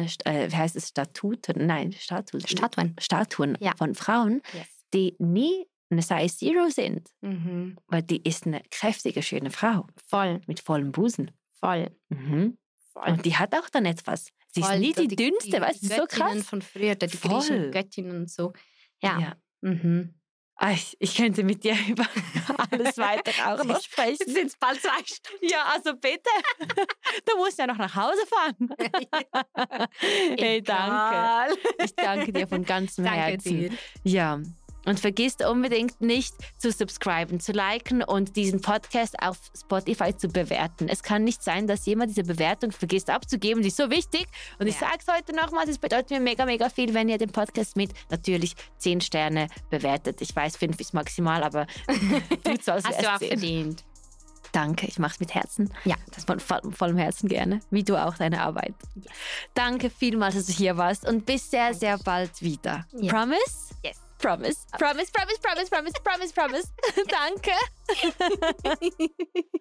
Statuen von Frauen, die nie eine Size Zero sind. Weil die ist eine kräftige, schöne Frau. Voll. Mit vollem Busen. Voll. Voll. Und die hat auch dann etwas. Sie ist nie die dünnste, weißt du, so krass. Von früher, die griechischen Göttinnen und so. Ja. Ich könnte mit dir über alles weiter auch noch sprechen. Jetzt sind es bald 2 Stunden. Ja, also bitte. Du musst ja noch nach Hause fahren. Hey, danke. Ich danke dir von ganzem Herzen. Dir. Ja. Und vergisst unbedingt nicht zu subscriben, zu liken und diesen Podcast auf Spotify zu bewerten. Es kann nicht sein, dass jemand diese Bewertung vergisst abzugeben. Die ist so wichtig. Und ich sage es heute nochmal, es bedeutet mir mega, mega viel, wenn ihr den Podcast mit natürlich 10 Sterne bewertet. Ich weiß, 5 ist maximal, aber du sollst Hast du auch verdient. Danke, ich mache es mit Herzen. Ja. Das von vollem Herzen gerne, wie du auch deine Arbeit. Yes. Danke vielmals, dass du hier warst und bis sehr, sehr bald wieder. Yes. Promise? Yes. Promise. Promise, promise, promise, promise, promise, promise. Danke.